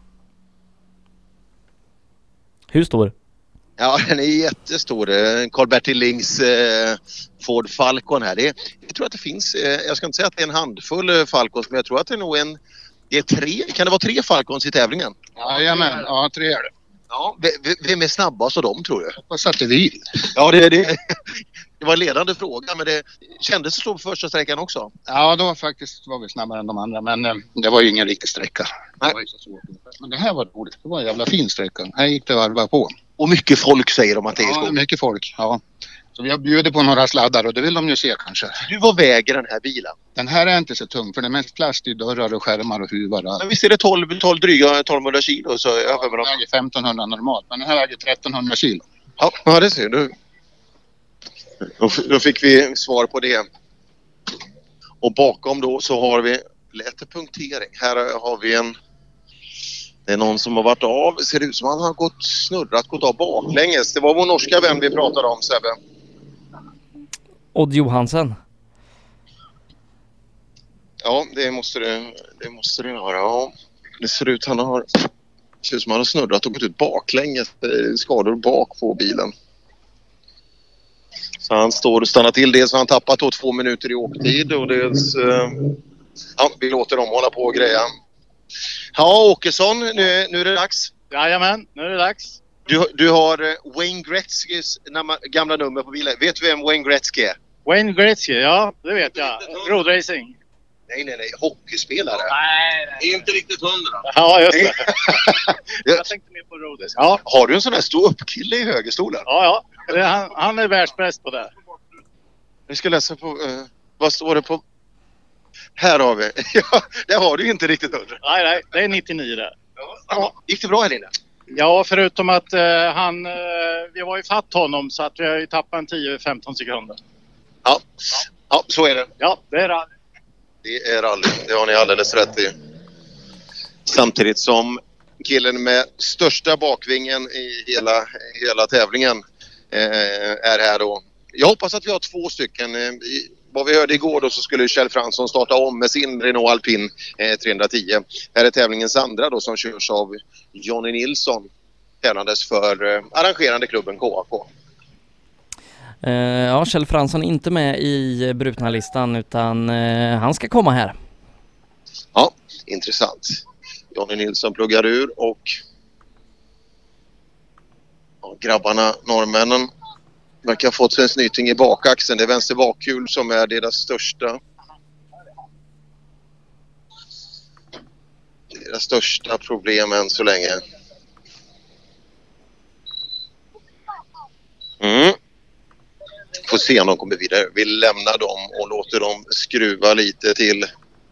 Hur stor? Ja, den är jättestor. Carl-Bertil Lings eh, Ford Falcon här. Det, jag tror att det finns, eh, jag ska inte säga att det är en handfull eh, Falcons, men jag tror att det är nog en, det är tre, kan det vara tre Falcons i tävlingen? Jajamän, ja tre är det. Ja, vem är snabbast av dem tror du? Vad satte vi? Ja, det, det, det var en ledande fråga, men det kändes så på första sträckan också. Ja, då var faktiskt var vi snabbare än de andra, men eh, det var ju ingen riktig sträcka. Nej. Det var ju så svårt. Men det här var roligt, det var en jävla fin sträcka. Här gick det varva på. Och mycket folk säger de att det är i Ja, skogen. mycket folk. Ja. Så vi har bjudit på några sladdar och det vill de ju se kanske. Du, vad väger den här bilen? Den här är inte så tung för det är mest plast i dörrar och skärmar och huvar. Men visst är det tolv, tolv dryga tolvhundra kilo? Så jag ja, den väger femtonhundra normalt, men den här väger trettonhundra kilo. Ja, ja det ser du. Då, f- då fick vi svar på det. Och bakom då så har vi lite punktering. Här har vi en... Det är någon som har varit av. Ser ut som han har gått snurrat, gått av baklänges. Det var vår norska vän vi pratade om, Sebbe. Odd Johansen. Ja, det måste det, det måste det vara. Ja, det ser ut han har... Det ser ut som han har snurrat och gått ut baklänges. Det är skador bak på bilen. Så han står och stannar till. Dels har han tappat då två minuter i åktid och dels... Eh, ja, vi låter dem hålla på och greja. Ja, Åkesson, nu, nu är det dags. Jajamän, nu är det dags. Du, du har eh, Wayne Gretzkys nam- gamla nummer på bilen. Vet du vem Wayne Gretzky är? Wayne Gretzky, ja, det vet jag. Roadracing. Nej, nej, nej. Hockeyspelare. Nej, nej. Inte riktigt hundra. Ja, just det. Jag tänkte mer på roadracing. Ja. Har du en sån här stå upp kille i högerstolen? Ja, ja. Det, han, han är världsbäst på det. Vi ska läsa på... Eh, vad står det på... Här har vi. Ja, det har du inte riktigt hundra. Nej, nej. Det är nittionio där. Ja. Gick det bra här inne? Ja, förutom att eh, han... Eh, vi var ju fatt honom så att vi har ju tappat en tio femton sekunder. Ja. Ja, så är det. Ja, det är det. Det är rally. Det har ni alldeles rätt i. Samtidigt som killen med största bakvingen i hela, hela tävlingen eh, är här då. Jag hoppas att vi har två stycken. Eh, i, vad vi hörde igår då så skulle Kjell Fransson starta om med sin Renault Alpine eh, trehundratio. Här är tävlingens andra då som körs av Johnny Nilsson. Tävlandes för eh, arrangerande klubben K A K. Uh, ja, Kjell Fransson är inte med i brutna listan utan uh, han ska komma här. Ja, intressant. Johnny Nilsson pluggar ur och ja, grabbarna, norrmännen, verkar ha fått sig en snyting i bakaxeln. Det är vänster bakhjul som är deras största. Deras största problem än så länge. Mm. Får se om de kommer vidare. Vi lämnar dem och låter dem skruva lite till.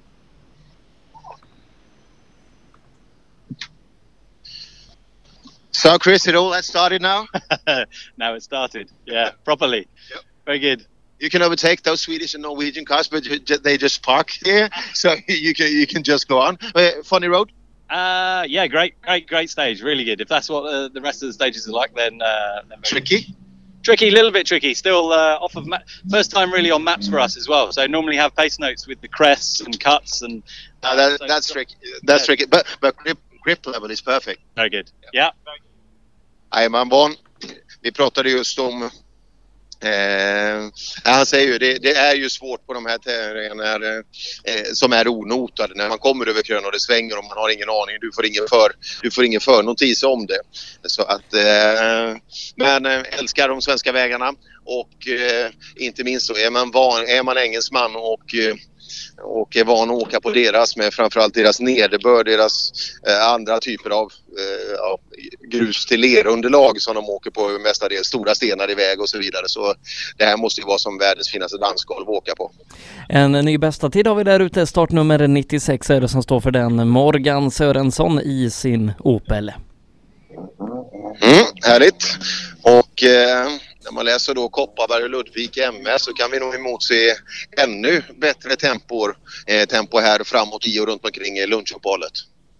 So Chris, it all that started now? Now it started, yeah, properly. Yep. Very good. You can overtake those Swedish and Norwegian cars, but you- they just park here, so you can you can just go on. Uh, funny road? Uh, yeah, great, great, great stage. Really good. If that's what uh, the rest of the stages are like, then, uh, then very tricky. Tricky, a little bit tricky. Still uh, off of ma- first time really on maps for us as well. So normally have pace notes with the crests and cuts and. Uh, that, that's tricky. That's tricky, but but grip, grip level is perfect. Very good. Yeah. Nej, man van. Vi pratade just om... Eh, han säger ju, det, det är ju svårt på de här tävlingarna eh, som är onotade. När man kommer över krön och det svänger och man har ingen aning. Du får ingen för, du får ingen förnotis om det. Så att, eh, men eh, älskar de svenska vägarna. Och eh, inte minst så är man, van, är man engelsman och... Eh, och är van att åka på deras med framförallt deras nederbörd, deras eh, andra typer av eh, ja, grus till lerunderlag som de åker på mestadels, stora stenar i väg och så vidare. Så det här måste ju vara som världens finaste dansgolv att åka på. En ny bästa tid har vi där ute, startnummer nittiosex är det som står för den, Morgan Sörensson i sin Opel. Mm, härligt. Och eh, när man läser då Kopparberg och Ludvig M S så kan vi nog emotse ännu bättre tempor, eh, tempo här framåt i och runt omkring lunchuppehållet.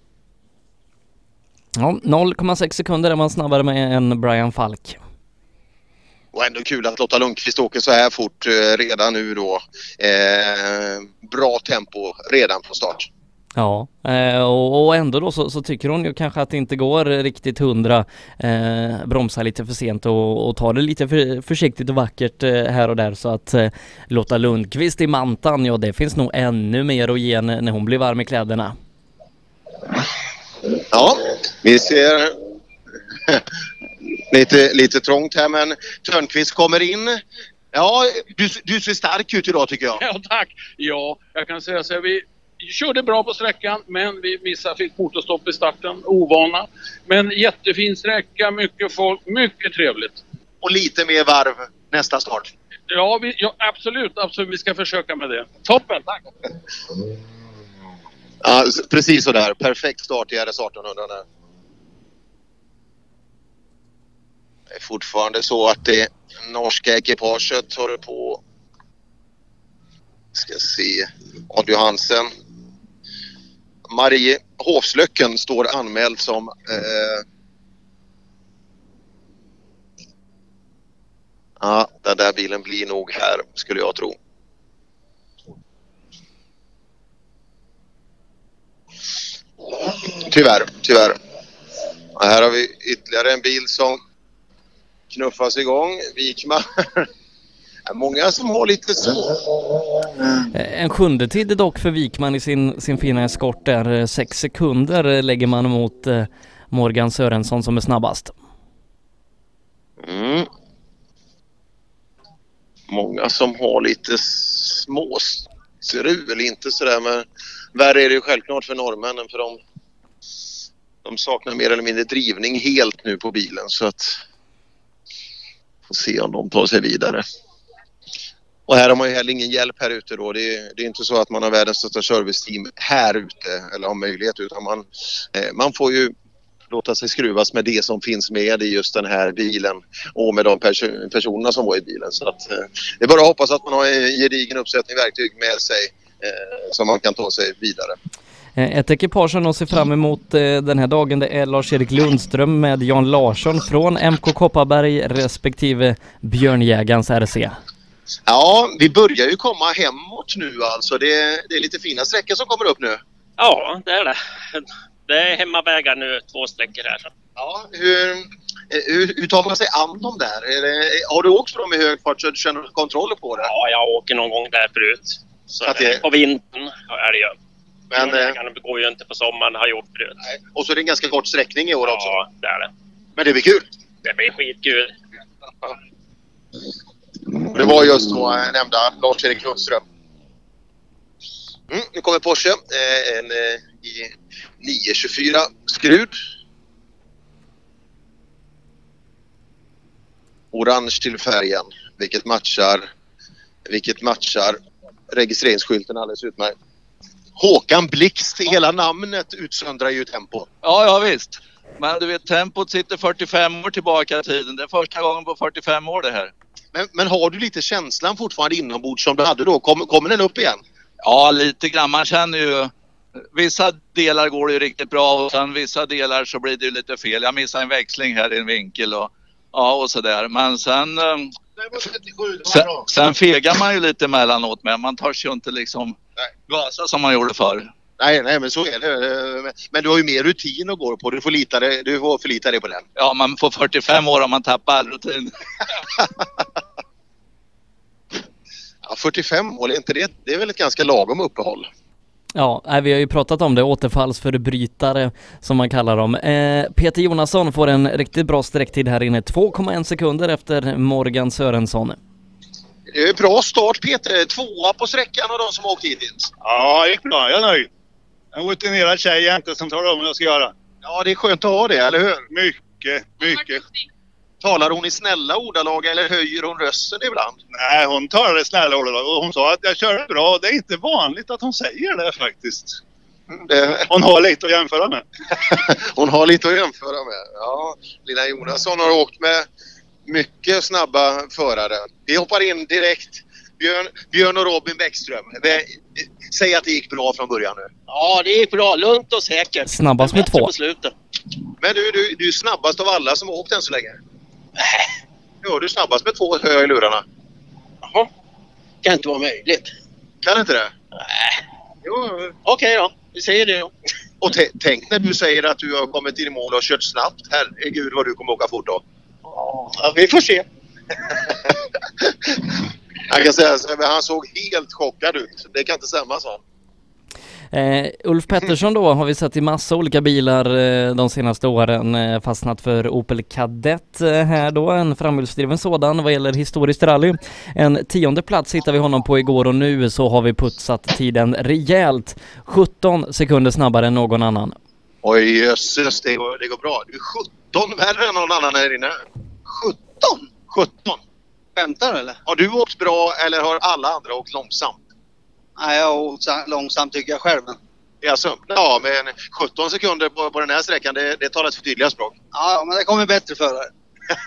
Ja, noll komma sex sekunder är man snabbare med än Brian Falk. Och ändå kul att Lotta Lundqvist åker så här fort eh, redan nu då. Eh, bra tempo redan från start. Ja, eh, och, och ändå då så, så tycker hon ju kanske att det inte går riktigt hundra, eh, bromsa lite för sent och, och ta det lite för, försiktigt och vackert eh, här och där, så att eh, Lotta Lundqvist i mantan, ja det finns nog ännu mer att ge när hon blir varm i kläderna. Ja, vi ser lite, lite trångt här, men Törnqvist kommer in. Ja, du, du ser stark ut idag tycker jag. Ja, tack. Ja, jag kan säga så här, vi, körde bra på sträckan, men vi vissa fick motorstopp i starten, ovana. Men jättefin sträcka, mycket folk, mycket trevligt. Och lite mer varv nästa start. Ja, vi, ja absolut, absolut, vi ska försöka med det. Toppen, tack! Ja, precis så där. Perfekt start i R S arton hundra där. Det är fortfarande så att det norska ekipaget håller på. Ska se. Ad Johansen. Marie Hovslöcken står anmäld som eh... ja, den där bilen blir nog här, skulle jag tro. Tyvärr, tyvärr. Och här har vi ytterligare en bil som knuffas igång. Wikman. Många som har lite så. En sjunde tid dock för Wikman i sin, sin fina eskort där. Sex sekunder lägger man mot eh, Morgan Sörensson som är snabbast. Mm. Många som har lite småstrul, inte sådär, men värre är det ju självklart för norrmännen, för de, de saknar mer eller mindre drivning helt nu på bilen, så att får se om de tar sig vidare. Och här har man ju heller ingen hjälp här ute då. Det är, det är inte så att man har världens största serviceteam här ute eller har möjlighet, utan man, eh, man får ju låta sig skruvas med det som finns med i just den här bilen och med de pers- personerna som var i bilen. Så att, eh, det är bara att hoppas att man har en gedigen uppsättning verktyg med sig eh, som man kan ta sig vidare. Ett ekipage som ser fram emot eh, den här dagen, det är Lars-Erik Lundström med Jan Larsson från M K Kopparberg respektive Björnjägarens R C. Ja, vi börjar ju komma hemåt nu alltså. Det, det är lite fina sträckor som kommer upp nu. Ja, det är det. Det är hemmavägar nu, två sträckor här. Ja, hur, hur, hur tar man sig an dem där? Är det, har du åkt dem i hög fart så du känner kontroll på det? Ja, jag åker någon gång där förut. Så att det... På vintern är det ju. Men det går ju inte på sommaren, har gjort förut. Nej. Och så är det en ganska kort sträckning i år också. Ja, det är det. Men det blir kul. Det blir skitkul. Det var just då jag nämnda Lars-Erik Lundström. Mm, nu kommer Porsche. Eh, en eh, i nio tjugofyra skrud. Orange till färgen. Vilket matchar, vilket matchar registreringsskylten alldeles utmärkt. Håkan Blixt, hela namnet utsöndrar ju tempo. Ja, ja visst. Men du vet, tempot sitter fyrtiofem år tillbaka i tiden. Det är första gången på fyrtiofem år det här. Men, men har du lite känslan fortfarande inombords som du hade då? Kom, kommer den upp igen? Ja, lite grann. Man känner ju... Vissa delar går det ju riktigt bra och sen vissa delar så blir det ju lite fel. Jag missade en växling här i en vinkel och, ja, och sådär. Men sen... Sen, sen fegar man ju lite emellanåt med. Man tar sig ju inte liksom gasa som man gjorde förr. Nej, nej, men så är det. Men du har ju mer rutin att gå på. Du får, lita dig, du får förlita dig på den. Ja, man får fyrtiofem år om man tappar all rutin. Ja, fyrtiofem år, är inte det? Det är väl ett ganska lagom uppehåll. Ja, vi har ju pratat om det, återfallsförbrytare som man kallar dem. Eh, Peter Jonasson får en riktigt bra sträcktid här inne, två komma en sekunder efter Morgan Sörensson. Det är bra start Peter, tvåa på sträckan av de som har åkt hittills. Ja, det gick bra, jag är nöjd. En rutinerad tjej jämte som talar om vad jag ska göra. Ja, det är skönt att ha det, eller hur? Mycket, mycket. Talar hon i snälla ordalag eller höjer hon rösten ibland? Nej, hon talade snälla ordalag och hon sa att jag kör bra. Det är inte vanligt att hon säger det faktiskt. Det... Hon har lite att jämföra med. Hon har lite att jämföra med. Ja, Lina Jonasson har åkt med mycket snabba förare. Vi hoppar in direkt. Björn, Björn och Robin Bäckström. Säg att det gick bra från början nu. Ja, det gick bra. Lugnt och säkert. Snabbast med två. Men du, du, du är snabbast av alla som har åkt än så länge. Nej. Ja, du är snabbast med två höga i lurarna. Jaha. Kan inte vara möjligt. Kan inte det? Nej. Okej okay då. Vi säger det då. Och t- tänk när du säger att du har kommit till mål och kört snabbt. Herregud vad du kommer åka fort då. Ja, vi får se. Jag kan säga att han såg helt chockad ut. Det kan inte stämma så. Eh, Ulf Pettersson då har vi sett i massa olika bilar eh, de senaste åren, eh, fastnat för Opel Kadett eh, här då, en framhjulsdriven sådan vad gäller historiskt rally. En tionde plats hittar vi honom på igår och nu så har vi putsat tiden rejält, sjutton sekunder snabbare än någon annan. Oj jösses, det går, det går bra. Du är sjutton värre än någon annan här inne. sjutton? sjutton. Skämtar eller? Har du åkt bra eller har alla andra åkt långsamt? Nej, jag har åkt långsamt tycker jag själv. Alltså, ja, men sjutton sekunder på, på den här sträckan, det, det talar ett tydliga språk. Ja, men det kommer bättre för er.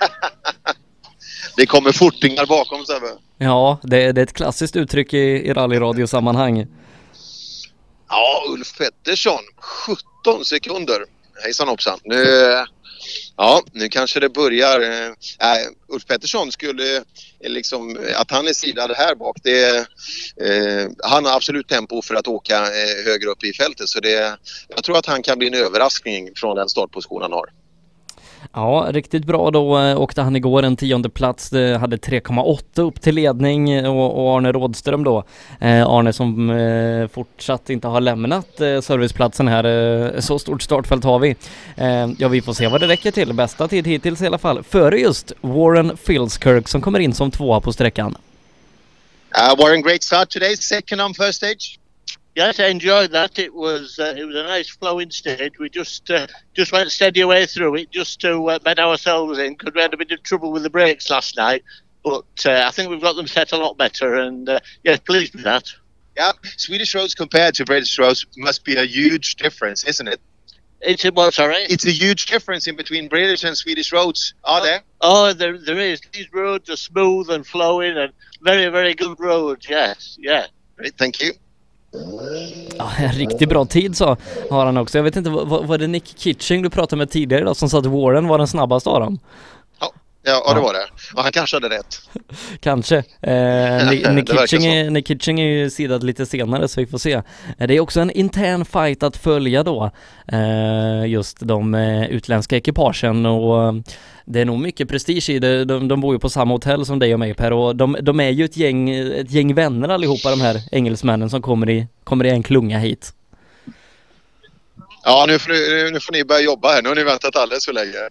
Det kommer fortingar bakom sig. Ja, det, det är ett klassiskt uttryck i, i rallyradiosammanhang. Ja, Ulf Pettersson, sjutton sekunder. Hejsan hoppsan. Nu, ja, nu kanske det börjar. Äh, Ulf Pettersson skulle, eh, liksom, att han är sidad här bak, det, eh, han har absolut tempo för att åka eh, högre upp i fältet. Så det, jag tror att han kan bli en överraskning från den startposition han har. Ja, riktigt bra då åkte han igår en tionde plats, det hade tre komma åtta upp till ledning och, och Arne Rådström då, eh, Arne som eh, fortsatt inte har lämnat eh, serviceplatsen här, eh, så stort startfält har vi. Eh, ja, vi får se vad det räcker till, bästa tid hittills i alla fall, före just Warren Filskirk som kommer in som tvåa på sträckan. Uh, Warren, great start today, second on first stage. Yes, I enjoyed that. It was uh, it was a nice flowing stage. We just uh, just went steady away through it, just to uh, bed ourselves in, because we had a bit of trouble with the brakes last night. But uh, I think we've got them set a lot better, and uh, yeah, pleased with that. Yeah, Swedish roads compared to British roads must be a huge difference, isn't it? It's a what, sorry? It's a huge difference in between British and Swedish roads, are there? Oh, there there is. These roads are smooth and flowing, and very very good roads. Yes, yeah. Great, thank you. Ja, en riktigt bra tid så har han också. Jag vet inte, var, var det Nick Kitching du pratade med tidigare då som sa att Warren var den snabbaste av dem? Ja, ja, ja det var det. Och han kanske hade rätt. Kanske. Eh, Nick, Nick, Kitching är, Nick Kitching är ju sidad lite senare så vi får se. Det är också en intern fight att följa då. Eh, just de eh, utländska ekipagen och det är nog mycket prestige i det. De, de bor ju på samma hotell som dig och mig, Per, och de, de är ju ett gäng, ett gäng vänner allihopa, de här engelsmännen som kommer i, kommer i en klunga hit. Ja, nu får, ni, nu får ni börja jobba här. Nu har ni väntat alldeles för länge.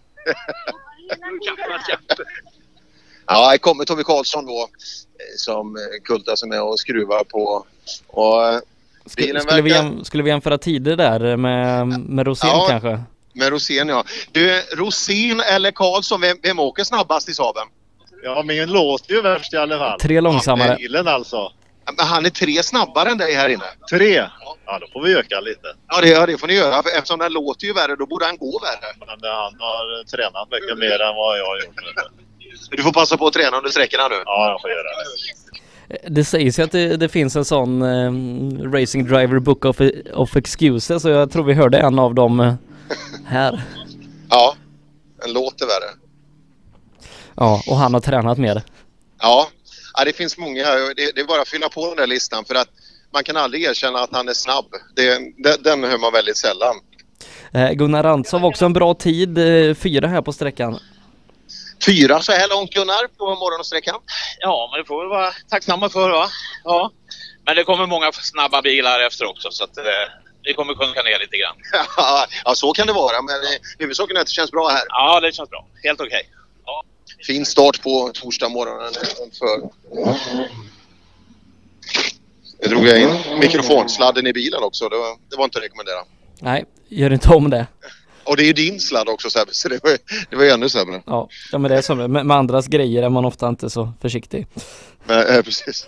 Ja, här kommer Tommy Karlsson då, som kultar sig med och skruvar på. Och skulle, skulle, vi jäm, skulle vi jämföra tider där med, med Rosén ja, kanske? Med Rosén, ja. Du, Rosén eller Karlsson, vem, vem åker snabbast i Saben? Ja, min låter ju värst i alla fall. Tre långsammare. Ja, bilen alltså. Men han är tre snabbare än dig här inne. Tre? Ja, då får vi öka lite. Ja, det, ja, det får ni göra. För eftersom den låter ju värre, då borde han gå värre. Men han har tränat mycket mer än vad jag har gjort. Du får passa på att träna under sträckorna nu. Ja, jag får göra det. Det sägs ju att det, det finns en sån eh, Racing Driver Book of, of Excuses, så jag tror vi hörde en av dem eh, här. Ja, den låter värre. Ja, och han har tränat mer. Ja, ja det finns många här. Det, det är bara att fylla på den där listan, för att man kan aldrig erkänna att han är snabb. Det, den, den hör man väldigt sällan. Eh, Gunnar Rantzov också en bra tid, eh, fyra här på sträckan. Fyra så här långt, Gunnar, på morgonsträckan? Ja, men det får vi vara tacksamma för, va? Ja. Men det kommer många snabba bilar efter också, så att eh, vi kommer sjunka ner lite grann. Ja, så kan det vara, men huvudsaken är att det känns bra här. Ja, det känns bra. Helt okej. Okay. Ja. Fin start på torsdag morgonen för. Jag drog jag in mikrofonsladden i bilen också, det var, det var inte att rekommendera. Nej, gör inte om det. Och det är ju din sladd också, Sebbe, så det var, det var ju ännu sämre. Ja, ja men det är så. Med, med andras grejer är man ofta inte så försiktig. Nej, äh, precis.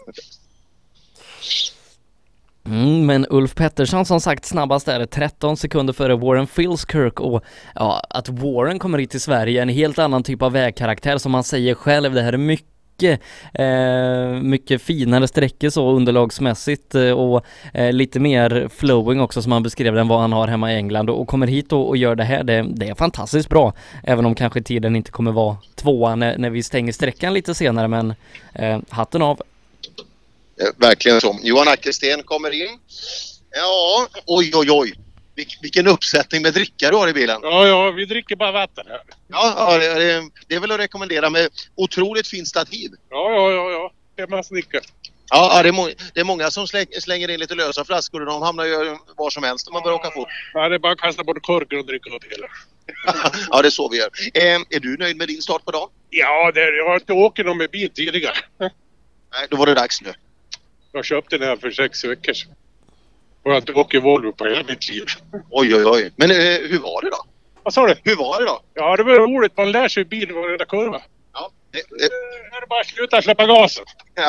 Mm, men Ulf Pettersson som sagt snabbast är tretton sekunder före Warren Filskirk, och ja, att Warren kommer hit till Sverige är en helt annan typ av vägkaraktär som man säger själv. Det här är mycket Eh, mycket finare sträckor så underlagsmässigt eh, och eh, lite mer flowing också som han beskrev den vad han har hemma i England, och, och kommer hit och, och gör det här, det, det är fantastiskt bra, även om kanske tiden inte kommer vara tvåa när, när vi stänger sträckan lite senare, men eh, hatten av. Eh, verkligen så. Johan Ackersten kommer in. Ja, oj oj oj. Vil- vilken uppsättning med dricka du har i bilen. Ja, ja, vi dricker bara vatten här. Ja, ja det, det, det är väl att rekommendera med otroligt fin stativ. Ja, ja, ja, ja. Hemma snickar. Ja, det är, må- det är många som släng- slänger in lite lösa flaskor och de hamnar ju var som helst om man börjar åka fort. Ja, det är bara att kasta bort korken och dricka upp hela. Ja, det är så vi gör. Eh, är du nöjd med din start på dagen? Ja, det, jag har inte åkt någon med bil tidigare. Nej, då var det dags nu. Jag köpte den här för sex veckor sedan. Och jag har inte åkt Volvo på hela mitt liv. Oj, oj, oj. Men eh, hur var det då? Vad sa du? Hur var det då? Ja, det var roligt. Man lär sig bil i varenda kurva. Ja, det, det... Är det bara att sluta släppa gasen. Ja.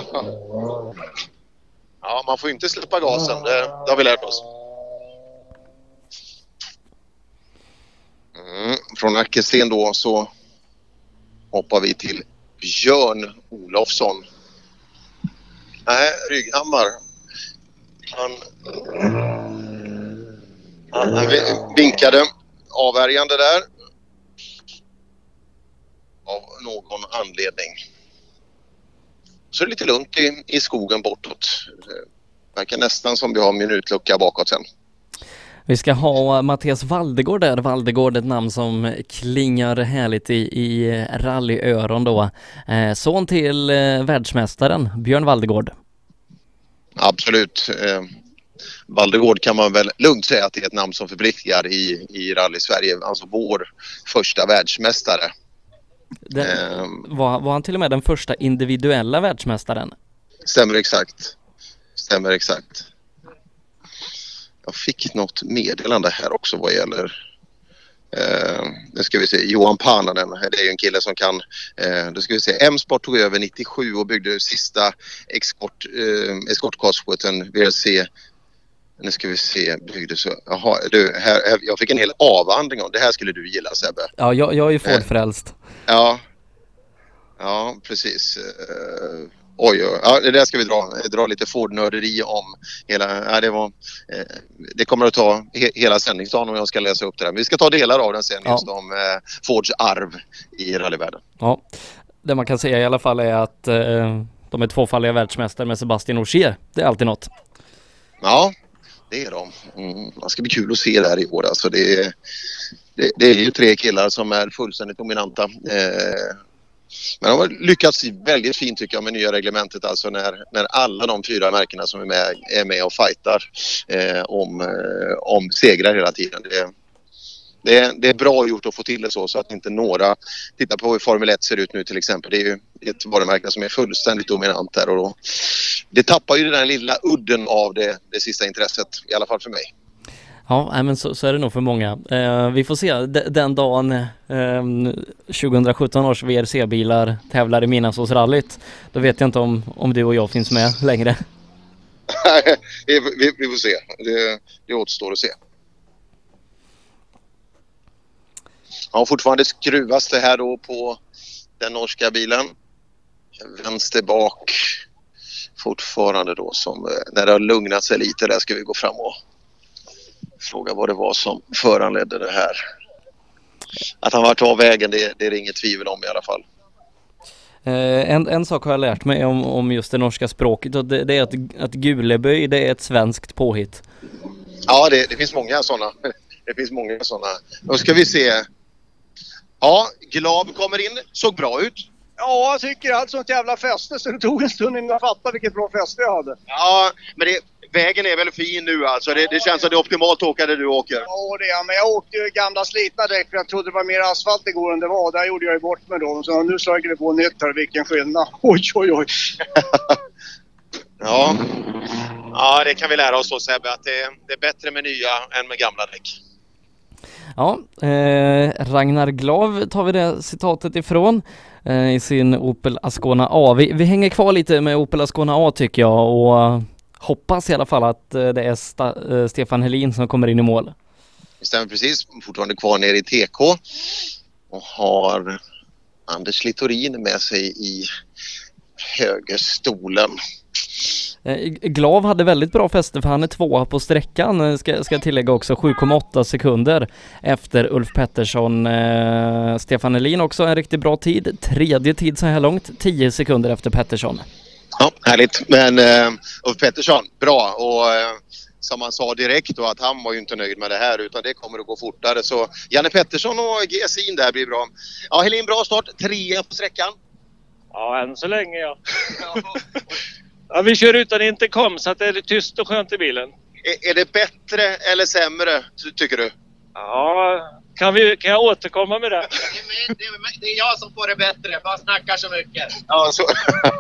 Ja, man får inte släppa gasen. Det, det har vi lärt oss. Mm. Från Ärkesten då så hoppar vi till Björn Olofsson. Nej, Rygghammar. Han, han, han vinkade avvärjande där. Av någon anledning. Så är det lite lugnt i, i skogen bortåt. Det verkar nästan som vi har en minutlucka bakåt sen. Vi ska ha Mattias Valdegård där. Valdegård är ett namn som klingar härligt i, i rallyöron då. Eh, son till eh, världsmästaren Björn Valdegård. Absolut. Eh, Valdegård kan man väl lugnt säga att det är ett namn som förpliktigar i, i rally Sverige. Alltså vår första världsmästare. Den, eh, var, var han till och med den första individuella världsmästaren? Stämmer exakt. Stämmer exakt. Jag fick något meddelande här också vad gäller eh, nu ska vi se, Johan Pananen. Det är ju en kille som kan eh, då ska vi se, M-Sport tog över nittiosju och byggde sista Escort, eh, Escort Cosworthen V R C. Nu ska vi se, byggde så, jaha, du, här, här, jag fick en hel avhandling om det här skulle du gilla, Sebbe. Ja, jag, jag är ju Ford-frälst. Eh, ja, ja, precis. Eh, Oj, oj, ja, det där ska vi dra, dra lite Ford-nörderi om hela, ja, det var, eh, det kommer att ta he, hela sändningsdagen om jag ska läsa upp det där. Men vi ska ta delar av den sen, ja. Just om eh, Fords arv i rallyvärlden. Ja, det man kan säga i alla fall är att eh, de är tvåfaldiga världsmästare med Sebastian Ogier. Det är alltid något. Ja, det är de. Mm, det ska bli kul att se det här i år. Alltså det, är, det, det är ju tre killar som är fullständigt dominanta. Eh, Men de har lyckats väldigt fint tycker jag med nya reglementet, alltså när, när alla de fyra märkena som är med, är med och fightar eh, om, eh, om segrar hela tiden. Det, det, är, det är bra gjort att få till det så, så att inte några, titta på hur Formel ett ser ut nu till exempel, det är ju ett varumärke som är fullständigt dominant där och då, det tappar ju den där lilla udden av det, det sista intresset, i alla fall för mig. Ja, men så, så är det nog för många. Eh, vi får se D- den dagen eh, tjugosjutton års V R C-bilar tävlar i Midnattssolsrallyt. Då vet jag inte om, om du och jag finns med längre. vi, vi, vi får se. Det, det återstår att se. Ja, fortfarande skruvas det här då på den norska bilen. Vänster bak. Fortfarande då som när det har lugnat sig lite där ska vi gå fram och fråga vad det var som föranledde det här. Att han varit av vägen, det, det är inget tvivel om i alla fall. Eh, en, en sak har jag lärt mig om, om just det norska språket, och det, det är att, att Guleböj, det är ett svenskt påhitt. Ja, det, det finns många sådana. Det finns många sådana. Då ska vi se. Ja, Glav kommer in. Såg bra ut. Ja, jag tycker jag hade sånt jävla fäste så det tog en stund innan jag fattade vilket bra fäste jag hade. Ja, men det, vägen är väl fin nu alltså. Det, det känns som det är optimalt att åka där du åker. Ja, det är, men jag åkte ju gamla slitna däck för jag trodde det var mer asfalt igår än det var. Där gjorde jag ju bort med dem. Så nu slår jag på nytt här. Vilken skillnad. Oj, oj, oj. Ja. Ja, det kan vi lära oss då, Sebbe, att det, det är bättre med nya än med gamla däck. Ja, eh, Ragnar Glav tar vi det citatet ifrån eh, i sin Opel Ascona A. Vi, vi hänger kvar lite med Opel Ascona A tycker jag, och hoppas i alla fall att eh, det är Sta- eh, Stefan Helin som kommer in i mål. Det stämmer precis, fortfarande kvar nere i T K och har Anders Littorin med sig i högerstolen. Glav hade väldigt bra fäste för han är tvåa på sträckan, ska, ska tillägga också, sju komma åtta sekunder efter Ulf Pettersson. eh, Stefan Helin också en riktigt bra tid, tredje tid så här långt, tio sekunder efter Pettersson. Ja, härligt, men eh, Ulf Pettersson, bra, och eh, som han sa direkt då att han var ju inte nöjd med det här utan det kommer att gå fortare, så Janne Pettersson och G S I där blir bra. Ja, Helin, bra start, trea på sträckan. Ja, än så länge ja. Ja, vi kör utan intercom så att det är tyst och skönt i bilen. Är, är det bättre eller sämre, tycker du? Ja, kan, vi, kan jag återkomma med det? Det är, det är jag som får det bättre, för jag snackar så mycket. Ja, så...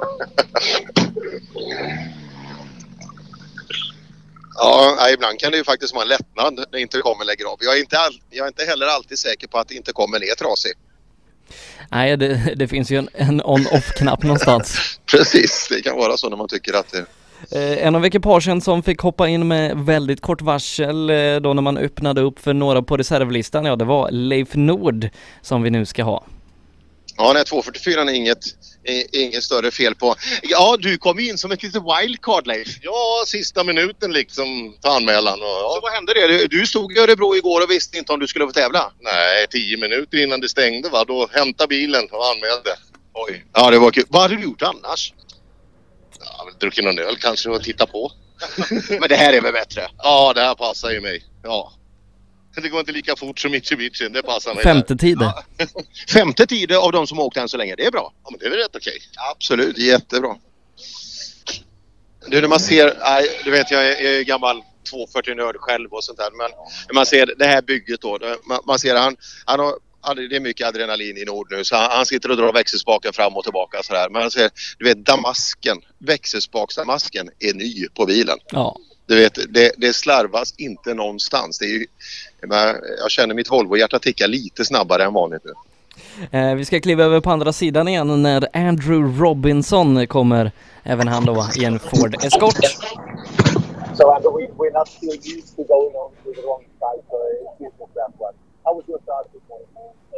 Ja, ibland kan det ju faktiskt vara en lättnad när intercomen lägger av. Jag är inte, all, jag är inte heller alltid säker på att intercomen är trasig. Nej, det, det finns ju en, en on-off-knapp någonstans. Precis, det kan vara så när man tycker att det... Eh, en av ekipagen som fick hoppa in med väldigt kort varsel eh, då när man öppnade upp för några på reservlistan, ja det var Leif Nord som vi nu ska ha. Ja, nej, två fyrtiofyra är inget, är inget större fel på. Ja, du kom in som ett litet wildcard, Leif. Ja, sista minuten liksom på anmälan. Och, ja. Så vad hände det? Du stod i Örebro igår och visste inte om du skulle få tävla. Nej, tio minuter innan det stängde, va? Då hämtade bilen och anmälde. Oj. Ja, det var kul. Vad hade du gjort annars? Ja, väl druckit någon öl kanske och titta på. Men det här är väl bättre? Ja, det här passar ju mig. Ja. Det går inte lika fort som Mitsubishi, det passar mig. Femte tid. Ja. Femte tid av de som åkt än så länge, det är bra. Ja, men det är väl rätt okej. Absolut, jättebra. Du, när man ser, nej, du vet jag är, jag är gammal två fyrtio-nörd själv och sånt där, men när man ser det här bygget då, man, man ser han, han har, det är mycket adrenalin i Nord nu, så han, han sitter och drar växelspaken fram och tillbaka så här. Men man ser, du vet, damasken, växelspaksdamasken är ny på bilen. Ja. Du vet, det, det slarvas inte någonstans. Det är ju, jag känner mitt Volvo-hjärta ticka lite snabbare än vanligt nu. Eh, vi ska kliva över på andra sidan igen när Andrew Robinson kommer, även han då i en Ford Escort. So Andrew, we, we're not still used to going on to the wrong side, so excuse me for that one. How was your start this morning?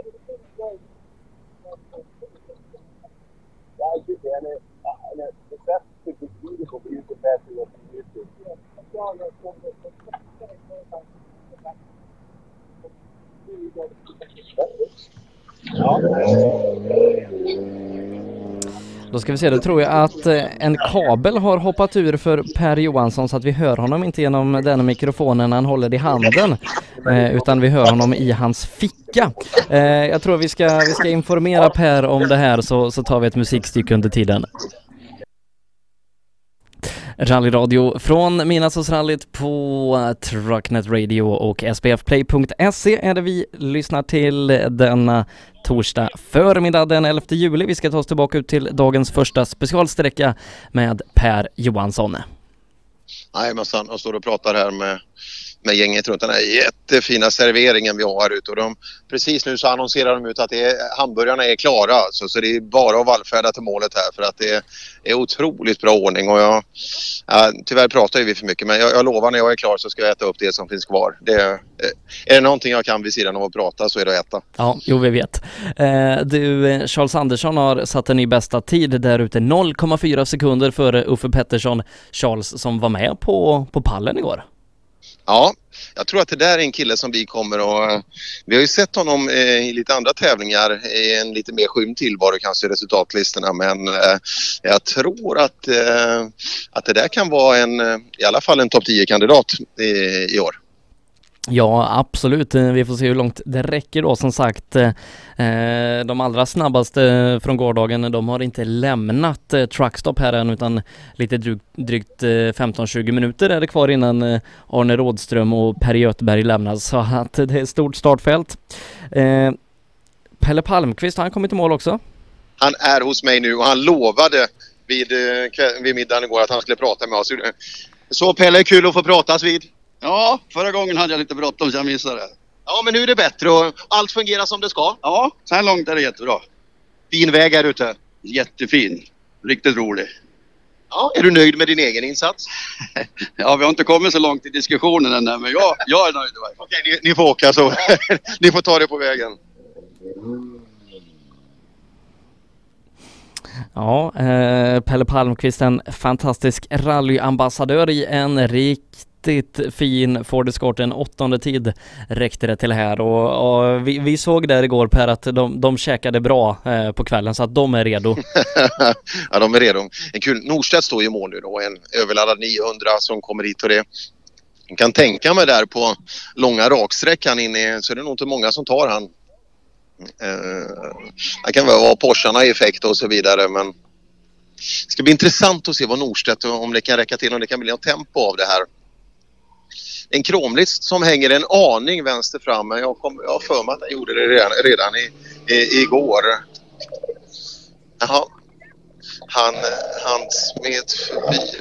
Yeah, I did, and it, uh, and it, the traffic is beautiful, but you compare to what you used to. Då ska vi se, då tror jag att en kabel har hoppat ur för Per Johansson så att vi hör honom inte genom den mikrofonen han håller i handen eh, utan vi hör honom i hans ficka. Eh, jag tror vi ska, vi ska informera Per om det här så, så tar vi ett musikstycke under tiden. Rallyradio från Midnattssolsrallyt på Trucknet Radio och S B F Play punkt se är det vi lyssnar till denna torsdag förmiddag den elfte juli. Vi ska ta oss tillbaka ut till dagens första specialsträcka med Per Johansson. Nej, men han står och pratar här med, med gänget runt den här jättefina serveringen vi har här ute. Och de, precis nu så annonserar de ut att det är, hamburgarna är klara. Så, så det är bara att vallfärda till målet här för att det är, är otroligt bra ordning. Och jag, ja, tyvärr pratar ju vi för mycket, men jag, jag lovar när jag är klar så ska jag äta upp det som finns kvar. Det, är det någonting jag kan vid sidan av att prata så är det att äta. Ja, jo vi vet. Eh, du, Charles Andersson har satt en ny bästa tid där ute, noll komma fyra sekunder före Uffe Pettersson. Charles som var med på, på pallen igår. Ja, jag tror att det där är en kille som vi kommer att... Vi har ju sett honom eh, i lite andra tävlingar i en lite mer skymd tillvaro kanske i resultatlistorna, men eh, jag tror att, eh, att det där kan vara en, i alla fall en topp tio-kandidat i, i år. Ja, absolut. Vi får se hur långt det räcker då. Som sagt, eh, de allra snabbaste från gårdagen, de har inte lämnat eh, truckstop här än, utan lite drygt, drygt eh, femton tjugo minuter är det kvar innan eh, Arne Rådström och Per Göteberg lämnas. Så att det är ett stort startfält. Eh, Pelle Palmqvist, har han kommit i mål också? Han är hos mig nu och han lovade vid, eh, vid middagen igår att han skulle prata med oss. Så Pelle, kul att få pratas vid. Ja, förra gången hade jag lite bråttom så jag missade det. Ja, men nu är det bättre och allt fungerar som det ska. Ja, så här långt är det jättebra. Fin väg här ute. Jättefin. Riktigt rolig. Ja, är du nöjd med din egen insats? Ja, vi har inte kommit så långt i diskussionen än, men jag, jag är nöjd. Okej, ni, ni får åka så. Ni får ta det på vägen. Ja, eh, Pelle Palmqvist, en fantastisk rallyambassadör i en riktigt fin Ford Escort, en åttonde tid räckte det till här och, och vi, vi såg där igår Per att de, de käkade bra eh, på kvällen så att de är redo. Ja, de är redo. En kul, Norstedt står i mål nu då, en överladdad niohundra som kommer hit och det. Jag kan tänka mig där på långa raksträckan inne så är det nog inte många som tar han. Eh, det kan väl vara Porscharna i effekt och så vidare, men Det ska bli intressant att se vad Norstedt, om det kan räcka till, om det kan bli något tempo av det här. En kromlist som hänger en aning vänster fram, men jag, kom, jag har för mig att jag gjorde det redan, redan i, i, igår. Jaha. Han, han smet förbi.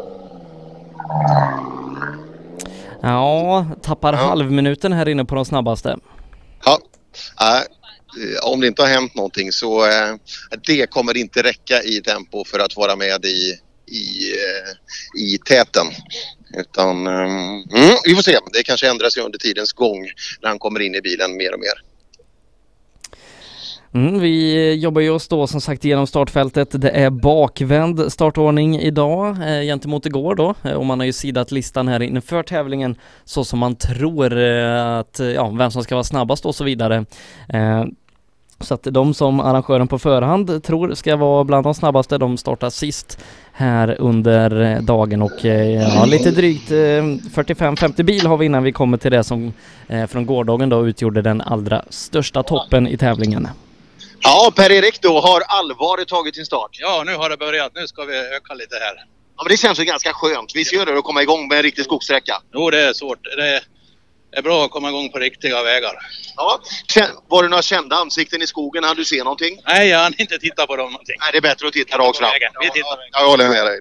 Ja, tappar ja. halvminuten här inne på de snabbaste. Ja, äh, om det inte har hänt någonting så äh, det kommer inte räcka i tempo för att vara med i, i, äh, i täten. Utan mm, vi får se, det kanske ändras under tidens gång när han kommer in i bilen mer och mer. Mm, vi jobbar ju oss då som sagt genom startfältet. Det är bakvänd startordning idag eh, gentemot igår då. Eh, och man har ju sidat listan här inför tävlingen så som man tror eh, att, ja, vem som ska vara snabbast och så vidare. Eh, så att de som arrangören på förhand tror ska vara bland de snabbaste, de startar sist här under dagen. Och eh, ja, lite drygt eh, fyrtiofem femtio bil har vi innan vi kommer till det som eh, från gårdagen då utgjorde den allra största toppen i tävlingen. Ja, Per-Erik då har allvaret tagit sin start. Ja, nu har det börjat. Nu ska vi öka lite här. Ja, men det känns ju ganska skönt. Vi ser det att komma igång med en riktig skogssträcka. Jo, det är svårt. Det är bra att komma igång på riktiga vägar. Ja, var det några kända ansikten i skogen? Hann du se någonting? Nej, jag hann inte titta på dem någonting. Nej, det är bättre att titta rakt fram. Vi tittar. Ja, jag håller med dig.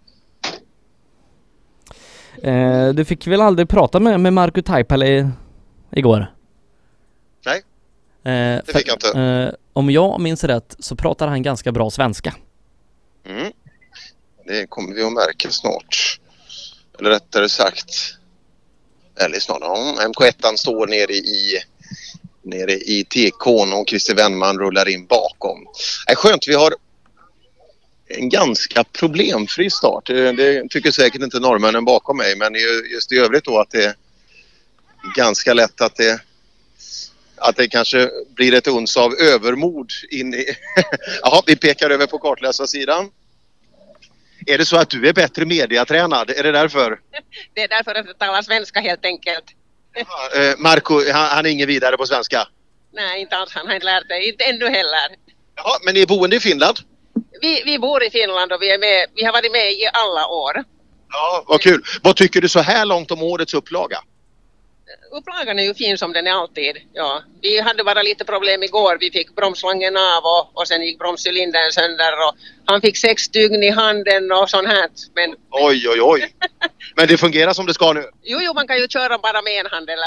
Det... Eh, du fick väl aldrig prata med, med Markku Taipale igår? Nej. Eh, det fick jag inte. Eh, om jag minns rätt så pratar han ganska bra svenska. Mm. Det kommer vi att märka snart. Eller rättare sagt, eller snart, ja, M K ett står nere i nere i T K:n och Christer Wennman rullar in bakom. Det är skönt, vi har en ganska problemfri start. Det, det tycker säkert inte norrmännen bakom mig, men just i övrigt då att det är ganska lätt att det att det kanske blir ett uns av övermod in i... Jaha, vi pekar över på kartläsarsidan. Är det så att du är bättre mediatränad? Är det därför? Det är därför att jag talar svenska helt enkelt. Ja, eh, Markku, han, han är ingen vidare på svenska? Nej, inte alls. Han har inte lärt sig. Inte ännu heller. Ja, men ni är boende i Finland? Vi, vi bor i Finland och vi, är med, vi har varit med i alla år. Ja, vad kul. Vad tycker du så här långt om årets upplaga? Upplagan är ju fin som den är alltid. Ja. Vi hade bara lite problem igår. Vi fick bromsslangen av och, och sen gick bromscylindern sönder och han fick sex stygn i handen och sånt här. Men, oj, oj, oj. Men det fungerar som det ska nu? Jo, jo, man kan ju köra bara med en hand eller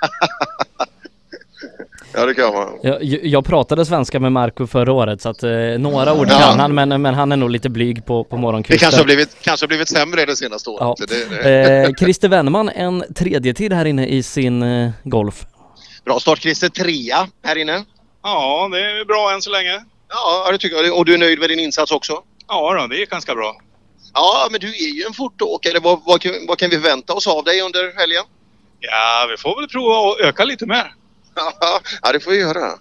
Ja, det kan man. Jag, jag pratade svenska med Markku förra året så att eh, några ord ja. kan han, men, men han är nog lite blyg på, på morgonkvisten. Det kanske har blivit, kanske har blivit sämre det senaste året. Ja. Det, det. Eh, Christer Wennman en tredje tid här inne i sin eh, Golf. Bra start, Christer. Trea här inne. Ja, det är bra än så länge. Ja, det tycker jag. Och du är nöjd med din insats också? Ja, då, det är ganska bra. Ja, men du är ju en fortåkare. Vad, vad, vad kan vi vänta oss av dig under helgen? Ja, vi får väl prova att öka lite mer. Ja, det får vi göra.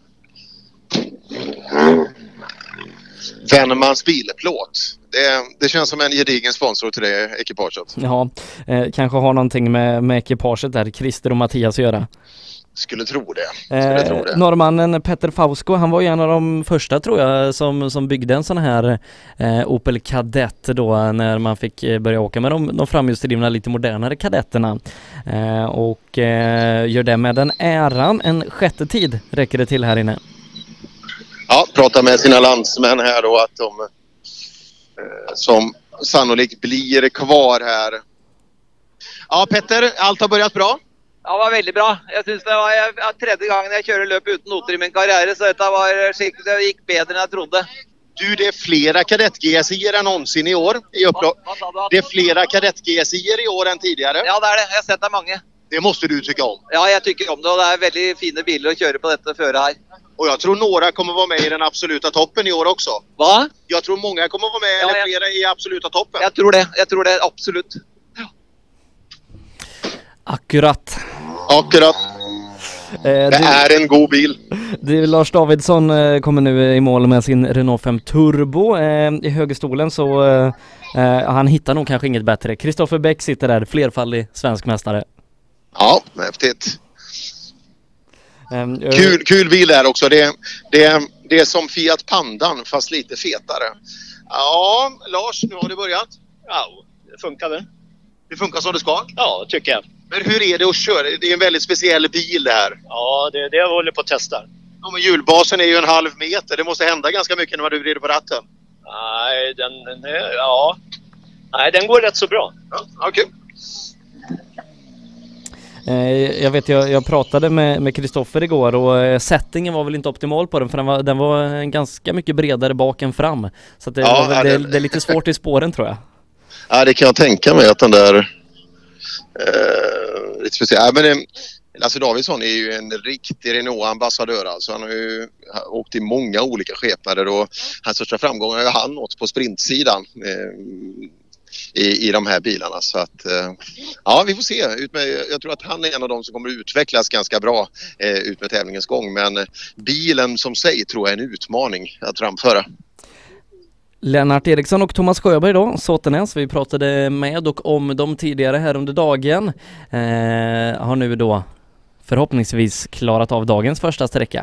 Wennmans bilplåt. Det, det känns som en gedigen sponsor till det ekipaget. Ja, eh, kanske har någonting med, med ekipaget där, Christer och Mattias att göra. Skulle tro det. Skulle Eh, tro det. norrmannen Petter Fausko, han var ju en av de första tror jag som, som byggde en sån här eh, Opel Kadett då när man fick eh, börja åka med de, de framhjulsdrivna lite modernare kadetterna eh, och eh, gör det med den äran. En sjätte tid räcker det till här inne. Ja, prata med sina landsmän här då att de eh, som sannolikt blir kvar här. Ja, Petter, allt har börjat bra? Ja, det var väldigt bra. Jag syns det var jag, tredje gången jag körde löp utan noter i min karriär så detta var skickligt, det gick bättre än jag trodde. Du, det är flera kadett-G S I än någonsin i år i upplag. Det är flera kadett-G S I i år än tidigare. Ja, det är det. Jag har sett det många. Det måste du tycka om. Ja, jag tycker om det och det är väldigt fina bilar att köra på detta före här. Och jag tror några kommer vara med i den absoluta toppen i år också. Va? Jag tror många kommer vara med, ja, eller jag... flera i absoluta toppen. Jag tror det, jag tror det, absolut. Ja. Akkurat. Akkurat. Eh, det, det är en god bil. Det, Lars Davidsson eh, kommer nu i mål med sin Renault fem Turbo. Eh, I högerstolen så eh, han hittar nog kanske inget bättre. Kristoffer Bäck sitter där, flerfaldig svensk mästare. Ja, häftigt. Um, kul, kul bil där också. Det, det, Det är som Fiat Pandan fast lite fetare. Ja, Lars, nu har det börjat. Ja, det funkar väl. Det funkar som det ska? Ja, tycker jag. Men hur är det att köra? Det är en väldigt speciell bil det här. Ja, det är det jag håller på att testa. Ja, men hjulbasen är ju en halv meter. Det måste hända ganska mycket när du vrider på ratten. Nej, den, den är, ja. Nej, den går rätt så bra. Ja, okej. Okay. Jag vet, jag, jag pratade med med Kristoffer igår och settingen var väl inte optimal på den för den var, den var ganska mycket bredare bak än fram. Så att det, ja, var, det, det, det är lite svårt i spåren tror jag. Ja, det kan jag tänka mig att den där eh, lite speciell. Ja, men det, Lasse Davidsson är ju en riktig Renault-ambassadör. Alltså han har ju åkt i många olika skepnader och hans största framgång har ju han nått på sprintsidan eh, i, i de här bilarna. Så att, eh, ja, vi får se. Ut med, jag tror att han är en av dem som kommer att utvecklas ganska bra eh, ut med tävlingens gång. Men bilen som sig tror jag är en utmaning att framföra. Lennart Eriksson och Thomas Sjöberg då, Såtenäs, vi pratade med och om dem tidigare här under dagen. Eh, har nu då förhoppningsvis klarat av dagens första sträcka.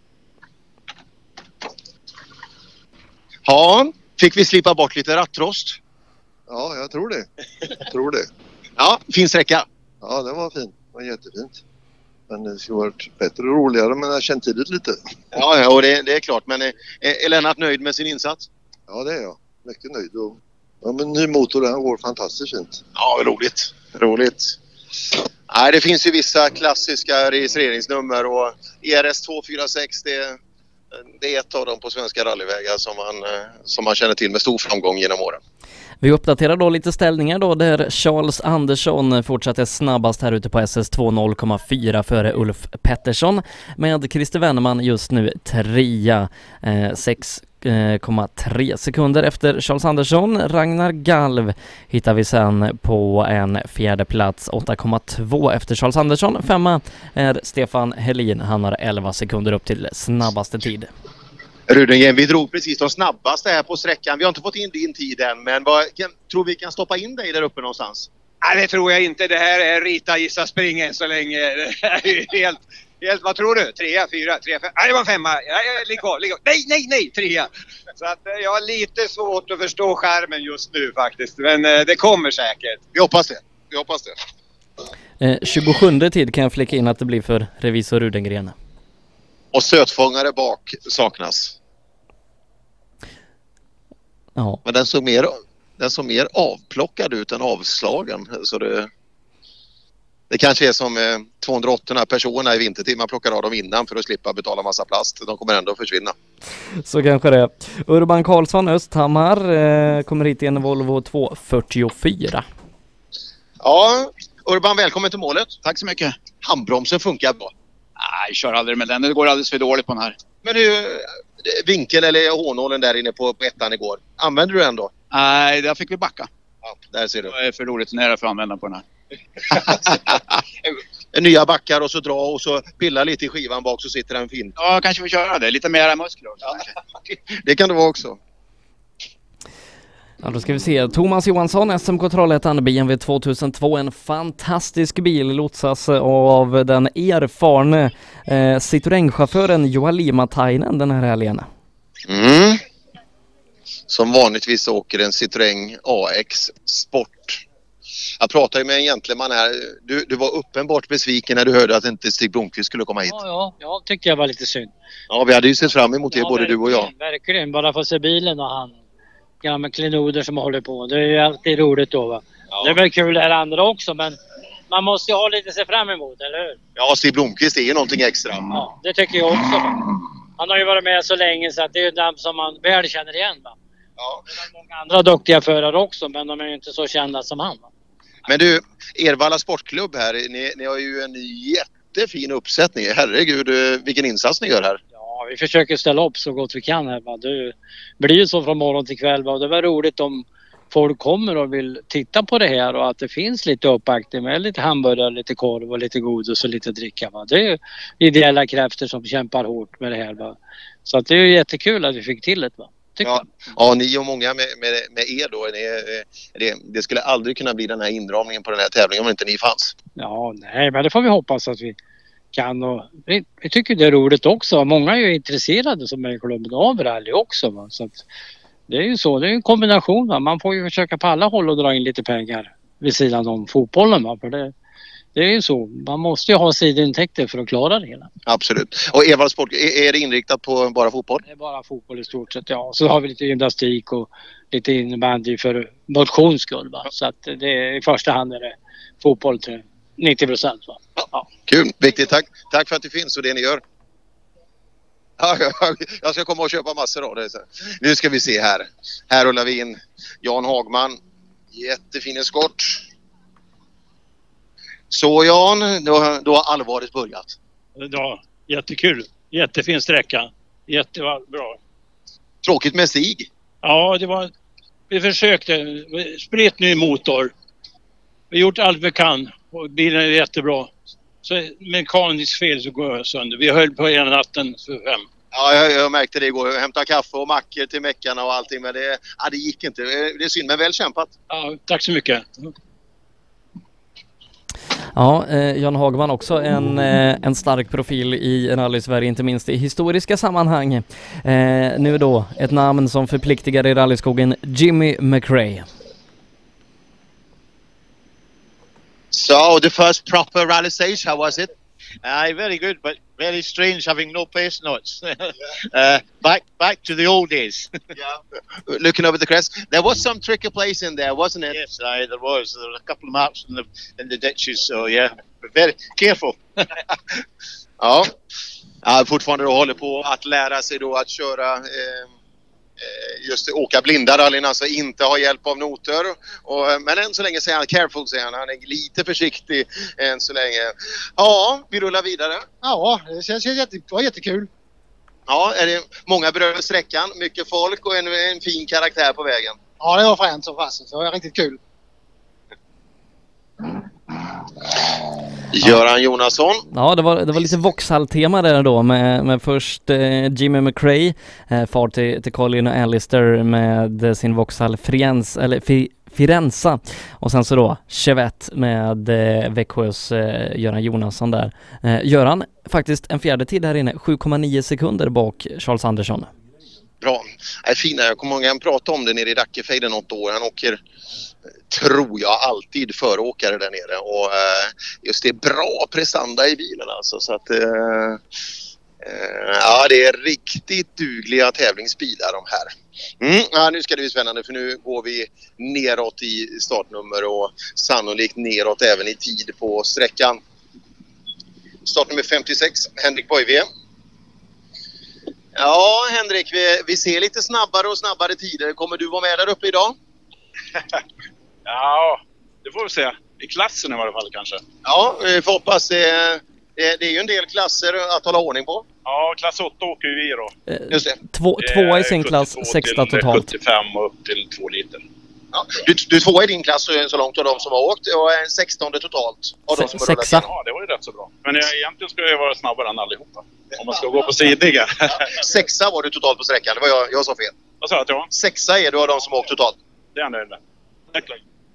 Ja, fick vi slippa bort lite rattrost? Ja, jag tror det. Jag tror det. Ja, fin sträcka. Ja, det var fint. Det var jättefint. Men det skulle varit bättre och roligare, men jag känner tidigt lite. Ja, ja och det, det är klart. Men är, är Lennart nöjd med sin insats? Ja, det är jag. Mycket nöjd. Och, ja, men ny motor, den går fantastiskt fint. Ja, roligt. Roligt. Nej, det finns ju vissa klassiska registreringsnummer och E R S två fyra sex det, det är ett av dem på svenska rallyvägar som man, som man känner till med stor framgång genom åren. Vi uppdaterar då lite ställningar då där Charles Andersson fortsatte snabbast här ute på S S två noll komma fyra före Ulf Pettersson med Christer Wennerman just nu trea eh, sex komma tre sekunder efter Charles Andersson. Ragnar Galv hittar vi sen på en fjärde plats åtta komma två efter Charles Andersson. Femma är Stefan Helin, han har elva sekunder upp till snabbaste tid. Rudengren, vi drog precis de snabbaste här på sträckan. Vi har inte fått in din tid än, men vad, kan, tror vi kan stoppa in dig där uppe någonstans? Nej, det tror jag inte. Det här är Rita gissa springen så länge. Det är ju helt, helt, vad tror du? Trea, fyra, tre, fem. Nej, det var femma. Ligg kvar, ligg kvar. Nej, nej, nej, trea. Så att jag har lite svårt att förstå skärmen just nu faktiskt. Men det kommer säkert. Vi hoppas det. Vi hoppas det. Eh, tjugosjunde tid kan jag flika in att det blir för revisor Rudengren. Och sötfångare bak saknas. Ja. Men den såg mer, den såg mer avplockad ut än avslagen. Så det, det kanske är som eh, tvåhundraåttio personerna i vintertid. Man plockar av dem innan för att slippa betala massa plast. De kommer ändå försvinna. Så kanske det. Urban Karlsson, Östhammar, eh, kommer hit i en Volvo två fyrtiofyra. Ja, Urban, välkommen till målet. Tack så mycket. Handbromsen funkar bra. Nej, jag kör aldrig med den. Det går alldeles för dåligt på den här. Men hur, vinkel eller hårnålen där inne på, på ettan igår, använder du den då? Nej, där fick vi backa. Ja, där ser du. Det är för dåligt nära för att använda på den här. Nya backar och så dra och så pilla lite i skivan bak så sitter den fint. Ja, kanske vi köra det. Lite mera muskler också. Ja. Det kan det vara också. Ja, då ska vi se. Thomas Johansson, S M K Trollhättan, B M W tvåtusentvå, en fantastisk bil, lotsas av den erfarne eh, Citroën-chauffören Joali Matainen den här helgen. Mm. Som vanligtvis åker en Citroën A X Sport. Jag pratade ju med en gentleman här. Du, du var uppenbart besviken när du hörde att inte Stig Blomqvist skulle komma hit. Ja, ja, jag tyckte jag var lite synd. Ja, vi hade ju sett fram emot det, ja, både du och jag. Verkligen, bara få se bilen och han. Gamla klenoder som håller på. Det är ju alltid roligt då, va? Ja. Det är väl kul det här andra också, men man måste ju ha lite att se fram emot, eller hur? Ja, Stig Blomqvist är ju någonting extra. Ja, det tycker jag också. Han har ju varit med så länge så att det är ju en namn som man väl känner igen, va? Ja. Det är många andra duktiga förare också, men de är ju inte så kända som han, va? Men du, Ervalla Sportklubb här, ni, ni har ju en jättefin uppsättning. Herregud, vilken insats ni gör här. Ja, vi försöker ställa upp så gott vi kan här, va? Det blir ju så från morgon till kväll, va? Och det var roligt om folk kommer och vill titta på det här och att det finns lite uppbackning med lite hamburgare, lite korv och lite godis och lite dricka, va? Det är ju ideella krafter som kämpar hårt med det här, va? Så att det är ju jättekul att vi fick till det, va? Ja, ja, ni och många med, med, med er då, ni, det, det skulle aldrig kunna bli den här inramningen på den här tävlingen om inte ni fanns. Ja, nej, men det får vi hoppas att vi kan. Och vi, vi tycker det är roligt också. Många är ju intresserade som är i klubben av rally också. Va? Så att det är ju så, det är en kombination. Va? Man får ju försöka på alla håll och dra in lite pengar vid sidan om fotbollen. Va? För det, det är ju så, man måste ju ha sidintäkter för att klara det hela. Absolut. Och Evald Sport, är, är det inriktat på bara fotboll? Det är bara fotboll i stort sett, ja. Så har vi lite gymnastik och lite innebandy för motions skull. Va? Så att det är, i första hand är det fotboll till nittio procent. Va? Ja. Kul, viktigt. Tack. Tack för att det finns och det ni gör. Ja, jag ska komma och köpa massor av det. Nu ska vi se här. Här rullar vi in Jan Hagman. Jättefin skott. Så Jan, då, då har allvaret börjat. Ja, jättekul. Jättefin sträcka. Jättebra. Tråkigt med Stig. Ja, det var... Vi försökte. Spritt ny motor. Vi har gjort allt vi kan. Och bilen är jättebra. Så mekaniskt fel så går jag sönder. Vi höll på ena natten för fem. Ja, jag, jag märkte det igår. Jag hämtade kaffe och mackor till meckarna och allting. Men det, ja, det gick inte. Det är synd, men väl kämpat. Ja, tack så mycket. Ja, eh, Jan Hagman också en, eh, en stark profil i rally-Sverige, inte minst i historiska sammanhang. Eh, nu då, ett namn som förpliktigar i rallyskogen, Jimmy McRae. So, the first proper rally stage, how was it? Aye, very good, but very strange having no pace notes. uh, back back to the old days. Yeah. Looking over the crest, there was some tricky place in there, wasn't it? Yes, aye, there was. There were a couple of marks in the in the ditches, so yeah, very careful. Ja, ja, fortfarande då håller på att lära sig då att köra eh, just åka blinda rallyn, alltså inte ha hjälp av noter. Och, men än så länge säger han careful, säger han. Han är lite försiktig än så länge. Ja, vi rullar vidare. Ja, det känns jätte, det var jättekul. Ja, är det många bröder sträckan, mycket folk och en, en fin karaktär på vägen. Ja, det var fränt som fasen. Det var riktigt kul. Göran Jonasson. Ja, det var, det var lite Vauxhall-tema där då med, med först eh, Jimmy McRae, eh, far till, till Colin och Alistair med sin Vauxhall Friens, eller Fi, Firenza, och sen så då Chevette med eh, Växjös eh, Göran Jonasson där. Eh, Göran faktiskt en fjärde tid här inne, sju komma nio sekunder bak Charles Andersson. Bra, det är fina. Jag kommer ihåg att han pratade om det nere i Dackefejden något år. Han åker, tror jag, alltid föråkare där nere. Och eh, just det är bra prestanda i bilen alltså. Så att, eh, eh, ja, det är riktigt dugliga tävlingsbilar de här. Mm, ja, nu ska det bli spännande för nu går vi neråt i startnummer och sannolikt neråt även i tid på sträckan. Startnummer femtiosex, Henrik Boivier. Ja, Henrik, vi, vi ser lite snabbare och snabbare tider. Kommer du vara med där uppe idag? Ja, det får vi se. I klassen i varje fall kanske. Ja, vi får hoppas. Det, det, det är ju en del klasser att hålla ordning på. Ja, klass åtta åker vi då. Eh, Just det. Två, tvåa i sin klass, sexta totalt. sjuttiofem och upp till två liter. Ja, du, du är tvåa i din klass så långt av de som har åkt och sextonde totalt av de som har Sexa. Ja, det var ju rätt så bra. Men jag, egentligen skulle jag vara snabbare än allihopa. Om man ska gå på sidningar. Ja, sexa var du totalt på sträckan. Det var jag, jag sa fel. Vad sa du att jag var? Sexa är du av de som har åkt totalt. Det är nöjd med. Tack.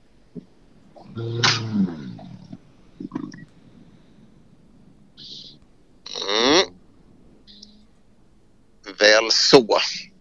Mm. Väl så.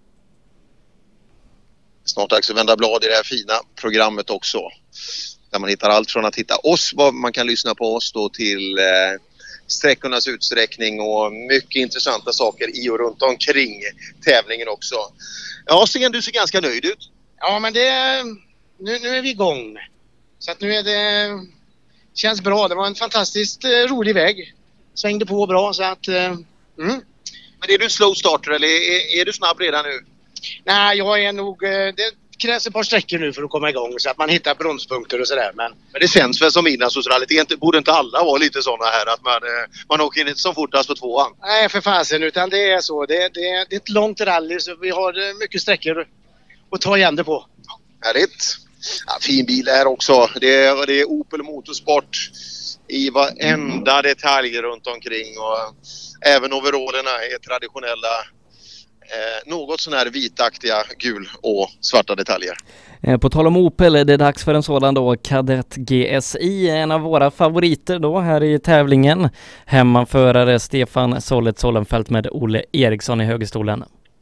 Snart dags att vända blad i det här fina programmet också. Där man hittar allt från att hitta oss, vad man kan lyssna på oss då, till eh, sträckornas utsträckning och mycket intressanta saker i och runt omkring tävlingen också. Ja, Sten, du ser ganska nöjd ut. Ja, men det nu, nu är vi igång. Så att nu är det känns bra. Det var en fantastiskt eh, rolig väg. Svängde på bra så att eh, mm. Men är du en slow starter eller är, är du snabb redan nu? Nej, jag är nog eh, det krävs ett par sträckor nu för att komma igång så att man hittar bromspunkter och sådär. Men, men det känns väl som inlandsrallyt. Borde inte alla vara lite sådana här att man, man åker inte som fortast på tvåan? Nej, för fasen, utan det är så. Det, det, det är ett långt rally så vi har mycket sträckor att ta igen det på. Härligt. Ja, fin bil här också. Det är, det är Opel Motorsport i varenda detalj runt omkring. Och även overallerna är traditionella. Eh, något sån här vitaktiga, gul och svarta detaljer. På tal om Opel är det dags för en sådan då, Kadett G S I, en av våra favoriter då här i tävlingen. Hemmaförare Stefan Sollet Sollenfelt med Olle Eriksson i högerstolen.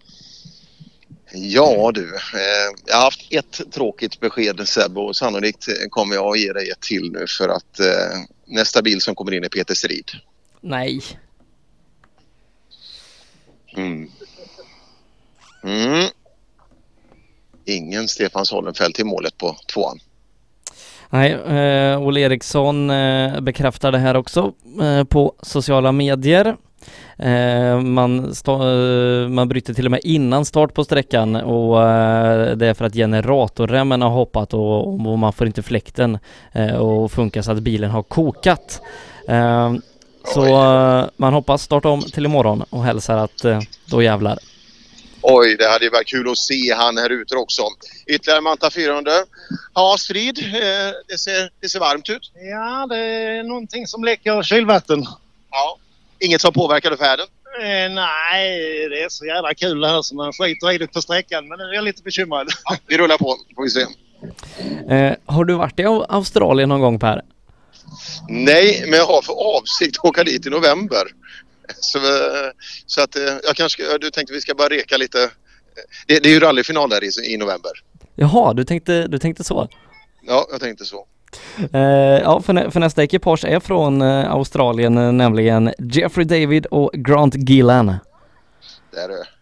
Ja du, eh, jag har haft ett tråkigt besked Seb, och sannolikt kommer jag att ge dig ett till nu för att eh, nästa bil som kommer in är Peter Strid. Nej. Mm. Mm. Ingen Stefan Sollenfelt till målet på tvåan. Nej, eh, Olle Eriksson eh, bekräftar det här också eh, på sociala medier. Eh, man, sta- eh, man bryter till och med innan start på sträckan och eh, det är för att generatorremmen har hoppat och, och man får inte fläkten eh, och funkar så att bilen har kokat. Eh, så eh, man hoppas starta om till imorgon och hälsar att eh, då jävlar. Oj, det hade ju varit kul att se han här ute också. Ytterligare Manta fyrahundra. Ja, Strid, eh, det, ser, det ser varmt ut. Ja, det är någonting som läcker kylvatten. Ja. Inget som påverkade färden? Eh, nej, det är så jävla kul det här som man skiter i det på sträckan. Men nu är jag lite bekymrad. Ja, vi rullar på, får vi se. Eh, har du varit i Australien någon gång, Per? Nej, men jag har för avsikt att åka dit i november. Så, så att jag kanske, du tänkte vi ska bara reka lite. Det, det är ju rallyfinal där i, i november. Jaha, du tänkte, du tänkte så? Ja, jag tänkte så. Uh, ja, för, nä- för nästa ekipage är från uh, Australien, uh, nämligen Jeffrey David och Grant Gillan. Det är det.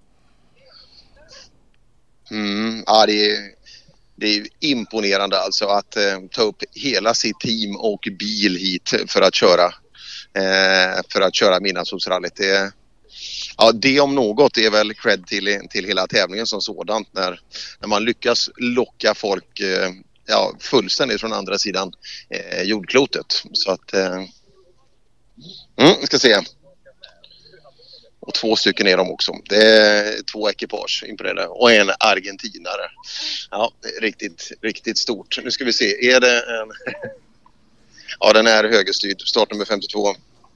Mm, ja, det är, det är imponerande alltså att uh, ta upp hela sitt team och bil hit för att köra uh, för att köra Midnattssolsrallyt. Det, ja, det om något är väl cred till, till hela tävlingen som sådant när, när man lyckas locka folk uh, ja, fullständigt från andra sidan eh, jordklotet. Så att eh, mm, ska se. Och två stycken är de också. Det är två ekipage imponerande. Och en argentinare. Ja, det är riktigt, riktigt stort. Nu ska vi se. Är det en... ja, den är högerstyrd. Startnummer femtiotvå.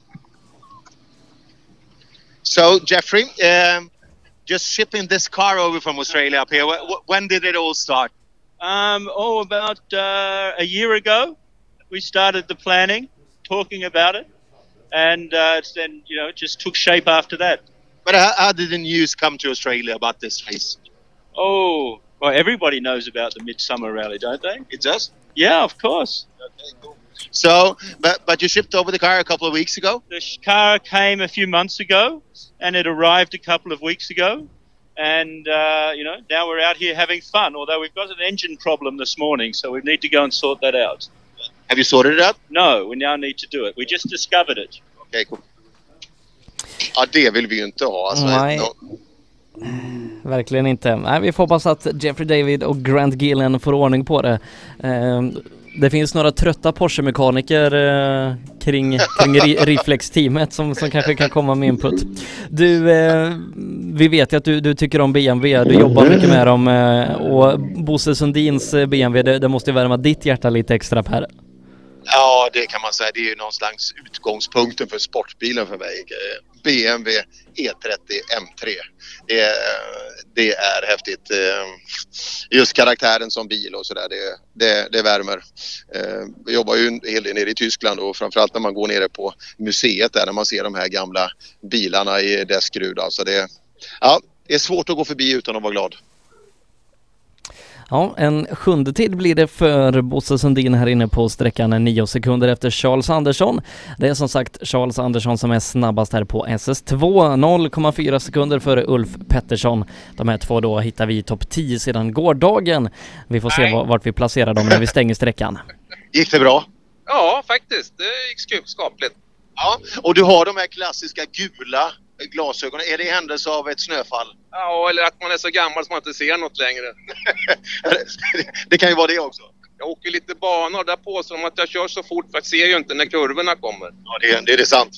So, Jeffrey, um, just shipping this car over from Australia up here. Wh- when did it all start? Um, oh, about uh, a year ago, we started the planning, talking about it, and uh, then, you know, it just took shape after that. But how, how did the news come to Australia about this race? Oh, well, everybody knows about the Midsummer Rally, don't they? It does? Yeah, of course. Okay, cool. So, but, but you shipped over the car a couple of weeks ago? The sh- car came a few months ago, and it arrived a couple of weeks ago. And, uh, you know, now we're out here having fun, although we've got an engine problem this morning, so we need to go and sort that out. Have you sorted it out? No, we now need to do it. We just discovered it. Okay, cool. Ja, det vill vi ju inte ha. Alltså, Nej. no. Verkligen inte. Nej, vi får hoppas att Jeffrey David och Grant Gillan får ordning på det. Eh, det finns några trötta Porsche-mekaniker eh, kring, kring ri- Reflex-teamet som, som kanske kan komma med input. Du, eh, vi vet ju att du, du tycker om B M W. Du jobbar mycket med dem. Eh, och Bosse Sundins B M W, det, det måste ju värma ditt hjärta lite extra, Per. Ja, det kan man säga. Det är ju någon slags utgångspunkten för sportbilen för mig. B M W E trettio M tre. Det är, det är häftigt. Just karaktären som bil och sådär, det, det, det värmer. Jag jobbar ju en hel del nere i Tyskland och framförallt när man går nere på museet där när man ser de här gamla bilarna i dess skrud. Alltså det, ja, det är svårt att gå förbi utan att vara glad. Ja, en sjunde tid blir det för Bosse Sundin här inne på sträckan, nio sekunder efter Charles Andersson. Det är som sagt Charles Andersson som är snabbast här på S S två, noll komma fyra sekunder före Ulf Pettersson. De här två då hittar vi i topp tio sedan gårdagen. Vi får se vart vi placerar dem när vi stänger sträckan. Gick det bra? Ja, faktiskt. Det gick skapligt. Ja, och du har de här klassiska gula glasögonen. Är det i händelse av ett snöfall? Ja, eller att man är så gammal som man inte ser något längre. Det kan ju vara det också. Jag åker lite banor, där påstår de att jag kör så fort för att ser ju inte när kurvorna kommer. Ja, det är det, är det sant.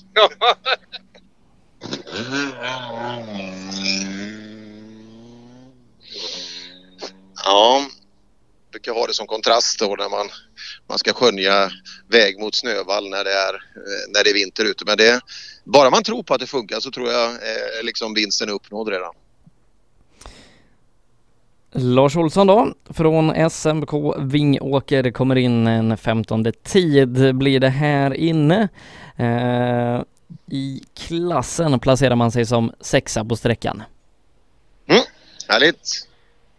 Ja, brukar ha det som kontrast då när man, man ska skönja väg mot snövall när det är, när det är vinter ute. Men det, bara man tror på att det funkar så tror jag eh, liksom vinsten är uppnådd redan. Lars Olsson då, från S M K Vingåker, kommer in en femtonde tid blir det här inne. Eh, I klassen placerar man sig som sexa på sträckan. Mm, härligt.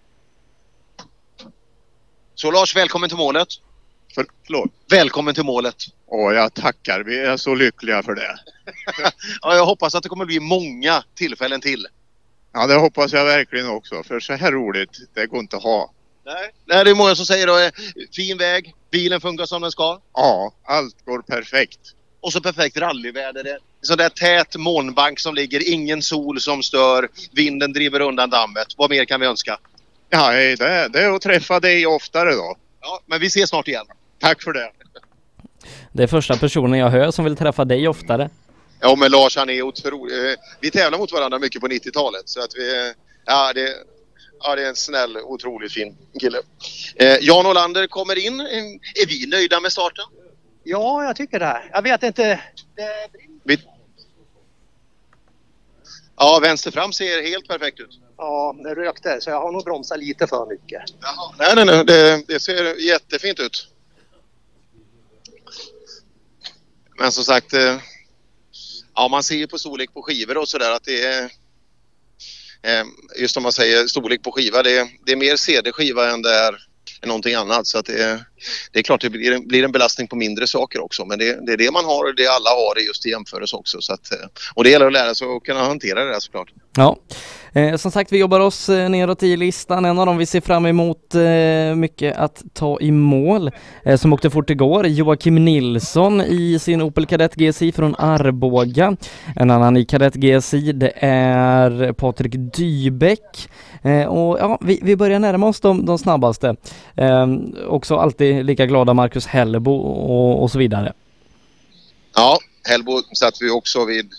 Så Lars, välkommen till målet. För, förlåt. Välkommen till målet. Åh, jag tackar. Vi är så lyckliga för det. Ja, jag hoppas att det kommer bli många tillfällen till. Ja, det hoppas jag verkligen också. För så här roligt, det går inte att ha. Nej, Nej det är många som säger då, fin väg, bilen funkar som den ska. Ja, allt går perfekt. Och så perfekt rallyväder. Det. Så där tät molnbank som ligger, ingen sol som stör, vinden driver undan dammet. Vad mer kan vi önska? Ja, det, det är att träffa dig oftare då. Ja, men vi ses snart igen. Tack för det. Det är första personen jag hör som vill träffa dig oftare. Ja, men Lars, han är otrolig. Vi tävlar mot varandra mycket på nittiotalet. Så att vi, ja, det, ja, det är en snäll, otroligt fin kille. Eh, Jan Olander kommer in. Är vi nöjda med starten? Ja, jag tycker det. Jag vet inte. Vi... Ja, vänster fram ser helt perfekt ut. Ja, det rökte så jag har nog bromsat lite för mycket. Jaha. Nej, nej, nej. Det, det ser jättefint ut. Men som sagt, ja, man ser ju på storlek på skivor och sådär att det är, just om man säger storlek på skiva, det är, det är mer C D-skiva än det är någonting annat. Så att det, är, det är klart det blir en, blir en belastning på mindre saker också. Men det, det är det man har och det alla har just i jämförelse också. Så att, och det gäller att lära sig att kunna hantera det där såklart. Ja, eh, som sagt vi jobbar oss eh, neråt i listan. En av dem vi ser fram emot eh, mycket att ta i mål. Eh, som åkte fort igår, Joakim Nilsson i sin Opel Kadett G S I från Arboga. En annan i Kadett G S I det är Patrik Dybeck. Eh, och ja, vi, vi börjar närma oss de, de snabbaste. Eh, också alltid lika glada Marcus Hellebo och, och så vidare. Ja, Hellebo satt vi också vid.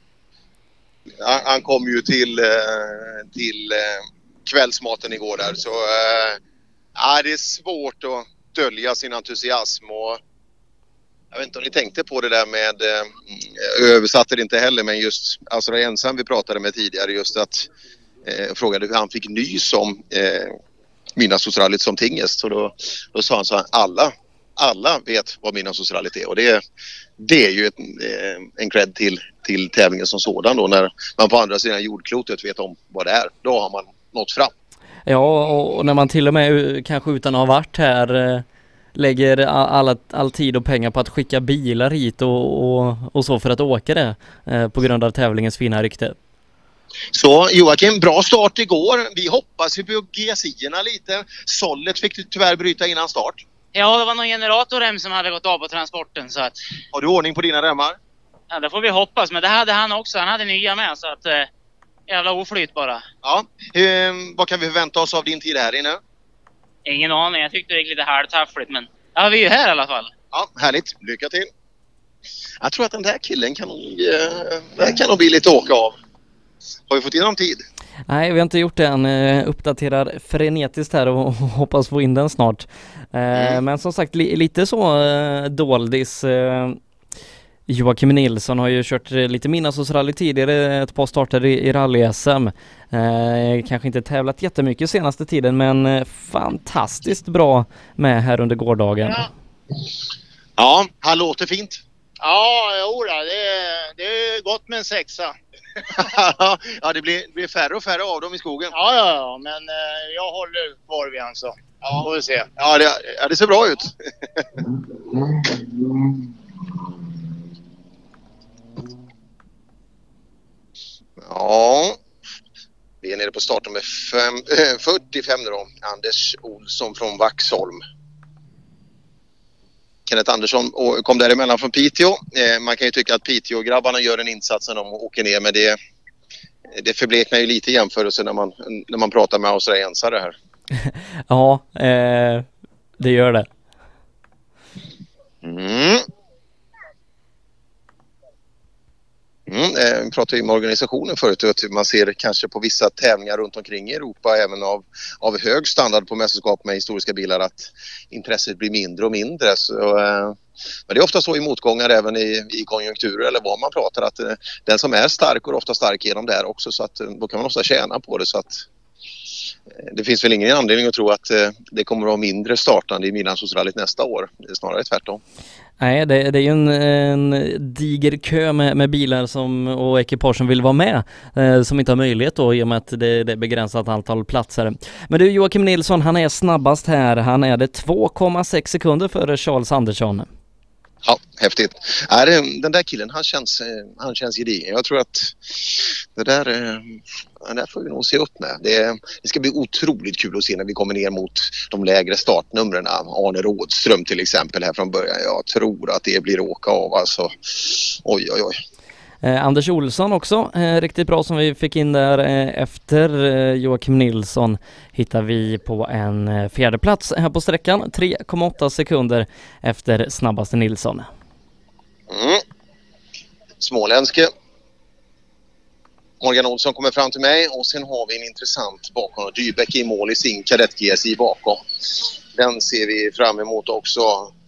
Han, han kom ju till, till kvällsmaten igår där. Så ja, det är svårt att dölja sin entusiasm. Och jag vet inte om ni tänkte på det där med, jag översatte det inte heller, men just alltså det ensam vi pratade med tidigare, just att eh, frågade hur han fick nys om eh, Midnattssolsrallyt som tingest. Så då, då sa han så här, alla, alla vet vad Midnattssolsrallyt är. Och det, det är ju ett, eh, en cred till, till tävlingen som sådan då, när man på andra sidan jordklotet vet om vad det är. Då har man nått fram. Ja, och när man till och med kanske utan att ha varit här eh, lägger all, all tid och pengar på att skicka bilar hit och, och, och så för att åka det eh, på grund av tävlingens fina rykte. Så Joakim, bra start igår. Vi hoppas ju på G S I-erna lite. Sollet fick du tyvärr bryta innan start. Ja, det var någon generatorrem som hade gått av på transporten. Så att... Har du ordning på dina remmar? Ja, det får vi hoppas. Men det hade han också. Han hade nya med, så att... Eh, jävla oflyt bara. Ja. Hur, vad kan vi förvänta oss av din tid här inne? Ingen aning. Jag tyckte det gick lite halvtaffligt, men... Ja, vi är ju här i alla fall. Ja, härligt. Lycka till. Jag tror att den där killen kan nog... Eh, kan nog bli lite åka av. Har vi fått in någon tid? Nej, vi har inte gjort det än. Uppdaterar frenetiskt här och hoppas få in den snart. Mm. Men som sagt, li- lite så äh, doldis. Äh, Joakim Nilsson har ju kört lite Midnattssolsrally tidigare, ett par starter i, i rally-S M. Äh, kanske inte tävlat jättemycket senaste tiden, men äh, fantastiskt bra med här under gårdagen. Ja, ja, han låter fint. Ja, jodå, det är, det är gott med en sexa. Ja, det blir, blir färre och färre av dem i skogen. Ja, ja, ja, men eh, jag håller kvar vid han så. Ja, får vi se. Ja, det, ja, det ser bra ut. Ja, vi är nere på starten med fem, äh, fyrtiofem nu då. Anders Olsson från Vaxholm. Kenneth Andersson kom däremellan från Piteå. Eh, man kan ju tycka att Piteå-grabbarna gör en insats när de åker ner, men det, det förbleknar ju lite i jämförelse när man, när man pratar med australiensare här. Ja, eh, det gör det. Mm. Mm, eh, vi pratade ju med organisationen förut och man ser kanske på vissa tävlingar runt omkring i Europa även av, av hög standard på mästerskap med historiska bilar att intresset blir mindre och mindre. Så, eh, men det är ofta så i motgångar även i, i konjunkturer eller vad man pratar att eh, den som är stark går ofta stark genom det här också, så att eh, då kan man ofta tjäna på det. Så att det finns väl ingen anledning att tro att eh, det kommer att vara mindre startande i Midnattssolsrallyt nästa år. Det är snarare tvärtom. Nej, det, det är ju en, en diger kö med, med bilar som, och ekipage som vill vara med, eh, som inte har möjlighet då i och med att det, det är begränsat antal platser. Men du, Joakim Nilsson, han är snabbast här. Han är det två komma sex sekunder före Charles Andersson. Ja, häftigt. Är den där killen, han känns, han känns gedigen. Jag tror att det där, det där får vi nog se upp med. Det, det ska bli otroligt kul att se när vi kommer ner mot de lägre startnumren. Arne Rådström till exempel här från början. Jag tror att det blir åka av. Alltså. Oj, oj, oj. Eh, Anders Olsson också, eh, riktigt bra som vi fick in där eh, efter eh, Joakim Nilsson hittar vi på en eh, fjärde plats här på sträckan, tre komma åtta sekunder efter snabbaste Nilsson. Mm. Småländske. Morgan Olsson kommer fram till mig och sen har vi en intressant bakom. Dybeck i mål i sin kadett G S I bakom. Den ser vi fram emot också.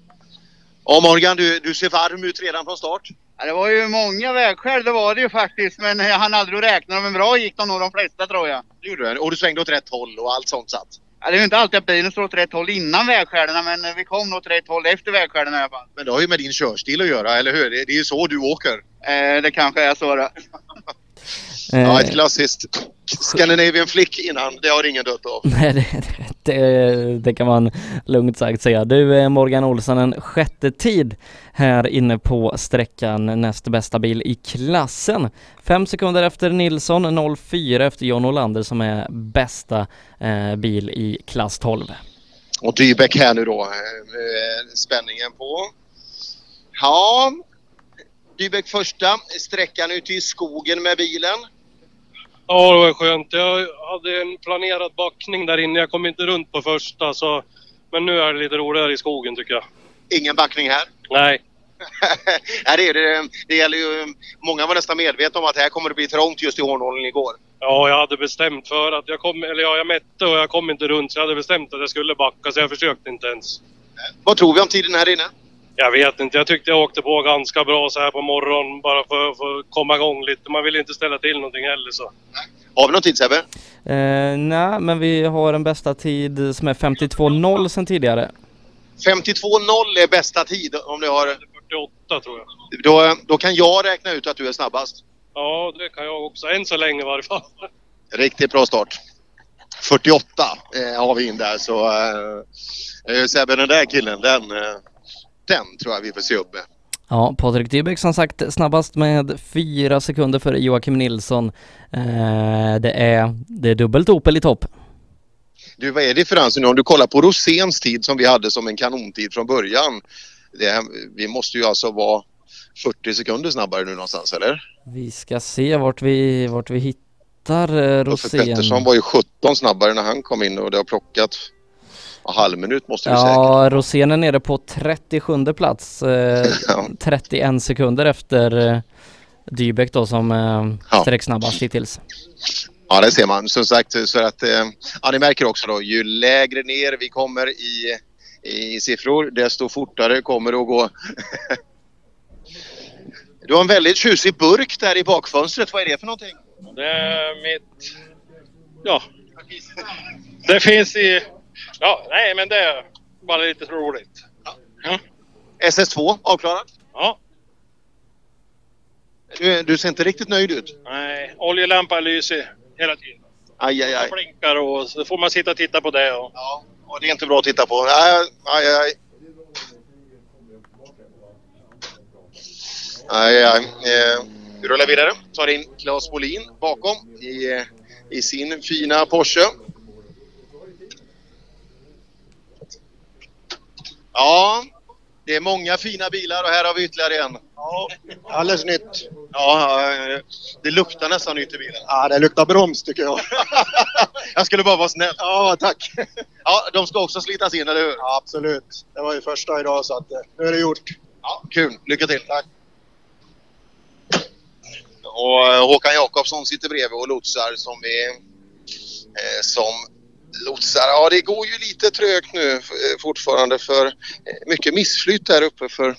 Ja Morgan, du, du ser varm ut redan från start. Ja, det var ju många vägskäl, det var det ju faktiskt. Men jag hann aldrig räkna, men bra gick de nog de flesta tror jag. Det gjorde du, och du svängde åt rätt håll och allt sånt satt. Ja, det är ju inte alltid att bilen står åt rätt håll innan vägskälen, men vi kom nog åt rätt håll efter vägskälen i alla fall. Men det har ju med din körstil att göra, eller hur? Det, det är ju så du åker. Eh, det kanske är så då. Ja, ett klassiskt Scandinavian flick innan, det har ingen dött av. Nej, det, det, det kan man lugnt sagt säga. Du är Morgan Olsson, en sjätte tid här inne på sträckan, näst bästa bil i klassen. Fem sekunder efter Nilsson, noll fyra efter John Olander som är bästa eh, bil i klass tolv. Och Dybeck här nu då, eh, spänningen på. Ja, Dybeck första, sträckan ute i skogen med bilen. Ja, det var skönt. Jag hade en planerad backning där inne. Jag kom inte runt på första, så... men nu är det lite roligare i skogen tycker jag. Ingen backning här? Nej. Nej, det är det. Det gäller ju... Många var nästan medvetna om att här kommer det bli trångt just i Hornålen igår. Ja, jag hade bestämt för att jag kom... Eller ja, jag mätte och jag kom inte runt, så jag hade bestämt att jag skulle backa, så jag försökte inte ens. Vad tror vi om tiden här inne? Jag vet inte. Jag tyckte jag åkte på ganska bra så här på morgonen, bara för, för att komma igång lite. Man vill inte ställa till någonting heller så. Har vi någon tid, Sebbe? Eh, nej, men vi har en bästa tid som är femtiotvå noll sedan tidigare. femtiotvå noll är bästa tid om du har... fyrtioåtta tror jag. Då, då kan jag räkna ut att du är snabbast. Ja, det kan jag också. Än så länge i varje fall. Riktigt bra start. fyrtioåtta eh, har vi in där, så eh, Sebbe, den där killen, den... Eh, Den tror jag vi får se upp med. Ja, Patrik Dybeck som sagt snabbast med fyra sekunder för Joakim Nilsson. Eh, det, är, det är dubbelt Opel i topp. Du, vad är differensen nu? Om du kollar på Roséns tid som vi hade som en kanontid från början. Det, vi måste ju alltså vara fyrtio sekunder snabbare nu någonstans, eller? Vi ska se vart vi, vart vi hittar eh, Rosén. För Pettersson var ju sjutton snabbare när han kom in och det har plockat... halv minut måste du ja, säkert. Ja, Rosén är nere på trettiosjunde plats. Eh, trettioen sekunder efter eh, Dybeck då som eh, ja. sträck snabbast hittills. Ja, det ser man. Som sagt, så att eh, ja, ni märker också då, ju lägre ner vi kommer i, i siffror, desto fortare kommer det att gå. Du har en väldigt tjusig burk där i bakfönstret. Vad är det för någonting? Det är mitt... Ja. Det finns i... Ja, nej, men det är bara lite roligt. Ja. Ja. S S två, avklarat? Ja. Du, du ser inte riktigt nöjd ut. Nej, oljelampan lyser hela tiden. Aj, aj, aj. Det blinkar och så får man sitta och titta på det. Och... Ja, och det är inte bra att titta på. Aj, aj, aj. Aj, aj. Eh, vi rullar vidare. Tar in Claes Bolin bakom i, i sin fina Porsche. Ja, det är många fina bilar och här har vi ytterligare en. Ja, alldeles nytt. Ja, det luktar nästan nytt i bilen. Ja, det luktar broms tycker jag. Jag skulle bara vara snäll. Ja, tack. Ja, de ska också slitas in, eller hur? Ja, absolut. Det var ju första idag så att nu är det gjort. Ja, kul. Lycka till. Tack. Och Håkan Jakobsson sitter bredvid och lotsar som är eh, som lotsar. Ja, det går ju lite trögt nu fortfarande för mycket missflytt där uppe för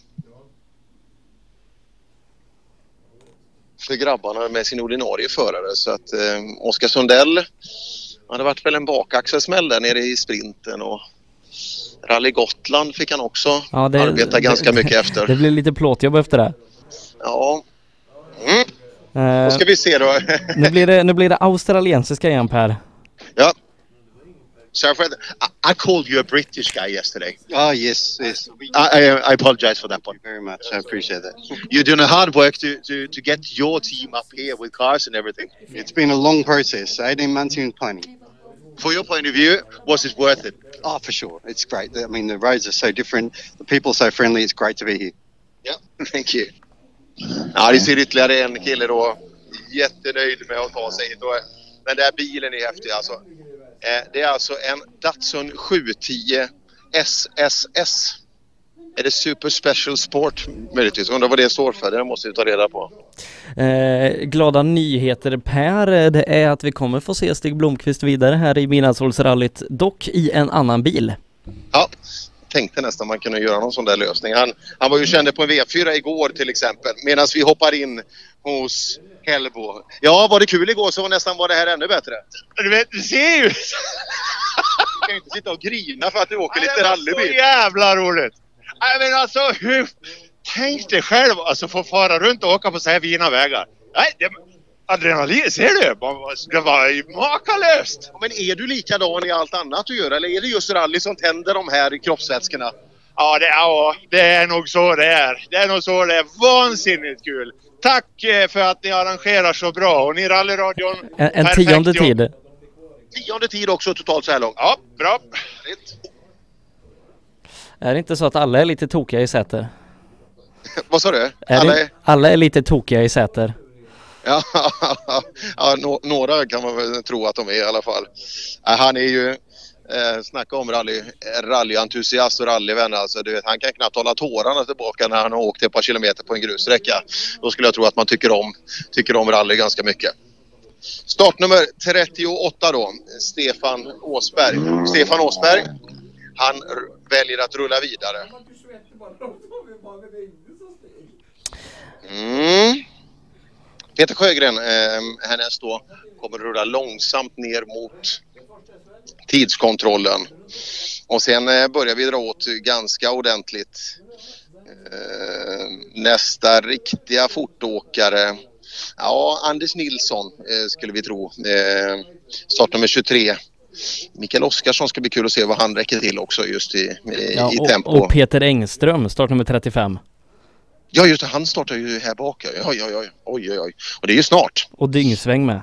för grabbarna med sin ordinarie förare. Så att eh, Oskar Sundell Ja, det varit väl en bakaxelsmäll där nere i sprinten och Rally Gotland fick han också ja, det, arbeta ganska det, mycket efter. Det blir lite plåtjobb efter det. Ja. Mm. Uh, Då ska vi se då. nu, blir det, nu blir det australiensiska igen, Per. Ja. So Fred, I, I called you a British guy yesterday. Oh, yes, yes. I, I, I apologize for that one. Thank you very much. I appreciate that. You're doing a hard work to, to, to get your team up here with cars and everything. It's been a long process, eighteen months in planning. For your point of view, was it worth it? Oh, for sure. It's great. I mean, the roads are so different. The people are so friendly. It's great to be here. Yeah, thank you. Ja, det ser ytterligare en kille då. Jättenöjd med att ta sig hit. Men den här bilen är häftig alltså. Det är alltså en Datsun sju tio S S S. Är det Super Special Sport möjligtvis? Undrar vad det står för, det måste vi ta reda på. Eh, glada nyheter, Per, det är att vi kommer få se Stig Blomqvist vidare här i Midnattssolsrallyt, dock i en annan bil. Ja, tänkte nästan man kunde göra någon sån där lösning. Han, han var ju känd på en V fyra igår till exempel, medan vi hoppar in hos Hellbo. Ja, var det kul igår så nästan var det här ännu bättre. Du vet, du ser ju! Du kan ju inte sitta och grina för att du åker lite rallybil. Det är så jävla roligt! Jag menar alltså, hur... Tänk dig själv alltså få fara runt och åka på så här fina vägar. Nej, det... Adrenalin, ser du? Det var ju makalöst! Men är du likadan i allt annat du gör? Eller är det just rally som tänder de här kroppsvätskorna? Ja, det, ja, det är nog så det är. Det är nog så det är. Vansinnigt kul! Tack för att ni arrangerar så bra. Och ni rallyradion... En, en tionde tid. Jobb. Tionde tid också totalt så här långt. Ja, bra. Är det inte så att alla är lite tokiga i Säter? Vad sa du? Är alla, det, är... alla är lite tokiga i Säter. Ja, ja no, några kan man väl tro att de är i alla fall. Ja, han är ju... Eh, snacka om rally, rallyentusiast och rallyvän alltså, du vet, han kan knappt hålla tårarna tillbaka när han har åkt ett par kilometer på en grussträcka. Då skulle jag tro att man tycker om, tycker om rally ganska mycket. Startnummer trettioåtta då, Stefan Åsberg. Stefan Åsberg, han r- väljer att rulla vidare. Mm. Peter Sjögren eh, härnäst då kommer rulla långsamt ner mot tidskontrollen. Och sen eh, börjar vi dra åt ganska ordentligt. Eh, nästa riktiga fortåkare. Ja, Anders Nilsson eh, skulle vi tro. Eh, startnummer tjugotre. Mikael Oskarsson ska bli kul att se vad han räcker till också just i, i, ja, i och, tempo. Och Peter Engström, startnummer trettiofem. Ja, just det. Han startar ju här bak. Ja, ja, ja. Oj, oj, oj. Och det är ju snart. Och dyngsväng med.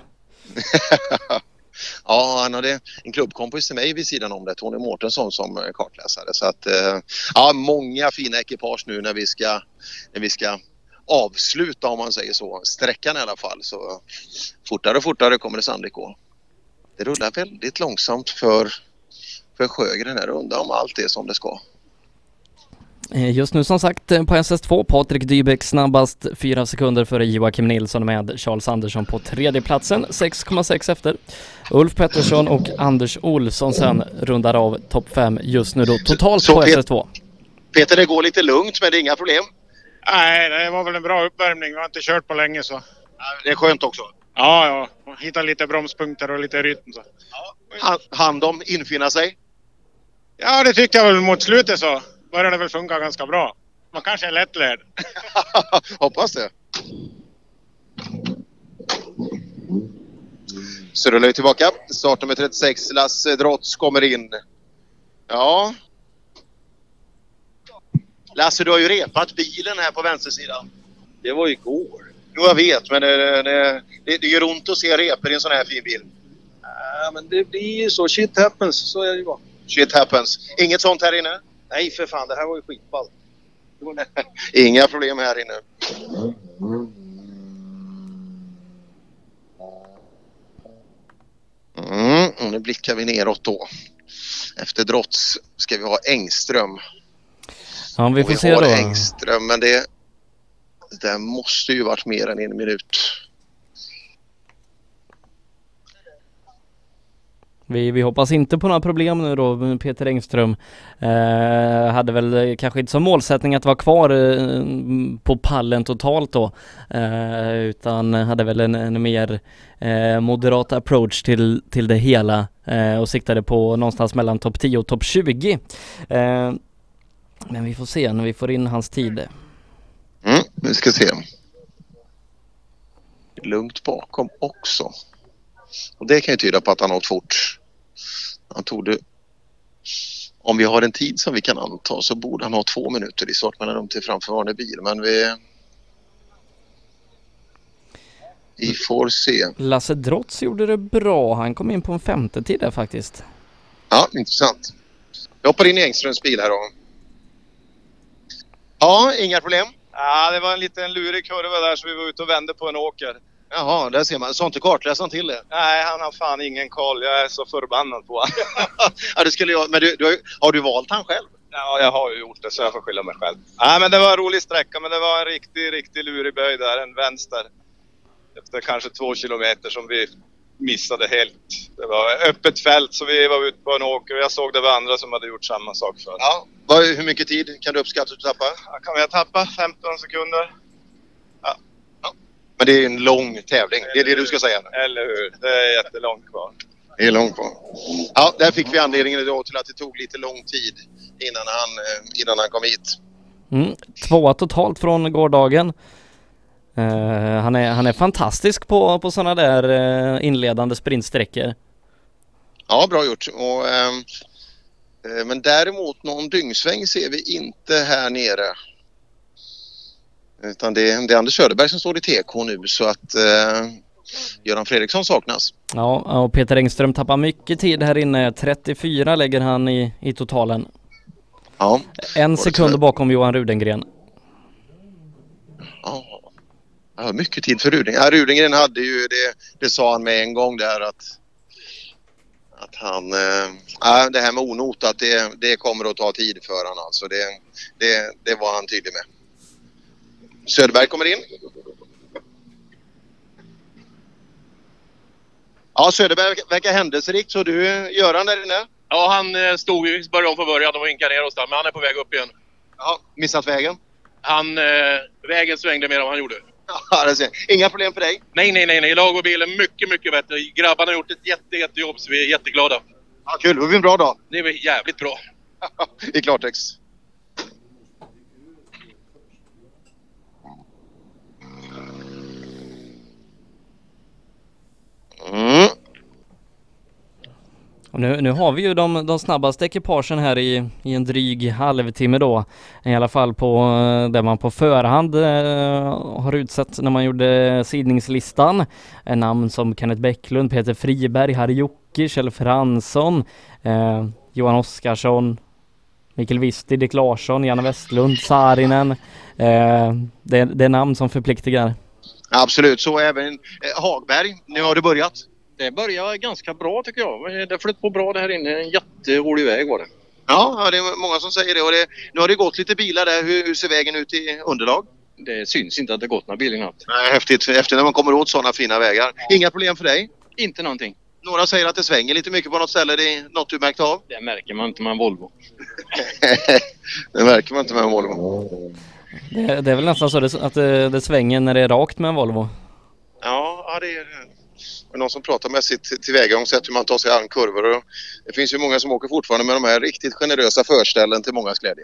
Ja, han hade en klubbkompis till mig vid sidan om det, Tony Mårtensson som kartläsare. Så att, ja, många fina ekipage nu när vi ska, när vi ska avsluta, om man säger så, sträckan i alla fall. Så fortare och fortare kommer det sannolikt gå. Det rullar väldigt långsamt för, för Sjögren här, undrar om allt är som det ska. Just nu som sagt på S S två, Patrik Dybeck snabbast, fyra sekunder före Joakim Nilsson med Charles Andersson på tredje platsen, sex komma sex efter. Ulf Pettersson och Anders Olsson sen rundar av topp fem just nu då totalt så, på Pet- S S två. Peter, det går lite lugnt men det är inga problem. Nej, det var väl en bra uppvärmning. Vi har inte kört på länge så. Det är skönt också. Ja, ja. Hitta lite bromspunkter och lite rytm så. Ja. Hand om infinna sig? Ja, det tyckte jag väl mot slutet så. Börjar det väl funka ganska bra. Man kanske är lättlärd. Hoppas det. Så rullar vi tillbaka. Startnummer trettiosex, Lasse Drotz kommer in. Ja. Lasse, du har ju repat bilen här på vänstersidan. Det var igår. Jo, jag vet, men det, det, det, det gör ont att se repor i en sån här fin bil. Ja, men det blir ju så. Shit happens, så är det ju bara. Shit happens. Inget sånt här inne? Nej, för fan, det här var ju skitball. Inga problem här inne. Mm, och nu blickar vi neråt då. Efter Drotz ska vi ha Engström. Ja, vi får vi se då. Engström, men det, det måste ju varit mer än en minut. Vi, vi hoppas inte på några problem nu då. Peter Engström eh, hade väl kanske inte som målsättning att vara kvar eh, på pallen totalt då, eh, utan hade väl en, en mer eh, moderat approach till, till det hela eh, och siktade på någonstans mellan topp tio och topp tjugo. Eh, men vi får se när vi får in hans tid. Mm, vi ska se. Lugnt bakom också. Och det kan ju tyda på att han har åkt fort. Han tog det. Om vi har en tid som vi kan anta så borde han ha två minuter i start mellan dem till framförvarande bil. Men vi... Vi får se. Lasse Drotz gjorde det bra. Han kom in på en femte tid där faktiskt. Ja, intressant. Jag hoppar in i Engströms bil här då. Ja, inga problem. Ja, det var en liten lurig kurva där så vi var ute och vände på en åker. Jaha, där ser man. Sånt inte kartläsaren till det. Nej, han har fan ingen koll. Jag är så förbannad på honom. Ja, det skulle jag. Men du, du har, har du valt han själv? Ja, jag har ju gjort det så jag får skylla mig själv. Nej, men det var en rolig sträcka, men det var en riktig, riktig lurig böj där. En vänster. Efter kanske två kilometer som vi missade helt. Det var öppet fält så vi var ute på en åker och jag såg det var andra som hade gjort samma sak för. Ja, vad, hur mycket tid kan du uppskatta att du tappar? Ja, kan jag tappa femton sekunder? Ja. Ja. Men det är en lång tävling, det är det du ska säga nu. Eller hur, det är jättelångt kvar. Det är långt kvar. Ja, där fick vi anledningen idag till att det tog lite lång tid innan han, innan han kom hit. Mm, tvåa totalt från gårdagen. Uh, han, är, han är fantastisk på, på sådana där uh, inledande sprintsträckor. Ja, bra gjort. Och, uh, men däremot någon dyngsväng ser vi inte här nere. Utan det, det är Anders Söderberg som står i T K nu så att uh, Göran Fredriksson saknas. Ja, och Peter Engström tappar mycket tid här inne. trettiofyra lägger han i, i totalen. Ja. En sekund bakom Johan Rudengren. Ja. Ja, mycket tid för Rudengren. Ja, Rudengren hade ju det, det sa han med en gång där att att han äh, det här med onotat det, det kommer att ta tid för han alltså. Det, det, det var han tydlig med. Söderberg kommer in. Ja, Söderberg verkar händelserikt så du gör han där inne? Ja, han stod ju började om från början och vinkade ner oss där, men han är på väg upp igen. Ja, missat vägen? Han, eh, vägen svängde mer än vad han gjorde. Ja, det ser. Inga problem för dig? Nej, nej, nej, nej. Lag och bilen mycket, mycket bättre. Grabbarna har gjort ett jätte, jättejobb så vi är jätteglada. Ja, kul. Det blir en bra dag. Det är jävligt bra. I klartext. Mm. Och nu, nu har vi ju de, de snabbaste ekipagen här i, i en dryg halvtimme då. I alla fall på där man på förhand eh, har utsett när man gjorde sidningslistan. En namn som Kenneth Bäcklund, Peter Friberg, Harry Jocke, Kjell Fransson, eh, Johan Oskarsson, Mikael Visti, Dick Larsson, Janne Westlund, Saarinen. Eh, det, det är namn som förpliktigar. Absolut, så även eh, Hagberg. Nu har du börjat. Det börjar ganska bra tycker jag. Det flöt på bra det här inne. En jätterolig väg var det. Ja, ja, det är många som säger det. Och det, nu har det gått lite bilar där. Hur, hur ser vägen ut i underlag? Det syns inte att det gått några bilar i natt. Nej, häftigt. Efter när man kommer åt sådana fina vägar. Inga problem för dig? Inte någonting. Några säger att det svänger lite mycket på något ställe. Det är något du märkt av? Det märker man inte med en Volvo. Det märker man inte med en Volvo. Det, det är väl nästan så att det, det svänger när det är rakt med en Volvo. Ja, ja det är det. Någon som pratar med sitt tillvägagångssätt hur man tar sig an kurvor. Och det finns ju många som åker fortfarande med de här riktigt generösa förställen till mångas glädje.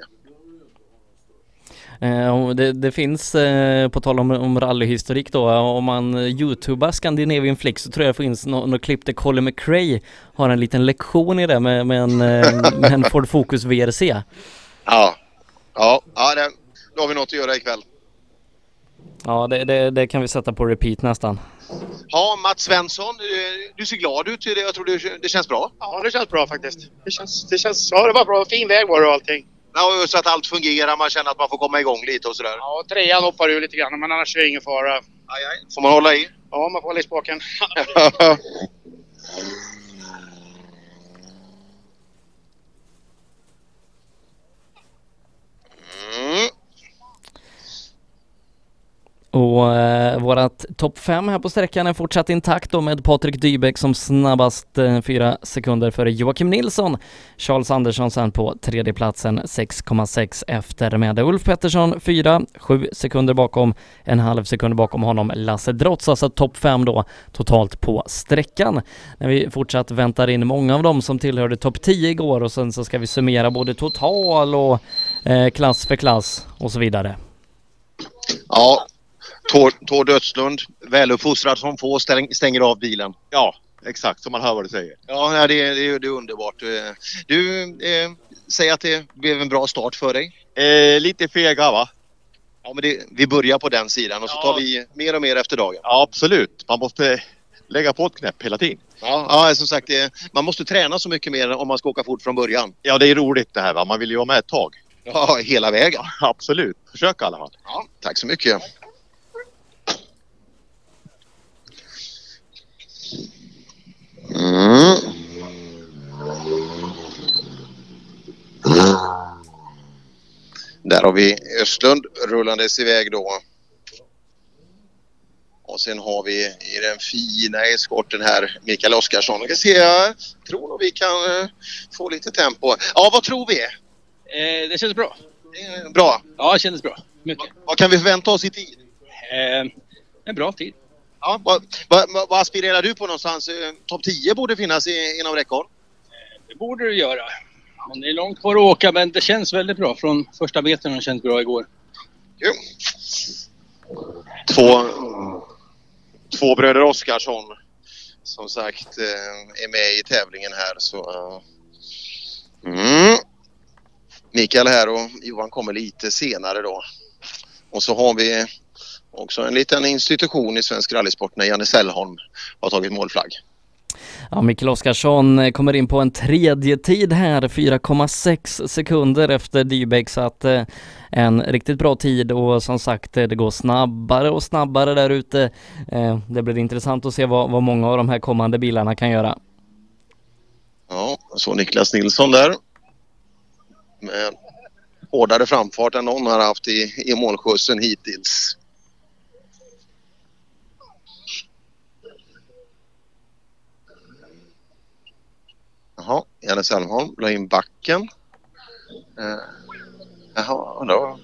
Eh, det, det finns, eh, på tal om, om rallyhistorik då, om man youtubar Scandinavian Flicks så tror jag det finns något no klipp där Colin McRae har en liten lektion i det med, med, en, med en Ford Focus V R C. Ja, ja, ja det, då har vi något att göra ikväll. Ja, det, det, det kan vi sätta på repeat nästan. Ja, Mats Svensson, du, du ser glad ut. Jag tror det, det känns bra. Ja, det känns bra faktiskt. Det känns, det känns, ja, det var bra. Fin väg var det och allting. Ja, så att allt fungerar. Man känner att man får komma igång lite och sådär. Ja, trean hoppar ur lite grann, men annars är det ingen fara. Aj, aj. Får man hålla i? Ja, man får hålla i spaken. Och Så eh, vårat topp fem här på sträckan är fortsatt intakt då, med Patrik Dybeck som snabbast, eh, fyra sekunder före Joakim Nilsson. Charles Andersson sen på tredje platsen, sex komma sex efter med Ulf Pettersson fyra, sju sekunder bakom, en halv sekund bakom honom Lasse Drotz. Alltså topp fem då totalt på sträckan. När vi fortsatt väntar in många av dem som tillhörde topp tio igår, och sen så ska vi summera både total och eh, klass för klass och så vidare. Ja, Tord Östlund, väluppfostrad som få, stäng, stänger av bilen. Ja, exakt, som man hör vad du säger. Ja, det är, det är, det är underbart. Du, eh, säger att det blev en bra start för dig? Eh, lite fega, va? Ja, men det, vi börjar på den sidan och så tar vi mer och mer efter dagen. Ja, absolut. Man måste lägga på ett knäpp hela tiden. Ja, ja som sagt, det, man måste träna så mycket mer om man ska åka fort från början. Ja, det är roligt det här, va? Man vill ju vara med ett tag. Ja, hela vägen. Ja, absolut. Försök i alla fall. Ja, tack så mycket. Mm. Där har vi Östlund rullandes iväg då. Och sen har vi i den fina eskorten här Mikael Oskarsson. Jag kan se, jag tror nog vi kan uh, få lite tempo. Ja, vad tror vi? Eh, det känns bra. Eh, bra? Ja, det känns bra. Mycket. Va, vad kan vi förvänta oss i tid? Eh, en bra tid. Ja, vad, vad, vad aspirerar du på någonstans? Topp tio borde finnas i, inom räckhåll. Det borde du göra. Men det är långt kvar att åka, men det känns väldigt bra. Från första metern har det känts bra igår. Jo. Två, två bröder Oskarsson som sagt är med i tävlingen här. Så, mm. Mikael här och Johan kommer lite senare då. Och så har vi också en liten institution i svensk rallysport när Janne Sällholm har tagit målflagg. Ja, Mikael Oskarsson kommer in på en tredje tid här, fyra komma sex sekunder efter Dybeck, så att eh, en riktigt bra tid, och som sagt det går snabbare och snabbare där ute. Eh, det blir intressant att se vad, vad många av de här kommande bilarna kan göra. Ja, så Niklas Nilsson där med hårdare framfart än någon har haft i, i målskjutsen hittills. Jaha, Janne Sällholm la in backen. Uh, jaha, då.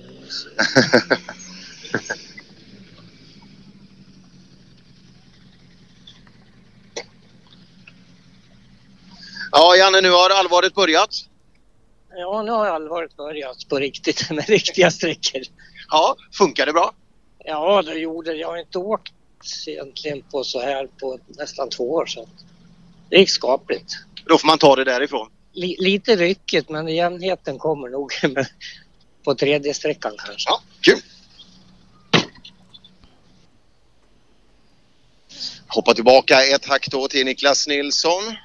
Ja, Janne, nu har allvaret börjat. Ja, nu har allvaret börjat på riktigt med riktiga sträckor. Ja, funkar det bra? Ja, det gjorde det. Jag har inte åkt egentligen på så här på nästan två år sedan. Det gick skapligt. Då får man ta det därifrån. L- lite ryckigt, men jämnheten kommer nog med, på tredje sträckan kanske. Ja, kul. Hoppa tillbaka ett hack då till Niklas Nilsson.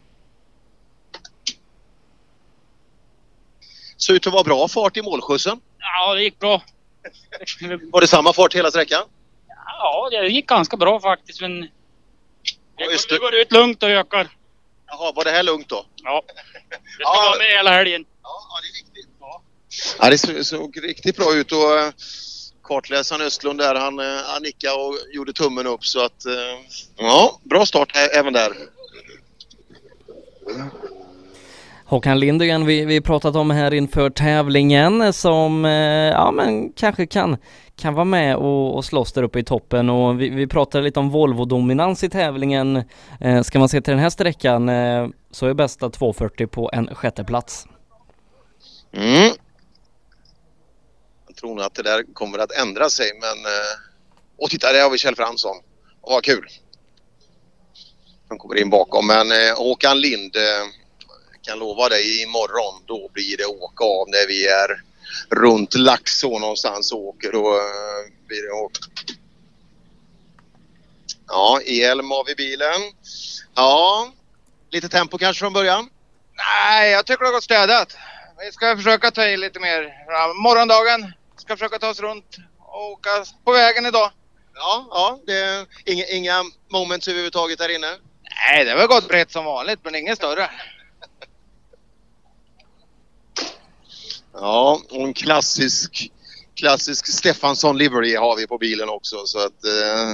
Så ut att vara bra fart i målskjutsen. Ja, det gick bra. Var det samma fart hela sträckan? Ja, det gick ganska bra faktiskt, men det ja, går, det går ut lugnt och ökar. Jaha, var det här lugnt då? Ja, det ska ja. vara med hela helgen. Ja, ja, det är viktigt. Ja, ja det såg, såg riktigt bra ut, och uh, kartläsaren Östlund där, han, uh, han nickade och gjorde tummen upp, så att uh, ja, bra start ä- även där. Håkan Lindgren, vi vi pratat om här inför tävlingen, som eh, ja men kanske kan kan vara med och, och slåss där uppe i toppen, och vi, vi pratade lite om Volvo-dominans i tävlingen. Eh, ska man se till den här sträckan eh, så är bästa två fyrtio på en sjätte plats. Mm. Jag tror nog att det där kommer att ändra sig, men eh, och titta, där har vi Kjell Fransson. Och vad kul. Han kommer in bakom, men eh, Håkan Lind eh, kan lova dig imorgon, då blir det åka av när vi är runt Laxå någonstans och åker, då uh, blir det åka. Ja, Elm har vi bilen. Ja, lite tempo kanske från början? Nej, jag tycker det har gått städat. Vi ska försöka ta i lite mer. Ja, morgondagen ska försöka ta oss runt och åka på vägen idag. Ja, ja, det är inga, inga moments överhuvudtaget där inne? Nej, det har gått brett som vanligt, men inget större. Ja, och en klassisk klassisk Stefansson livery har vi på bilen också. Så att, eh,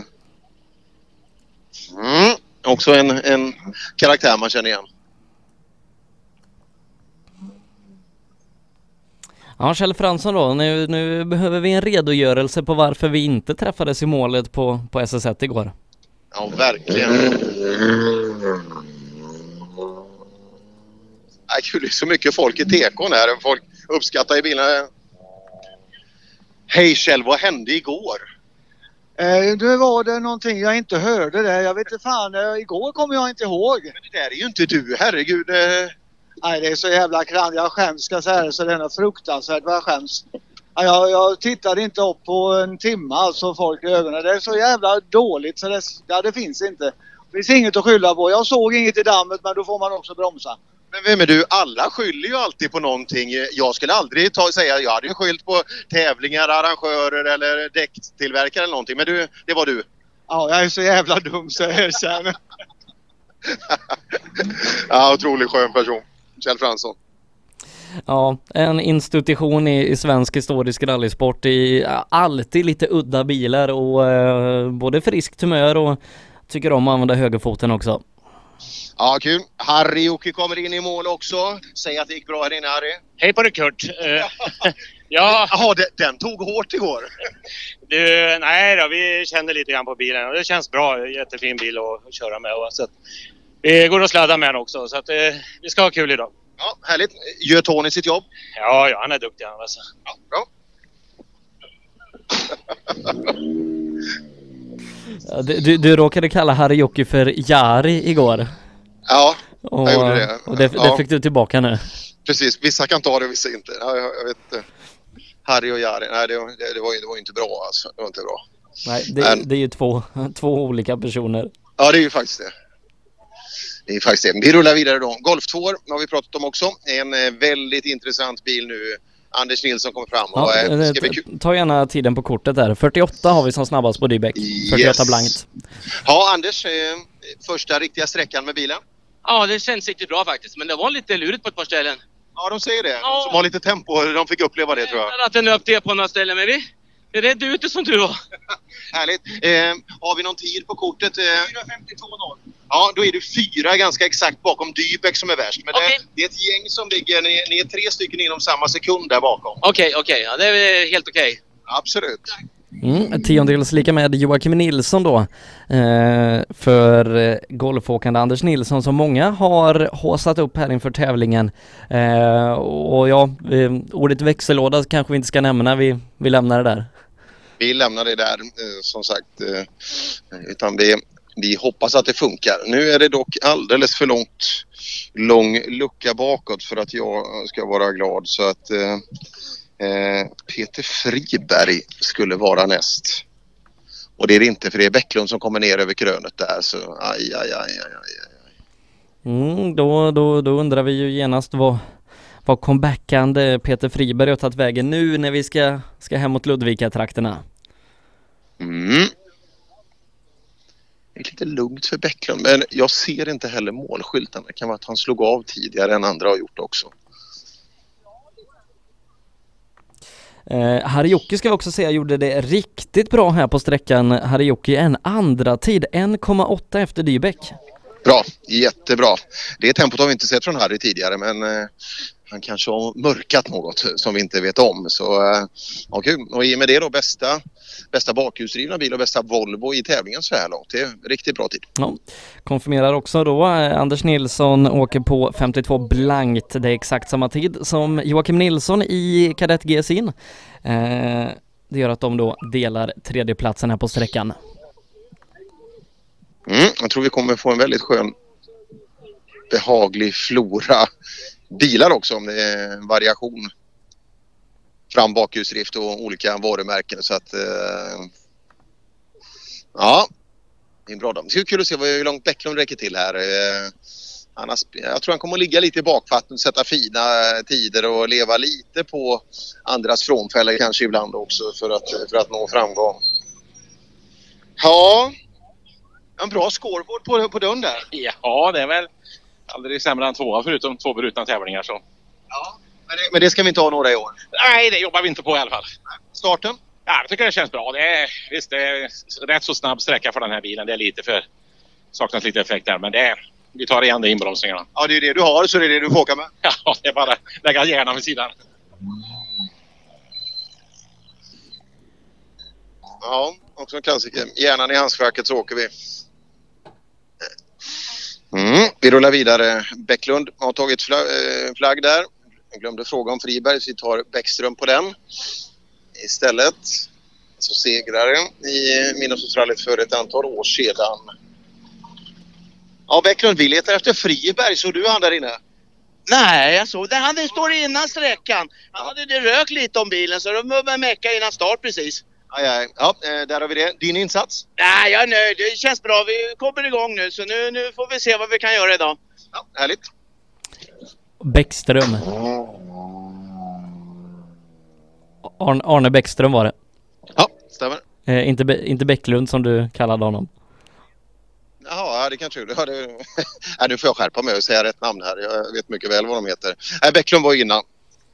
mm, också en, en karaktär man känner igen. Ja, Kjell Fransson då, nu, nu behöver vi en redogörelse på varför vi inte träffades i målet på, på S S ett igår. Ja, verkligen. Det är så mycket folk i tekon här. Folk uppskattar i bilarna. Hej Kjell, vad hände igår? Eh, det var det någonting jag inte hörde där. Jag vet inte fan, eh, igår kommer jag inte ihåg. Men det där är ju inte du, herregud. Eh... Nej, det är så jävla kran. Jag skäms, ska säga det, så det är fruktansvärt vad jag skäms. Ja, jag, jag tittade inte upp på en timme, alltså folk i ögonen. Det är så jävla dåligt så det, ja, det finns inte. Det finns inget att skylla på. Jag såg inget i dammet, men då får man också bromsa. Men vem är du? Alla skyller ju alltid på någonting. Jag skulle aldrig ta och säga jag hade ju skyllt på tävlingar, arrangörer eller däcktillverkare eller någonting. Men du, det var du. Ja, jag är så jävla dum så jag erkänner. Ja, otroligt skön person. Kjell Fransson. Ja, en institution i, i svensk historisk rallysport i alltid lite udda bilar och eh, både friskt humör och tycker om att använda högerfoten också. Ja, kul. Harry Jocke kommer in i mål också. Säg att det gick bra här inne, Harry. Hej på dig, Kurt. Uh, ja. Jaha, den, den tog hårt igår. Du, nej då, vi kände lite grann på bilen och det känns bra. Jättefin bil att, att köra med. Och, så att, vi går och sladdar med den också, så att uh, vi ska ha kul idag. Ja, härligt. Gör Tony sitt jobb? Ja, ja, han är duktig. Han, alltså. Ja, bra. Du, du råkade kalla Harry Jocke för Jari igår. Ja, och, jag gjorde det. Och det, ja. det fick du tillbaka nu. Precis, vissa kan ta det och vissa inte. Ja, jag, jag vet inte. Harry och Jari, nej det, det, det, var ju, det var ju inte bra alltså. Det var inte bra. Nej, det, Men, det är ju två, två olika personer. Ja, det är ju faktiskt det. Det är faktiskt det. Vi rullar vidare då. Golf två har vi pratat om också. En väldigt intressant bil nu. Anders Nilsson kommer fram. Ja, och, ska vi... Ta gärna tiden på kortet där. fyrtioåtta har vi som snabbast på Dybeck. fyrtioåtta yes. Blankt. Ja, Anders. Eh, första riktiga sträckan med bilen. Ja, det känns riktigt bra faktiskt. Men det var lite lurigt på ett par ställen. Ja, de säger det. Ja. Som har lite tempo. De fick uppleva det, tror jag. Jag att den nöp det på några ställen, men vi är rädd ute som du var. Härligt. Eh, har vi någon tid på kortet? Eh... fyra femtiotvå noll. Ja, då är det fyra ganska exakt bakom Dybeck som är värst. Men okay. det, det är ett gäng som ligger, ni, ni är tre stycken inom samma sekund där bakom. Okej, okay, okej. Okay. Ja, det är helt okej. Okay. Absolut. Mm, tiondels lika med Joakim Nilsson då. Eh, för eh, golfåkande Anders Nilsson som många har håsat upp här inför tävlingen. Eh, och ja, eh, ordet växellåda kanske vi inte ska nämna. Vi, vi lämnar det där. Vi lämnar det där, eh, som sagt. Eh, utan vi... Vi hoppas att det funkar. Nu är det dock alldeles för långt lång lucka bakåt för att jag ska vara glad. Så att eh, Peter Friberg skulle vara näst. Och det är det inte, för det är Bäcklund som kommer ner över krönet där. Så aj, aj, aj, aj, aj. Mm, då, då, då undrar vi ju genast vad, vad comebackande Peter Friberg har tagit vägen nu när vi ska, ska hem mot Ludvika-trakterna. Mm. Det är lite lugnt för Bäcklund, men jag ser inte heller målskylten. Det kan vara att han slog av tidigare än andra har gjort också. Eh, Harry Jocke ska vi också säga gjorde det riktigt bra här på sträckan. Harry Jocke en andra tid, en komma åtta efter Dybeck. Bra, jättebra. Det tempot har vi inte sett från Harry tidigare, men eh, han kanske har mörkat något som vi inte vet om. Så eh, ja, kul. Och i och med det då bästa bästa bakhjulsdrivna bil och bästa Volvo i tävlingen så här långt. Det är riktigt bra tid. Ja, konfirmerar också då eh, Anders Nilsson åker på femtiotvå blankt. Det är exakt samma tid som Joakim Nilsson i Kadett G sin. Eh, det gör att de då delar tredjeplatsen här på sträckan. Mm, jag tror vi kommer få en väldigt skön behaglig flora bilar också, om det är en variation fram bakhjulsdrift och olika varumärken, så att eh, ja, det är en bra dag. Det är kul att se hur långt Bäcklund räcker till här. Eh, annars, jag tror han kommer att ligga lite i bakvatten, sätta fina tider och leva lite på andras frånfällor kanske ibland också för att, för att nå framgång. Ja, en bra scoreboard på, på dörren där. Ja, det är väl aldrig sämre än tvåa förutom två brutna tävlingar. Så. Ja, men det, men det ska vi inte ha några i år. Nej, det jobbar vi inte på i alla fall. starten? Ja, jag tycker det känns bra. Det är, visst, det är rätt så snabb sträcka för den här bilen. Det är lite för... Saknas lite effekt där, men det är... Vi tar igen det i inbromsningarna. Ja, det är det du har, så det är det du får åka med. Ja, det är bara lägga hjärnan vid sidan. Ja, också en klassiker. Hjärnan i handskfacket så åker vi. Mm, vi rullar vidare. Bäcklund har tagit flagg, flagg där. Jag glömde fråga om Friberg, så vi tar Bäckström på den. Istället så segraren i Midnattssolsrallyt för ett antal år sedan. Ja, Bäcklund, vi letar efter Friberg, så du han där inne? Nej, jag såg det. Han står innan sträckan. Han hade det rök lite om bilen, så de behöver mecka innan start precis. Aj, aj. Ja, där har vi det. Din insats? Nej, jag är nöjd. Det känns bra. Vi kommer igång nu, så nu, nu får vi se vad vi kan göra idag. Ja, härligt. Bäckström. Arne, Arne Bäckström var det. Ja, stämmer. Eh, inte, Be- inte Bäcklund som du kallade honom. Jaha, det kanske du. Ja, det... Nej, nu får jag skärpa mig och säga rätt namn här. Jag vet mycket väl vad de heter. Nej, Bäcklund var innan.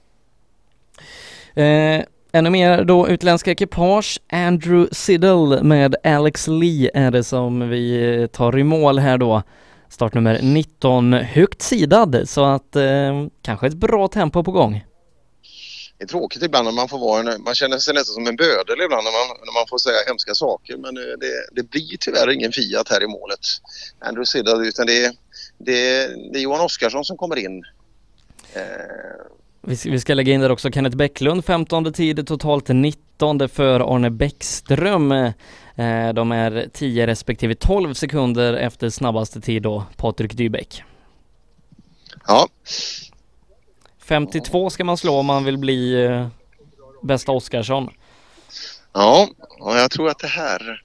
Eh, ännu mer då utländska ekipage. Andrew Siddle med Alex Lee är det som vi tar i mål här då. Startnummer nitton, högt sidad, så att eh, kanske ett bra tempo på gång. Det är tråkigt ibland när man får vara en, man känner sig nästan som en bödel ibland när man, när man får säga hemska saker, men det, det blir tyvärr ingen Fiat här i målet. Andrew Siddle, utan det, det, det är Johan Oskarsson som kommer in. Eh. Vi ska, vi ska lägga in där också Kenneth Bäcklund, femtonde tid, totalt nittonde för Arne Bäckström. Eh, de är tio respektive tolv sekunder efter snabbaste tid då, Patrik Dybeck. Ja. femtiotvå ska man slå om man vill bli eh, bästa Oskarsson. Ja, och jag tror att det här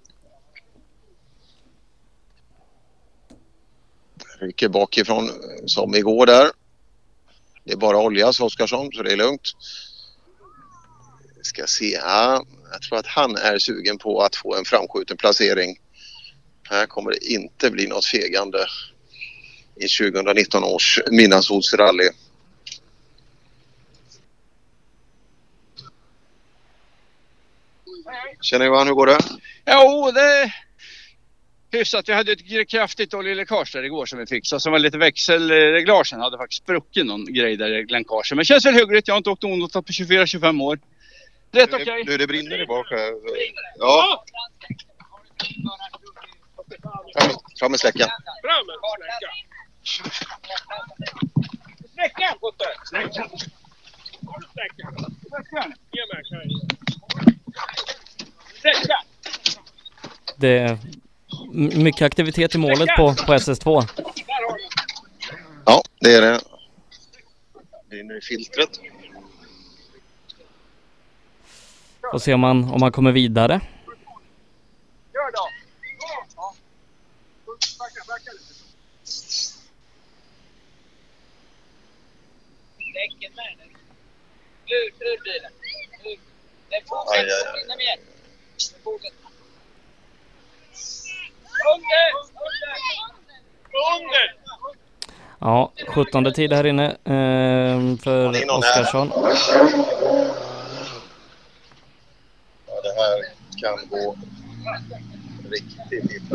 rycker bakifrån som igår där. Det är bara olja, så Oskarsson, så det är lugnt. Ska se här. Jag tror att han är sugen på att få en framskjuten placering. Här kommer det inte bli något fegande i tjugonitton års Midnattssolsrally. Känner Johan, hur går det? Jo, det hyfsat. Vi hade ett kraftigt oljeläckage där igår som vi fixade. Som var lite växelreglagen. Hade faktiskt spruckit någon grej där i läckagen. Men känns väl hyggligt. Jag har inte åkt onåtat på tjugofyra tjugofem år. Rätt okej. Okay. Nu det brinner i bak här. Ja. Fram, fram med släckan. Fram med släckan. Släckan, Botte. Släckan. Släckan. Släckan. Ge mig här. Släckan. Det är mycket aktivitet i målet på, på S S två. Ja, det är det. Det är nu i filtret. Och se om man, om man kommer vidare. Gör då. Däcken med den. Ur, ur bilen. Ur. Det fortsätter. Hinna med. Fortsätt. Under! Under! Under! Ja, sjuttonde tid här inne eh, för Oskarsson. Ja, det här kan gå riktigt illa.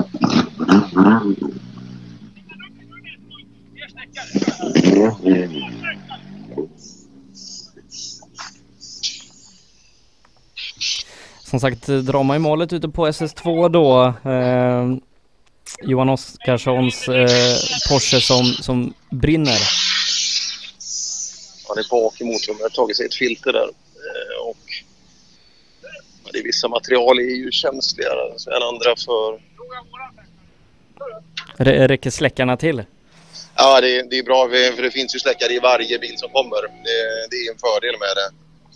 Som sagt, drama i målet ute på S S två då. Eh, Johan Oskarssons eh, Porsche som, som brinner. Han är bak i motorn, har tagit sig ett filter där. Eh, och ja, det är vissa material är ju känsligare än andra för... R- räcker släckarna till? Ja, det, det är bra, för det finns ju släckare i varje bil som kommer. Det, det är en fördel med det.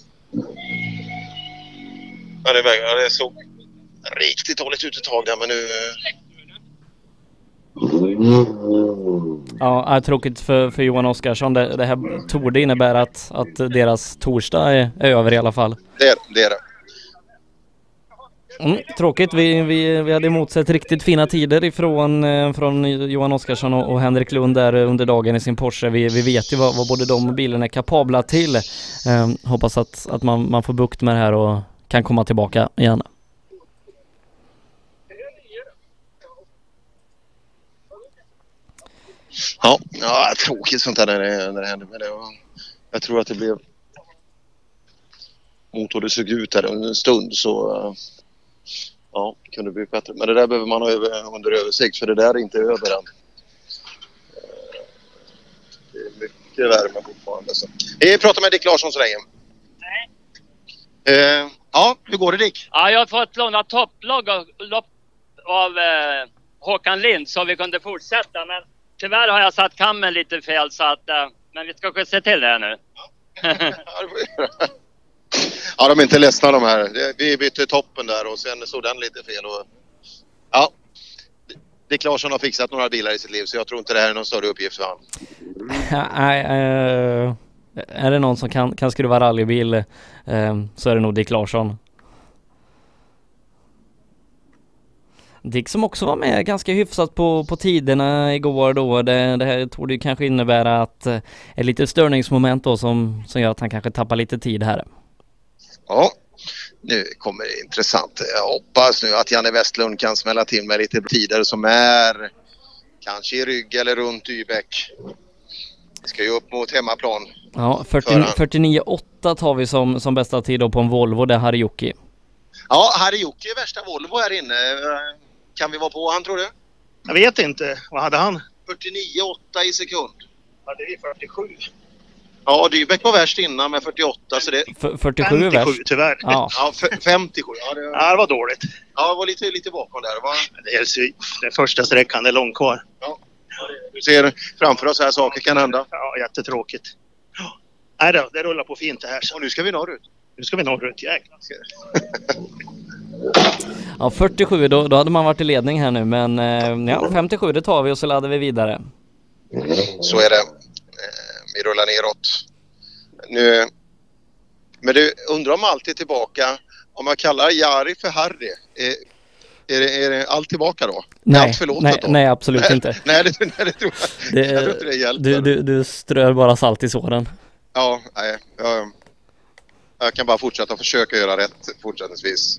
Ja, det, ja, det såg riktigt dåligt ut ett tag där, men nu... Ja, är tråkigt för, för Johan Oskarsson. Det, det här torde innebära att, att deras torsdag är, är över i alla fall. Det är det. Är det. Mm, tråkigt. Vi, vi, vi hade emotsett riktigt fina tider ifrån från Johan Oskarsson och, och Henrik Lund där under dagen i sin Porsche. Vi, vi vet ju vad, vad både de och bilen är kapabla till. Eh, hoppas att, att man, man får bukt med det här och kan komma tillbaka igen. Ja, ja tråkigt sånt här när det, när det händer. Men det var, jag tror att det blev mot hur det såg ut här en stund så ja, det kunde bli bättre. Men det där behöver man ha över, under översikt för det där är inte över än. Det är mycket värme fortfarande. Så. Vi pratar med Dick Larsson så länge. Nej. Eh, ja, hur går det Dick? Ja, jag har fått låna topplag av, av eh, Håkan Lind så vi kunde fortsätta. Men tyvärr har jag satt kammen lite fel så att, eh, men vi ska se till det här nu. Ja, de är inte ledsna de här. Vi bytte toppen där och sen stod den lite fel. Och... Ja, Dick Larsson har fixat några bilar i sitt liv så jag tror inte det här är någon större uppgift för han. Nej, äh, är det någon som kan, kan skruva rallybil äh, så är det nog Dick Larsson. Dick som också var med ganska hyfsat på, på tiderna igår då. Det, det här tog det kanske innebära att äh, ett litet störningsmoment då som, som gör att han kanske tappar lite tid här. Ja, nu kommer det intressant. Jag hoppas nu att Janne Westlund kan smälla till med lite tider som är kanske i rygg eller runt Ybäck. Vi ska ju upp mot hemmaplan. Ja, fyrtionio åtta tar vi som, som bästa tid då på en Volvo där Harjuki. Ja, Harjuki är värsta Volvo här inne. Kan vi vara på han tror du? Jag vet inte. Vad hade han? fyrtionio åtta i sekund. Ja, det är fyrtiosju. Ja, Dybeck var värst innan med fyrtioåtta så det... F- fyrtiosju är värst. femtiosju tyvärr. Ja, ja f- femtiosju. Ja det... ja, det var dåligt. Ja, det var lite, lite bakom där. Va? Det är den första sträckan, det är långt kvar. Ja. Du ser framför oss här saker kan hända. Ja, jättetråkigt. Ja. Nej då, det rullar på fint det här. Så. Och nu ska vi norrut. Nu ska vi norrut, jäklar. Ja, fyrtiosju, då, då hade man varit i ledning här nu. Men eh, ja, femtiosju det tar vi och så laddar vi vidare. Så är det. Vi rullar neråt. Nu, men du undrar om allt är tillbaka. Om jag kallar Jari för Harry, är, är, det, är det allt tillbaka då? Nej, allt förlåtet nej, då? nej absolut nej, inte. Nej, det, nej, det tror jag, det, jag tror inte det hjälper. Du, du, du strör bara salt i såren. Ja, nej. Jag, jag kan bara fortsätta försöka göra rätt fortsättningsvis.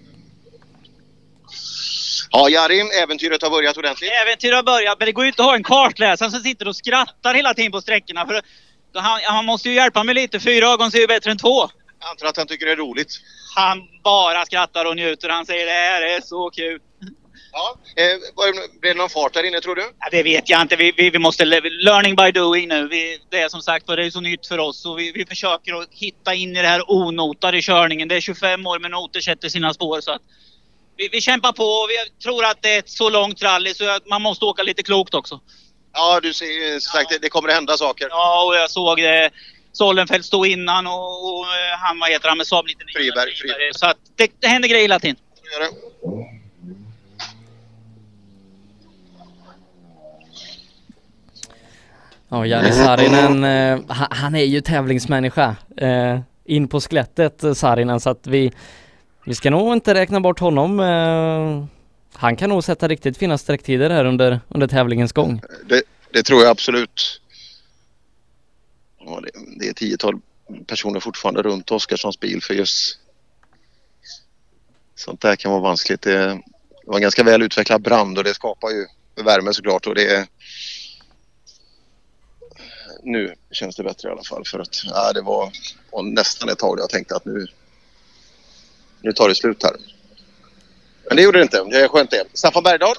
Ja, Jari, äventyret har börjat ordentligt. Äventyret har börjat, men det går ju inte att ha en kartläsare som sitter och skrattar hela tiden på sträckorna. För då han, han måste ju hjälpa mig lite. Fyra ögon ser ju bättre än två. Jag antar att han tycker det är roligt. Han bara skrattar och njuter. Han säger det här är så kul. Ja, eh, blir det någon fart där inne tror du? Ja, det vet jag inte. Vi, vi, vi måste learning by doing nu. Vi, det är som sagt, för det är så nytt för oss. Och vi, vi försöker att hitta in i det här onotade körningen. Det är tjugofem år med noter sätter sina spår. Så att vi, vi kämpar på och vi tror att det är ett så långt rally så att man måste åka lite klokt också. Ja, du ser som sagt, det, det kommer att hända saker. Ja, och jag såg det. Sollenfeld stod innan och, och han, vad heter han med Saab nittionio? Friberg, Friberg. Så att det, det händer grejer hela tiden. Gör det. Ja, Jari Saarinen, eh, han är ju tävlingsmänniska. Eh, in på skelettet Saarinen, så att vi, vi ska nog inte räkna bort honom. Eh, han kan nog sätta riktigt fina sträcktider här under, under tävlingens gång. Det, det tror jag absolut. Ja, det, det är tiotal personer fortfarande runt Oskarssons bil för just sånt där kan vara vanskligt. Det, det var en ganska väl utvecklad brand och det skapar ju värme såklart och det är nu känns det bättre i alla fall för att ja, det var, var nästan ett tag där jag tänkte att nu nu tar det slut här. Men det gjorde det inte. Det är skönt det. Staffan Bergdahl.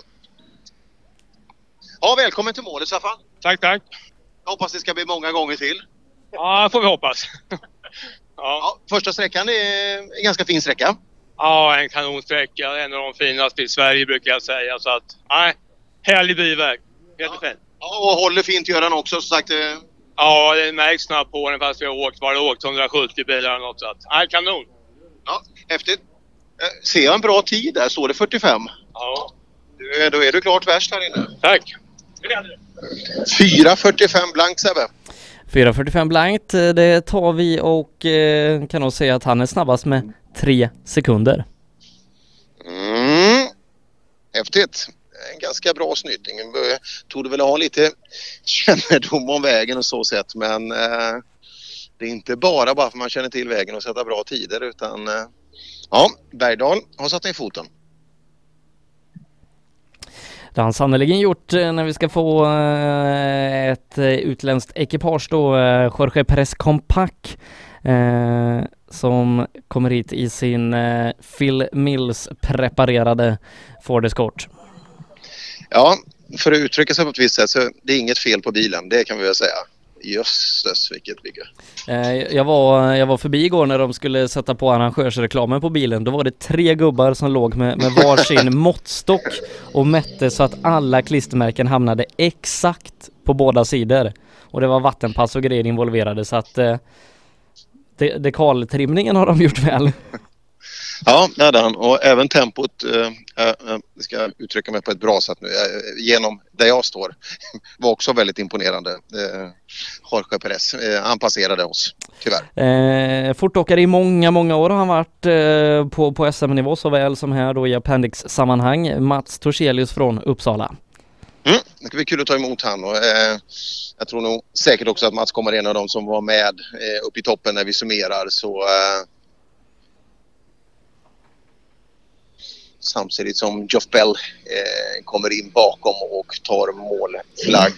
Ja, välkommen till målet Staffan. Tack, tack. Jag hoppas det ska bli många gånger till. Ja, får vi hoppas. ja. Ja, första sträckan är en ganska fin sträcka. Ja, en kanonsträcka. En av de finaste i Sverige brukar jag säga. Så att, nej, härlig byväg. Jättefint. Ja, och håller fint gör den också, så sagt. Eh... Ja, det märks snabbt på den fast vi har åkt, var det åkt hundrasjuttio bilar eller något så att, nej, kanon. Ja, häftigt. Eh, ser jag en bra tid där, står det fyrtiofem. Ja. Du, då är du klart värst här inne. Tack. fyra fyrtiofem blankt Sebbe. fyra fyrtiofem blankt, det tar vi och eh, kan nog säga att han är snabbast med tre sekunder. Mm. Häftigt. En ganska bra snyting. Tog du väl ha lite kännedom om vägen och så sätt, men eh, det är inte bara bara för man känner till vägen och sätta bra tider utan eh, Ja, Bergdahl har satt ner foten. Det har han sannoliken gjort när vi ska få ett utländskt ekipage då, Jorge Perez Compact, eh, som kommer hit i sin eh, Phil Mills preparerade Ford Escort. Ja, för att uttrycka sig på ett visst sätt så det är inget fel på bilen, det kan vi väl säga. Jösses, vilket bygge. Eh, jag, var, jag var förbi igår när de skulle sätta på arrangörsreklamen på bilen. Då var det tre gubbar som låg med, med varsin måttstock och mätte så att alla klistermärken hamnade exakt på båda sidor. Och det var vattenpass och grejer involverade, så att eh, de, dekaltrimningen har de gjort väl. Ja, det hade han. Och även tempot, äh, äh, det ska jag uttrycka mig på ett bra sätt nu, äh, genom där jag står, var också väldigt imponerande. Äh, Jorge Perez, äh, han passerade oss, tyvärr. Eh, fortåkare i många, många år har han varit eh, på, på S M-nivå såväl som här då i Appendix-sammanhang. Mats Torselius från Uppsala. Mm, det ska bli kul att ta emot han. Och, eh, jag tror nog säkert också att Mats kommer en av dem som var med eh, upp i toppen när vi summerar, så... Eh, samtidigt som Geoff Bell eh, kommer in bakom och tar målflagg.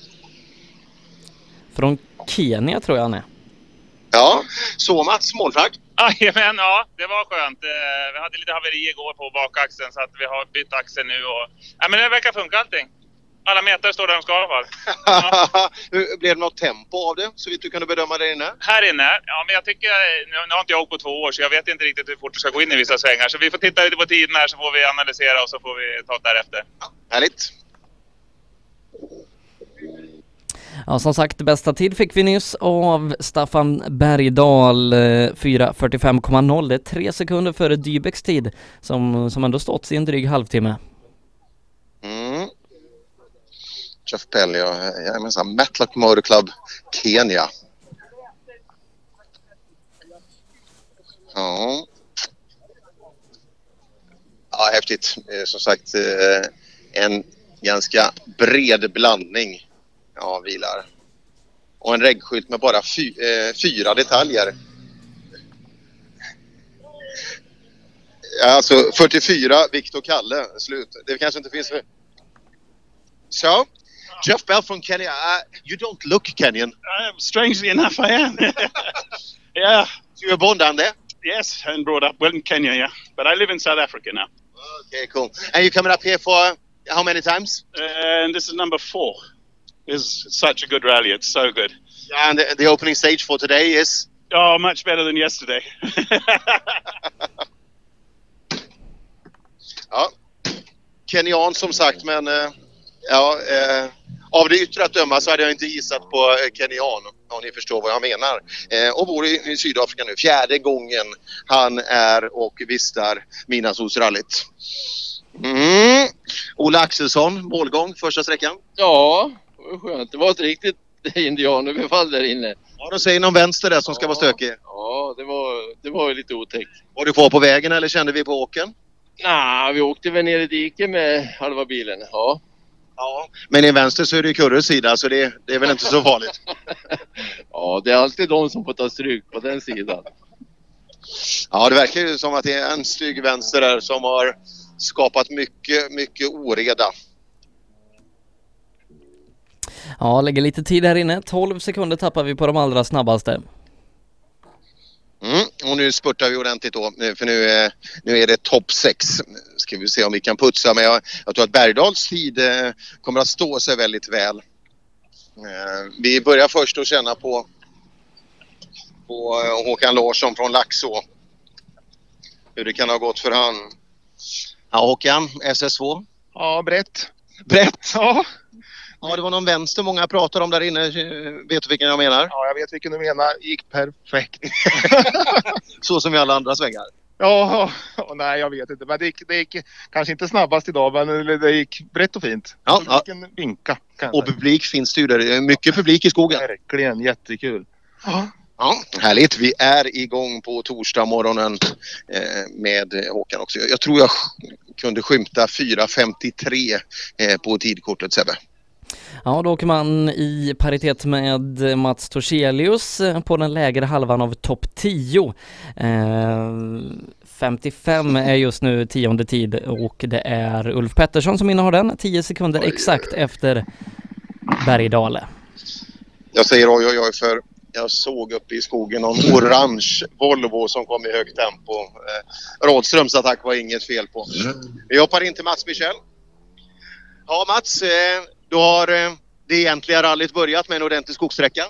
Från Kenya tror jag han är. Ja, så Mats, målflagg. Jajamän, ja, det var skönt. Vi hade lite haveri igår på bakaxeln så att vi har bytt axel nu. Och... Ja, men det verkar funka allting. Alla meter står där de ska i alla fall. Ja. Blev det något tempo av det så vitt du kunde bedöma det inne? Här inne? Ja, men jag tycker, nu har inte jag åkt på två år så jag vet inte riktigt hur fort det ska gå in i vissa svängar. Så vi får titta lite på tiden här så får vi analysera och så får vi ta det därefter. Ja, härligt. Ja, som sagt, bästa tid fick vi nyss av Staffan Bergdahl, fyra fyrtiofem komma noll. Det är tre sekunder före Dybecks tid som, som ändå stått i en dryg halvtimme. Mm. Geoff Bell, ja, jag är med sån Matlock Motor Club Kenya. Ja. Ja, häftigt. Som sagt, en ganska bred blandning av bilar. Och en reggskylt med bara fy, eh, fyra detaljer. Alltså fyrtiofyra, Victor Kalle, slut. Det kanske inte finns... So, Geoff Bell from Kenya. Uh, you don't look Kenyan. Uh, strangely enough, I am. Yeah. So you were born down there? Yes, and brought up well in Kenya, yeah. But I live in South Africa now. Okay, cool. And you coming up here for how many times? Uh, and this is number four. It's such a good rally. It's so good. Yeah, and the, the opening stage for today is? Oh, much better than yesterday. Ja, Kenyan som sagt, men uh, ja, uh, av det yttre att döma så hade jag inte gissat på uh, Kenyan, om ni förstår vad jag menar. Uh, och bor i, i Sydafrika nu. Fjärde gången han är och vistar Midnattssolsrallyt. Mm. Ola Axelsson, målgång, första sträckan. Ja, det var skönt. Det var ett riktigt indianerbefall där inne. Ja, de säger någon vänster där som ska ja, vara stökig. Ja, det var, det var ju lite otäckt. Var du kvar på vägen eller kände vi på åken? Nej, vi åkte väl ner i diket med halva bilen, ja. Ja, men i vänster så är det ju Kurres sida, så det, det är väl inte så farligt. Ja, det är alltid de som får ta stryk på den sidan. Ja, det verkar ju som att det är en stygg vänster där som har skapat mycket, mycket oreda. Ja, lägger lite tid här inne. tolv sekunder tappar vi på de allra snabbaste. Mm, och nu spurtar vi ordentligt då, för nu är, nu är det topp sex. Ska vi se om vi kan putsa, men jag, jag tror att Bergdahls tid eh, kommer att stå sig väldigt väl. Eh, vi börjar först att känna på, på eh, Håkan Larsson från Laxå. Hur det kan ha gått för han. Ja, Håkan, S S två. Ja, brett. Brett, ja. Ja, det var någon vänster många pratar om där inne. Vet du vilken jag menar? Ja, jag vet vilken du menar. Gick perfekt. Så som i alla andra svängar. Ja, oh, nej jag vet inte. Men det gick, det gick kanske inte snabbast idag, men det gick brett och fint. Ja, ja. En vinka. Och publik finns det ju där. Det är mycket publik i skogen. Verkligen, jättekul. Ja. Ja, härligt. Vi är igång på torsdag morgonen eh, med Håkan också. Jag tror jag kunde skymta fyra femtiotre eh, på tidkortet, Sebbe. Ja, då åker man i paritet med Mats Torselius på den lägre halvan av topp tio. Eh, femtiofem är just nu tionde tid och det är Ulf Pettersson som innehar den, tio sekunder exakt efter Bergdale. Jag säger oj oj oj för jag såg uppe i skogen någon orange Volvo som kom i högt tempo. Eh, Rådströms attack var inget fel på. Vi hoppar in till Mats Michel. Ja Mats, eh, då har eh, det egentliga rallyt börjat med en ordentlig skogssträcka.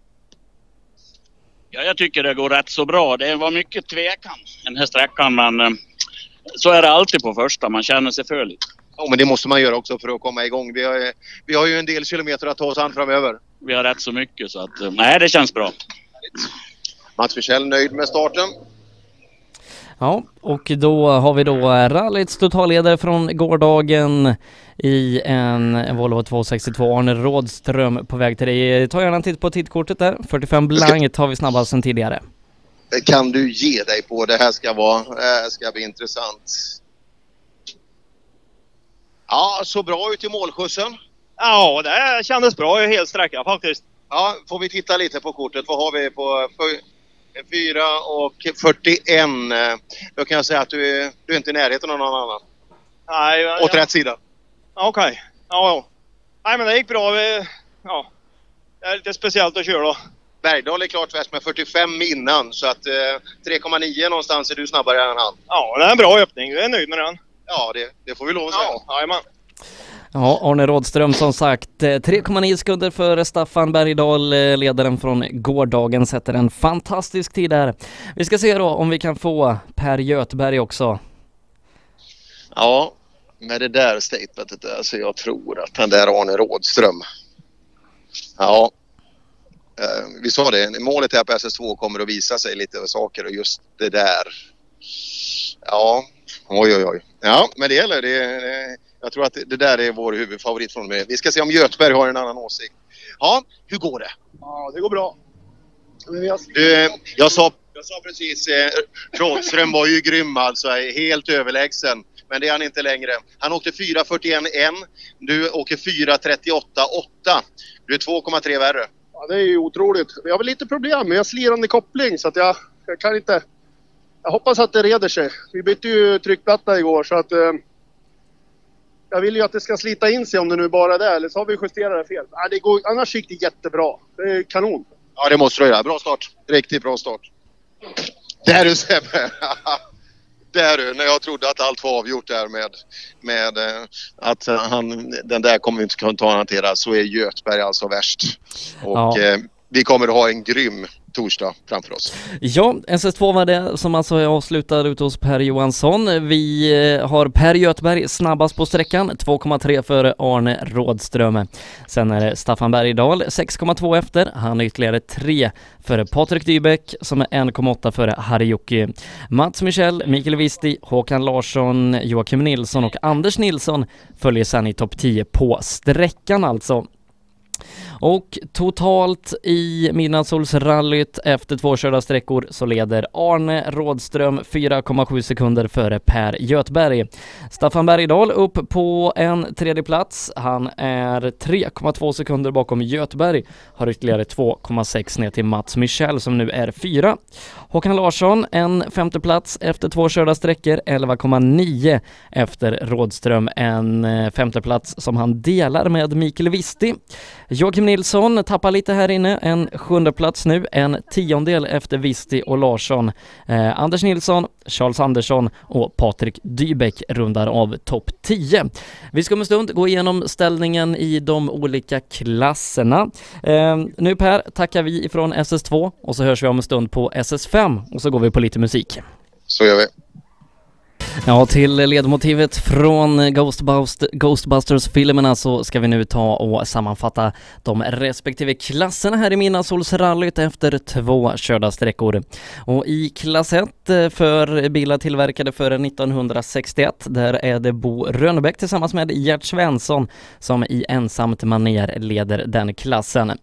Ja, jag tycker det går rätt så bra. Det var mycket tvekan den här sträckan, men eh, så är det alltid på första. Man känner sig för lite. Ja, men det måste man göra också för att komma igång. Vi har, vi har ju en del kilometer att ta oss an framöver. Vi har rätt så mycket så att, nej det känns bra. Mats Michel nöjd med starten. Ja, och då har vi då rallyts totalledare från gårdagen i en Volvo tvåhundrasextiotvå, Arne Rådström på väg till dig. Ta gärna en titt på tidkortet där. fyrtiofem blankt tar vi snabbast än tidigare. Det kan du ge dig på. Det här ska vara, det här ska bli intressant. Ja, så bra ut i målskjutsen. Ja, det kändes bra i hel sträcka faktiskt. Ja, får vi titta lite på kortet. Vad har vi på fyra och fyrtioen? Då kan jag säga att du är, du är inte i närheten av någon annan. Nej. Jag, Åt rätt sida. Okej. Okay. Ja, ja. Nej, men det gick bra. Vi, ja. Det är lite speciellt att köra då. Bergdal är klart väst med fyrtiofem innan. Så att eh, tre komma nio någonstans är du snabbare än han. Ja, det är en bra öppning. Jag är nöjd med den. Ja, det, det får vi lov att säga. Ja, jajamän. Ja, Arne Rådström som sagt, tre komma nio sekunder för Staffan Bergdal, ledaren från gårdagen, sätter en fantastisk tid där. Vi ska se då om vi kan få Per Göthberg också. Ja, med det där statementet där, så jag tror att den där Arne Rådström. Ja, eh, vi sa det, målet här på S S två kommer att visa sig lite över saker och just det där. Ja, oj oj oj. Ja, men det gäller det. Jag tror att det där är vår huvudfavorit från mig. Vi ska se om Göthberg har en annan åsikt. Ja, hur går det? Ja, det går bra. Du, jag sa, jag sa precis, eh, Rådström var ju grym alltså, helt överlägsen. Men det är han inte längre. Han åkte fyra fyrtioen en, du åker fyra trettioåtta åtta. Du är två komma tre värre. Ja, det är ju otroligt. Jag har väl lite problem med slirande koppling så att jag, jag kan inte... Jag hoppas att det reder sig. Vi bytte ju tryckplatta igår så att... Eh, jag vill ju att det ska slita in sig om det nu bara är det. Eller så har vi justerat det fel. Nej, det går, annars gick det jättebra. Det är kanon. Ja, det måste du göra. Bra start. Riktigt bra start. Där du Sebbe. Där du. När jag trodde att allt var avgjort där med, med eh, att han, den där kommer vi inte kunna ta hantera. Så är Göthberg alltså värst. Och ja. eh, vi kommer att ha en grym torsdag framför oss. Ja, S S två var det som alltså är avslutad ute hos Per Johansson. Vi har Per Göthberg snabbast på sträckan, två komma tre före Arne Rådström. Sen är det Staffan Bergdal, sex komma två efter. Han är ytterligare tre före Patrik Dybeck som är en komma åtta före Harjuki. Mats Michel, Mikael Visti, Håkan Larsson, Joakim Nilsson och Anders Nilsson följer sen i topp tio på sträckan alltså. Och totalt i Midnattssolsrallyt efter två körda sträckor så leder Arne Rådström fyra komma sju sekunder före Per Göthberg. Staffan Bergdal upp på en tredje plats. Han är tre komma två sekunder bakom Göthberg. Har ytterligare två komma sex ner till Mats Michel som nu är fyra. Håkan Larsson en femte plats efter två körda sträckor, elva komma nio efter Rådström, en femte plats som han delar med Mikael Visti. Joakim Nilsson tappar lite här inne, en sjunde plats nu, en tiondel efter Visti och Larsson. Eh, Anders Nilsson, Charles Andersson och Patrik Dybeck rundar av topp tio. Vi ska om en stund gå igenom ställningen i de olika klasserna. Eh, nu Per tackar vi ifrån S S två och så hörs vi om en stund på S S fem och så går vi på lite musik. Så gör vi. Ja, till ledmotivet från Ghostbusters, Ghostbusters-filmerna så ska vi nu ta och sammanfatta de respektive klasserna här i Midnattssolsrallyt efter två körda sträckor. Och i klass ett för bilar tillverkade före nittonhundrasextioett, där är det Bo Rönnebäck tillsammans med Gert Svensson som i ensamt maner leder den klassen.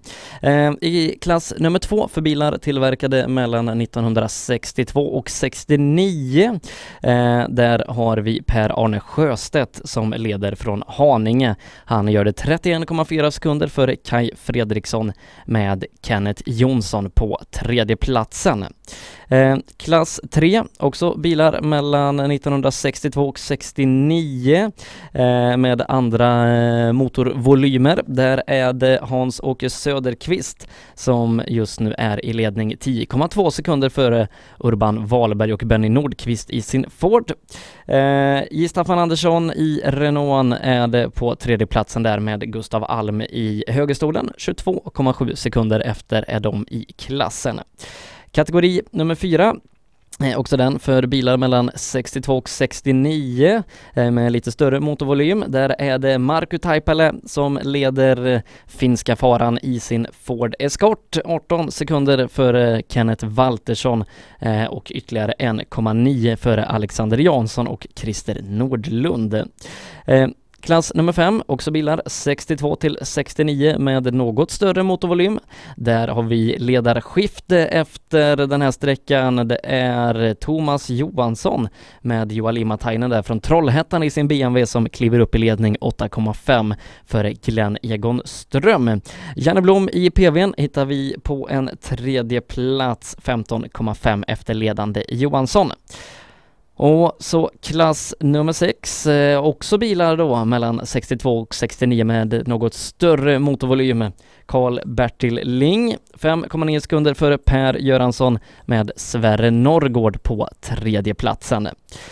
I klass nummer två för bilar tillverkade mellan nittonhundrasextiotvå och sextionio, där där har vi Per-Arne Sjöstedt som leder från Haninge. Han gör det trettioen komma fyra sekunder före Kai Fredriksson med Kenneth Jonsson på tredje platsen. Eh, klass tre, också bilar mellan nittonhundrasextiotvå och sextionio eh, med andra eh, motorvolymer. Där är det Hans-Åke Söderqvist som just nu är i ledning tio komma två sekunder före Urban Wahlberg och Benny Nordqvist i sin Ford. Eh, I Staffan Andersson i Renault är det på tredje platsen där med Gustav Alm i högerstolen. tjugotvå komma sju sekunder efter är de i klassen. Kategori nummer fyra, eh, också den för bilar mellan sextiotvå och sextionio eh, med lite större motorvolym. Där är det Markku Taipale som leder eh, finska faran i sin Ford Escort, arton sekunder före Kenneth Waltersson eh, och ytterligare en komma nio före Alexander Jansson och Christer Nordlund. Eh, Klass nummer fem, också bilar sextiotvå till sextionio med något större motorvolym. Där har vi ledarskifte efter den här sträckan. Det är Thomas Johansson med Joali Matainen där från Trollhättan i sin B M W som kliver upp i ledning åtta komma fem för Glenn Egon Ström. Janne Blom i P V:n hittar vi på en tredje plats, femton komma fem efter ledande Johansson. Och så klass nummer sex, eh, också bilar då mellan sextiotvå och sextionio med något större motorvolym. Carl-Bertil Ling, fem komma nio sekunder före Per Göransson med Sverre Norrgård på tredje platsen.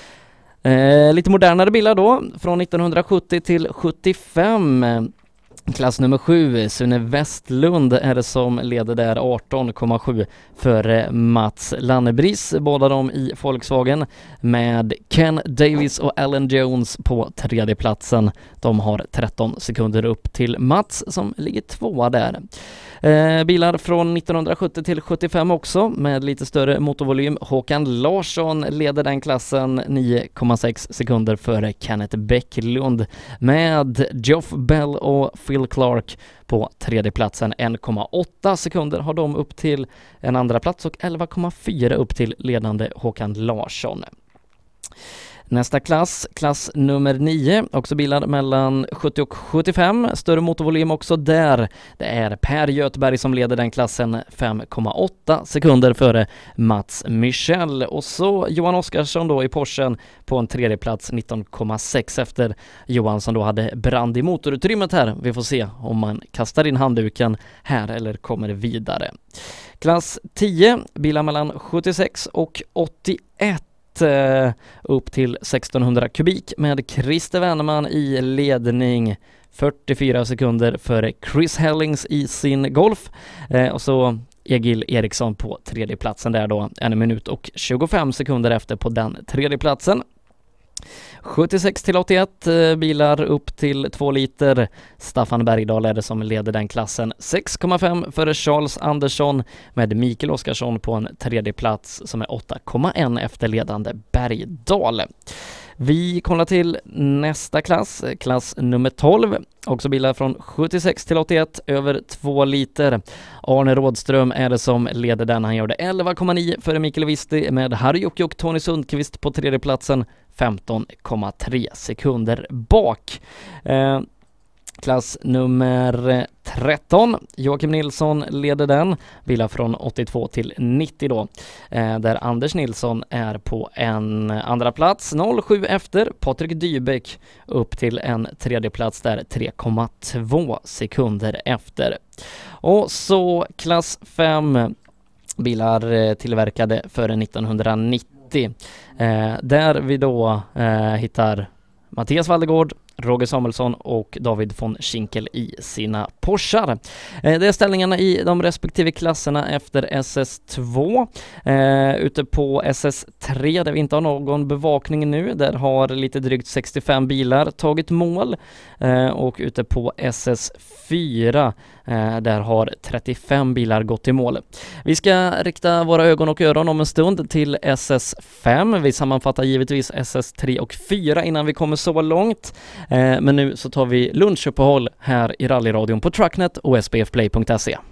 Eh, lite modernare bilar då, från nittonhundrasjuttio till sjuttiofem. Klass nummer sju, Sune Westlund är det som leder där, arton komma sju för Mats Lannebris, båda de i Volkswagen med Ken Davis och Alan Jones på tredje platsen. De har tretton sekunder upp till Mats som ligger tvåa där. Eh, bilar från nittonhundrasjuttio till sjuttiofem också med lite större motorvolym. Håkan Larsson leder den klassen, nio komma sex sekunder före Kenneth Bäcklund med Geoff Bell och Phil Clark på tredje platsen. en komma åtta sekunder har de upp till en andra plats och elva komma fyra upp till ledande Håkan Larsson. Nästa klass, klass nummer nio, också bilar mellan sjuttio och sjuttiofem, större motorvolym också där. Det är Per Göthberg som leder den klassen, fem komma åtta sekunder före Mats Michel. Och så Johan Oskarsson då i Porschen på en tredje plats, nitton komma sex efter Johan som då hade brand i motorutrymmet här. Vi får se om man kastar in handduken här eller kommer vidare. Klass tio, bilar mellan sjuttiosex och åttioett. Upp till sextonhundra kubik med Christer Wennerman i ledning, fyrtiofyra sekunder före Chris Hellings i sin Golf. Eh, och så Egil Eriksson på tredje platsen där då, en minut och tjugofem sekunder efter på den tredje platsen. sjuttiosex till åttioett, bilar upp till två liter. Staffan Bergdahl är det som leder den klassen, sex komma fem före Charles Andersson med Mikael Oskarsson på en tredje plats som är åtta komma ett efter ledande Bergdahl. Vi kollar till nästa klass, klass nummer tolv. Också bilar från sjuttiosex till åttioett, över två liter. Arne Rådström är det som leder den. Han gör det elva komma nio före Mikael Visti med Harry Jocke och Tony Sundqvist på tredje platsen, femton komma tre sekunder bak. Eh, Klass nummer tretton, Joakim Nilsson leder den, bilar från åttiotvå till nittio då, eh, där Anders Nilsson är på en andra plats, noll komma sju efter. Patrik Dybeck upp till en tredje plats där, tre komma två sekunder efter. Och så klass fem, bilar tillverkade före nittonhundranittio, eh, där vi då eh, hittar Mattias Valdegård, Roger Samuelsson och David von Schinkel i sina Porschar. Eh, det är ställningarna i de respektive klasserna efter S S två. Eh, ute på S S tre där vi inte har någon bevakning nu, där har lite drygt sextiofem bilar tagit mål. Eh, och ute på S S fyra eh, där har trettiofem bilar gått i mål. Vi ska rikta våra ögon och öron om en stund till S S fem. Vi sammanfattar givetvis S S tre och fyra innan vi kommer så långt. Men nu så tar vi lunchuppehåll här i rallyradion på Trucknet och s b f play punkt se.